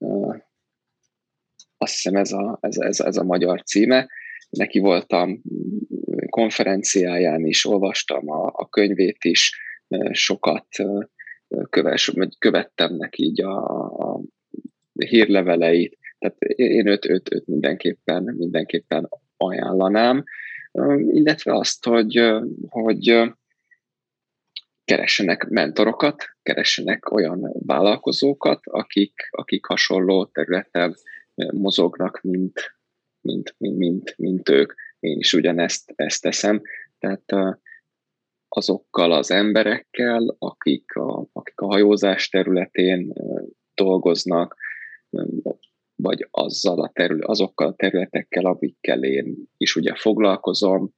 azt hiszem ez a, ez, ez, ez a magyar címe. Neki voltam konferenciáján is, olvastam a, a könyvét is, sokat köves, követtem neki így a, a hírleveleit, tehát én őt, őt, őt mindenképpen, mindenképpen ajánlanám, illetve azt, hogy, hogy keressenek mentorokat, keressenek olyan vállalkozókat, akik, akik hasonló területen mozognak, mint, mint, mint, mint, mint ők. Én is ugyanezt ezt teszem, tehát azokkal az emberekkel, akik a, akik a hajózás területén dolgoznak, vagy azzal a terület, azokkal a területekkel, amikkel én is ugye foglalkozom,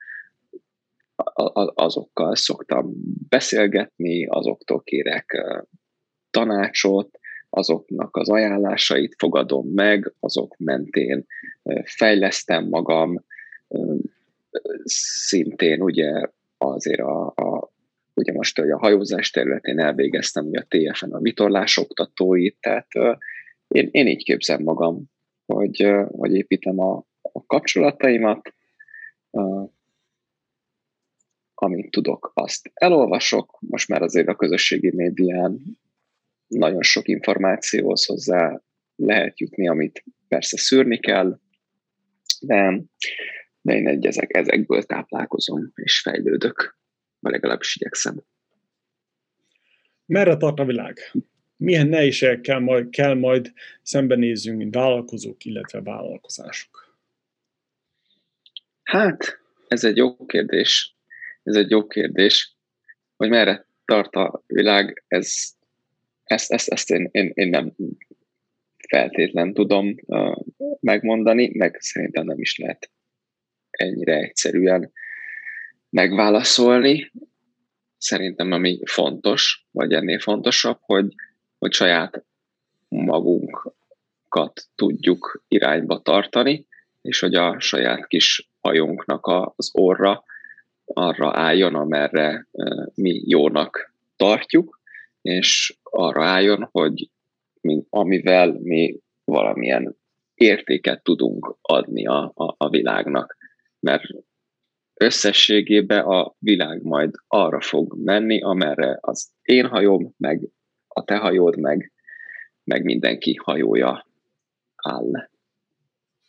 azokkal szoktam beszélgetni, azoktól kérek tanácsot, azoknak az ajánlásait fogadom meg, azok mentén fejlesztem magam, szintén ugye azért a, a ugye most hogy a hajózás területén elvégeztem ugye a té ef en a vitorlás oktatóit, tehát uh, én, én így képzem magam, hogy, uh, hogy építem a, a kapcsolataimat, uh, amit tudok, azt elolvasok, most már azért a közösségi médián nagyon sok információhoz hozzá lehet jutni, amit persze szűrni kell, de, de én egy ezek, ezekből táplálkozom és fejlődök. Vagy legalábbis igyekszem. Merre tart a világ? Milyen nehézségekkel majd, kell majd szembenézzünk, mint vállalkozók, illetve vállalkozások? Hát, ez egy jó kérdés. Ez egy jó kérdés, hogy merre tart a világ, ez, ezt, ezt, ezt én, én, én nem feltétlen tudom uh, megmondani, meg szerintem nem is lehet ennyire egyszerűen megválaszolni. Szerintem ami fontos, vagy ennél fontosabb, hogy, hogy saját magunkat tudjuk irányba tartani, és hogy a saját kis hajónknak az orra arra álljon, amerre mi jónak tartjuk, és arra álljon, hogy mi, amivel mi valamilyen értéket tudunk adni a, a, a világnak. Mert összességében a világ majd arra fog menni, amerre az én hajóm, meg a te hajód, meg, meg mindenki hajója áll.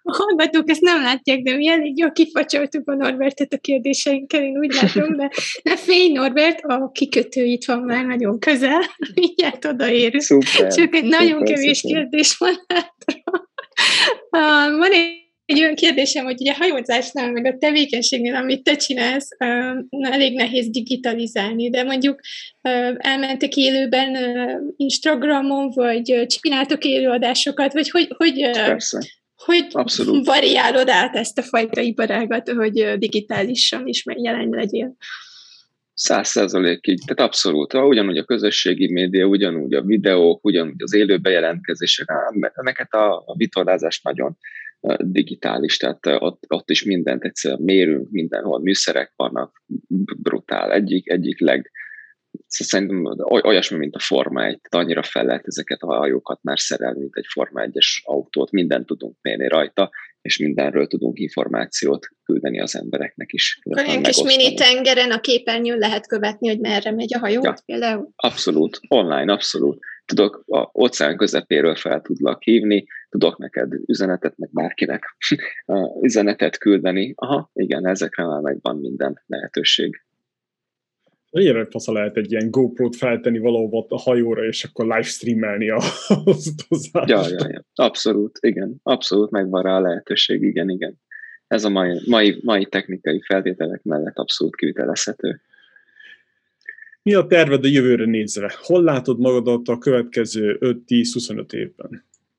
A hallgatók ezt nem látják, de mi elég jól kifacsoltuk a Norbertet a kérdéseinkkel, én úgy látom, de ne félj, Norbert, a kikötő itt van már nagyon közel, mindjárt odaérünk. Szuper, Csak egy nagyon szuper, kevés szuper. kérdés van hátra. Uh, van egy Egy olyan kérdésem, hogy ugye a hajózásnál, meg a tevékenységnél, amit te csinálsz, uh, elég nehéz digitalizálni, de mondjuk uh, elmentek élőben uh, Instagramon, vagy uh, csináltok élőadásokat, vagy hogy, hogy, uh, hogy variálod át ezt a fajta iparágat, hogy uh, digitálisan is jelen legyél? Száz százalékig, tehát abszolút. Ugyanúgy a közösségi média, ugyanúgy a videók, ugyanúgy az élő bejelentkezések, neked a, a vitorlázás nagyon digitális, tehát ott, ott is mindent egyszerűen mérünk, mindenhol műszerek vannak, brutál. Egyik, egyik leg, szerintem olyasmi, mint a Forma egy, tehát annyira fel lehet ezeket a hajókat már szerelni, mint egy Forma egyes autót, mindent tudunk mérni rajta, és mindenről tudunk információt küldeni az embereknek is. Akkor ilyen kis mini tengeren a képernyőn lehet követni, hogy merre megy a hajó, ja, például? Abszolút, online, abszolút. Tudok a óceán közepéről fel tudlak hívni, tudok neked üzenetet, meg bárkinek üzenetet küldeni. Aha, igen, ezekre már megvan minden lehetőség. Ilyen fasza lehet egy ilyen GoPro-t feltenni valahova a hajóra, és akkor livestreamelni a utazást. Ja, ja, ja. Abszolút, igen. Abszolút megvan rá a lehetőség, igen, igen. Ez a mai, mai, mai technikai feltételek mellett abszolút kivitelezhető. Mi a terved a jövőre nézve? Hol látod magadat a következő öt-tíz-huszonöt évben?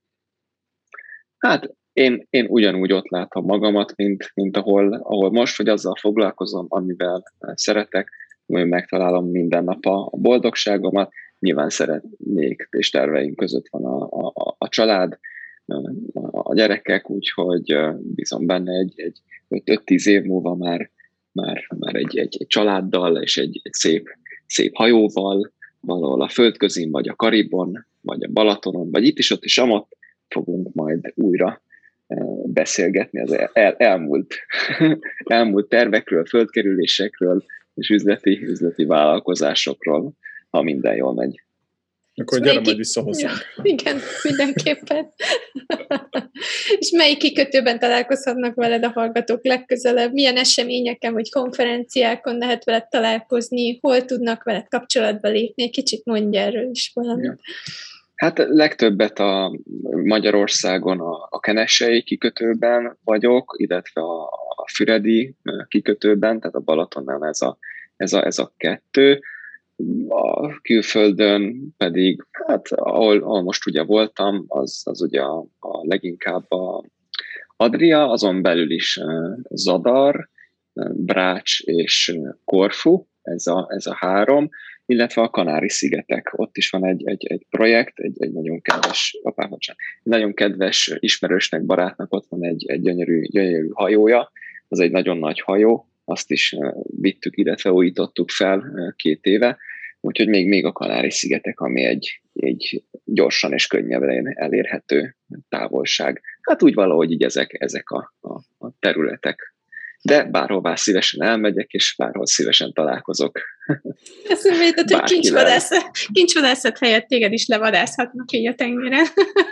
Hát én, én ugyanúgy ott látom magamat, mint, mint ahol, ahol most, hogy azzal foglalkozom, amivel szeretek, hogy megtalálom minden nap a boldogságomat. Nyilván szeretnék, és terveink között van a, a, a család, a gyerekek, úgyhogy bízom benne egy, egy öt-tíz év múlva már, már, már egy, egy, egy családdal és egy, egy szép, szép hajóval, valahol a Földközin, vagy a Karibon, vagy a Balatonon, vagy itt is, ott is, amott fogunk majd újra beszélgetni az el, elmúlt, elmúlt tervekről, földkerülésekről, és üzleti, üzleti vállalkozásokról, ha minden jól megy. Akkor gyere majd vissza hozzánk. Ja, igen, mindenképpen. És melyik kikötőben találkozhatnak veled a hallgatók legközelebb? Milyen eseményeken vagy konferenciákon lehet veled találkozni? Hol tudnak veled kapcsolatba lépni? Kicsit mondj erről is valamit. Ja. Hát legtöbbet a Magyarországon a, a Kenessei kikötőben vagyok, illetve a, a Füredi kikötőben, tehát a Balatonnál ez a, ez a, ez a kettő. A külföldön pedig, hát ahol, ahol most ugye voltam, az, az ugye a, a leginkább a Adria, azon belül is Zadar, Brács és Korfu, ez a, ez a három, illetve a Kanári-szigetek. Ott is van egy, egy, egy projekt, egy, egy nagyon kedves, apá, bocsánat, egy nagyon kedves ismerősnek, barátnak ott van egy, egy gyönyörű, gyönyörű hajója, az egy nagyon nagy hajó, azt is vittük, illetve újítottuk fel két éve, úgyhogy még, még a Kanári-szigetek, ami egy, egy gyorsan és könnyebben elérhető távolság. Hát úgy valahogy így ezek, ezek a, a, a területek. De bárhová szívesen elmegyek, és bárhol szívesen találkozok. Eszembe jutott, hogy kincsvadászat, kincsvadászat helyett téged is levadászhatnak így a tengeren.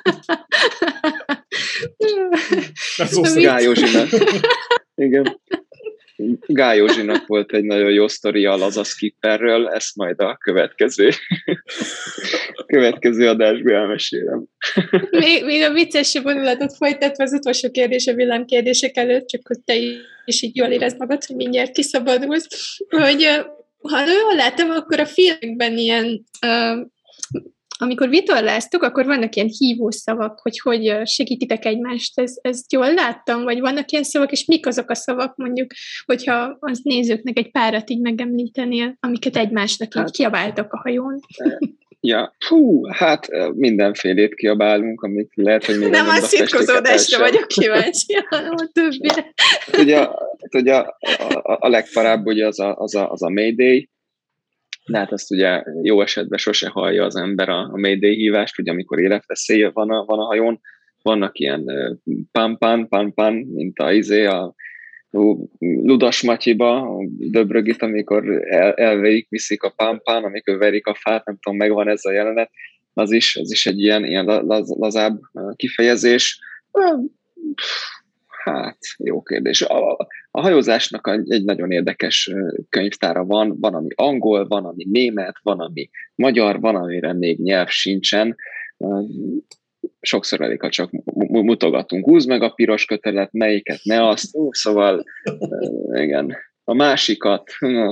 Gály Józsinak. Igen. Gály Józsinak volt egy nagyon jó sztoria a laza skipperről, ezt majd a következő, következő adásban elmesélem. Még, még a vicces vonulatot folytatva az utolsó kérdés a villámkérdések előtt, csak hogy te is így jól érezd magad, hogy mindjárt kiszabadulsz, hogy ha jól látom, akkor a filmekben ilyen, uh, amikor vitorláztok, akkor vannak ilyen hívószavak, hogy hogy segítitek egymást, Ez, ezt jól láttam, vagy vannak ilyen szavak, és mik azok a szavak, mondjuk, hogyha az nézőknek egy párat így megemlítenél, amiket egymásnak hát, így kiabáltak a hajón. Ja, hú, hát mindenfélét kiabálunk, amit lehet, hogy még nem a szitkozódásra vagyok kíváncsi, hanem a többire. Ugye, ugye a, a, a legparább ugye az a, az a, az a Mayday, de hát azt ugye jó esetben sose hallja az ember a, a Mayday hívást, ugye amikor életveszély van a, van a hajón, vannak ilyen pam-pan, pam-pan, mint a izé, a Ludas Matyiba, a Döbrögit, amikor el, elverik, viszik a pámpán, amikor verik a fát, nem tudom, megvan ez a jelenet, az is, az is egy ilyen, ilyen laz, lazább kifejezés. Hát, jó kérdés. A, a hajózásnak egy nagyon érdekes könyvtára van, van, ami angol, van, ami német, van, ami magyar, van, amire még nyelv sincsen. Sokszor elég, ha csak mutogatunk, húzd meg a piros kötelet, melyiket, ne azt, Ú, szóval igen, a másikat.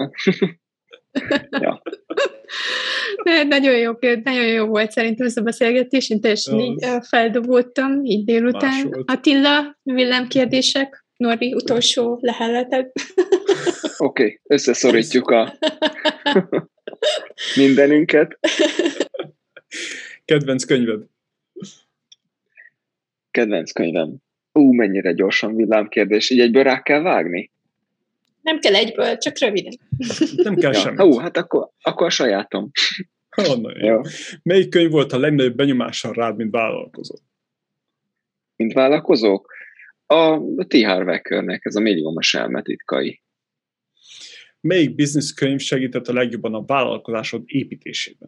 Ja. De nagyon jó, nagyon jó volt szerintem ez a beszélgetés, én teljesen ja, így feldobódtam, így délután. Attila, villámkérdések, Norbi, utolsó lehelleted. Oké, okay, összeszorítjuk a mindenünket. Kedvenc könyved? Kedvenc könyvem. Ú, mennyire gyorsan villámkérdés. Így egyből rá kell vágni? Nem kell egyből, csak röviden. Nem kell ja. semmit. Hú, hát akkor, akkor a sajátom. Oh, jó. Melyik könyv volt a legnagyobb benyomással rád, mint vállalkozó? Mint vállalkozó? A T. Harv Ekernek, ez a Milliómos elme titkai. Melyik business könyv segített a legjobban a vállalkozásod építésében?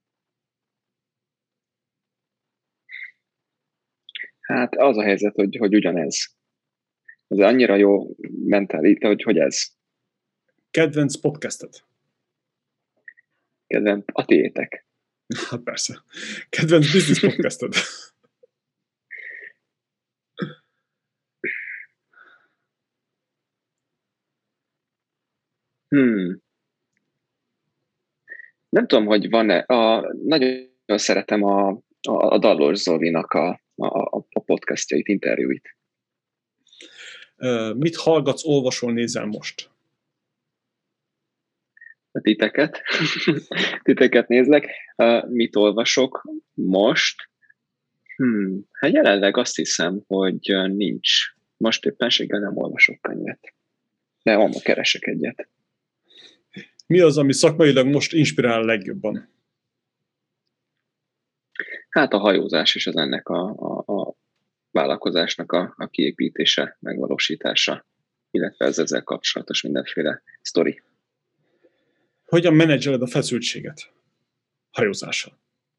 Hát az a helyzet, hogy, hogy ugyanez. Ez annyira jó mentalita, hogy, hogy ez. Kedvenc podcastet? Kedvenc a tiétek. Hát persze. Kedvenc business podcastet? Hmm. Nem tudom, hogy van-e. A, nagyon szeretem a, a, a Dallos Zolinak a, a, a podcastjait, interjúit. Uh, mit hallgatsz, olvasol, nézel most? A titeket. Titeket nézlek. Uh, mit olvasok most? Hmm. Hát jelenleg azt hiszem, hogy nincs. Most éppenséggel nem olvasok könyvet. De ma keresek egyet. Mi az, ami szakmailag most inspirál a legjobban? Hát a hajózás és az ennek a, a, a vállalkozásnak a, a kiépítése, megvalósítása, illetve ez ezzel kapcsolatos mindenféle sztori. Hogyan menedzseled a feszültséget hajózással?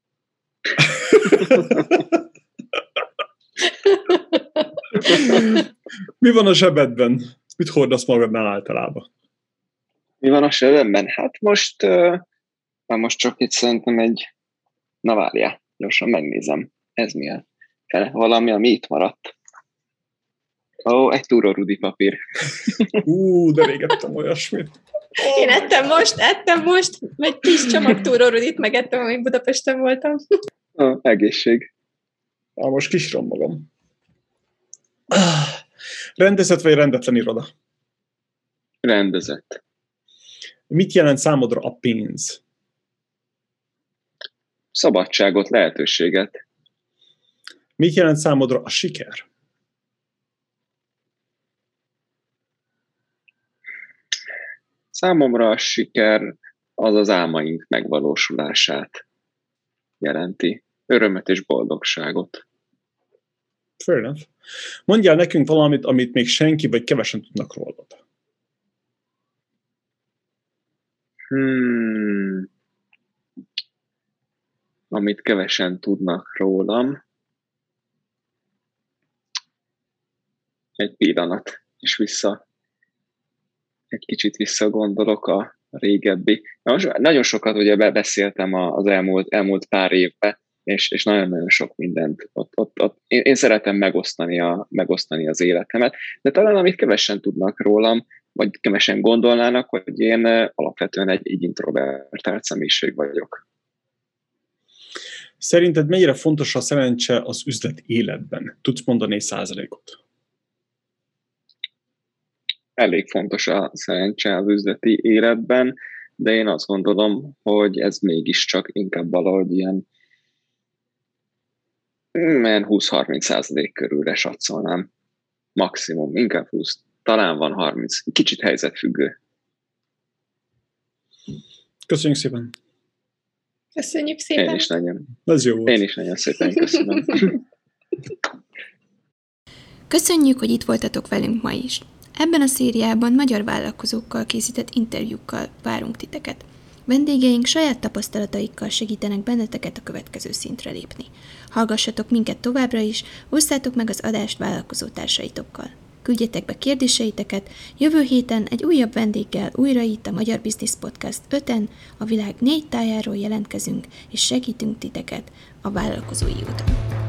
Mi van a zsebedben? Mit hordasz magadnál általában? Mi van a zsebemben? Hát most, uh, most csak itt szerintem egy, na várjál, gyorsan megnézem. Ez mi a fele? Valami, ami itt maradt. Ó, egy túró Rudi papír. Ú, de rég ettem olyasmit. Én ettem most, ettem most, egy kis csomag túró Rudit megettem, amíg Budapesten voltam. Ó, egészség. Á, most kisrom magam. Rendezett vagy rendetlen iroda? Rendezett. Mit jelent számodra a pénz? Szabadságot, lehetőséget. Mit jelent számodra a siker? Számomra a siker az az álmaink megvalósulását jelenti. Örömet és boldogságot. Fair enough. Mondjál nekünk valamit, amit még senki vagy kevesen tudnak rólad. Hmm. Amit kevesen tudnak rólam. Egy pillanat, és vissza. Egy kicsit visszagondolok a régebbi. Most nagyon sokat ugye beszéltem az elmúlt, elmúlt pár évben, és, és nagyon-nagyon sok mindent. Ott, ott, ott. Én, én szeretem megosztani, a, megosztani az életemet, de talán amit kevesen tudnak rólam, vagy kevesen gondolnának, hogy én alapvetően egy, egy introvertált személyiség vagyok. Szerinted mennyire fontos a szerencse az üzlet életben? Tudsz mondani egy százalékot? Elég fontos a szerencse az üzleti életben, de én azt gondolom, hogy ez mégiscsak inkább valahogy ilyen húsz-harminc százalék körülre satszolnám. Maximum, inkább húsz. Talán van harminc. Kicsit helyzetfüggő. Köszönjük szépen! Köszönjük szépen! Én is nagyon. Ez jó volt. Én is nagyon szépen köszönöm. Köszönjük, hogy itt voltatok velünk ma is. Ebben a szériában magyar vállalkozókkal készített interjúkkal várunk titeket. Vendégeink saját tapasztalataikkal segítenek benneteket a következő szintre lépni. Hallgassatok minket továbbra is, osszátok meg az adást vállalkozótársaitokkal. küldjetek be kérdéseiteket, jövő héten egy újabb vendéggel újra itt a Magyar Business Podcast öten a világ négy tájáról jelentkezünk, és segítünk titeket a vállalkozói úton.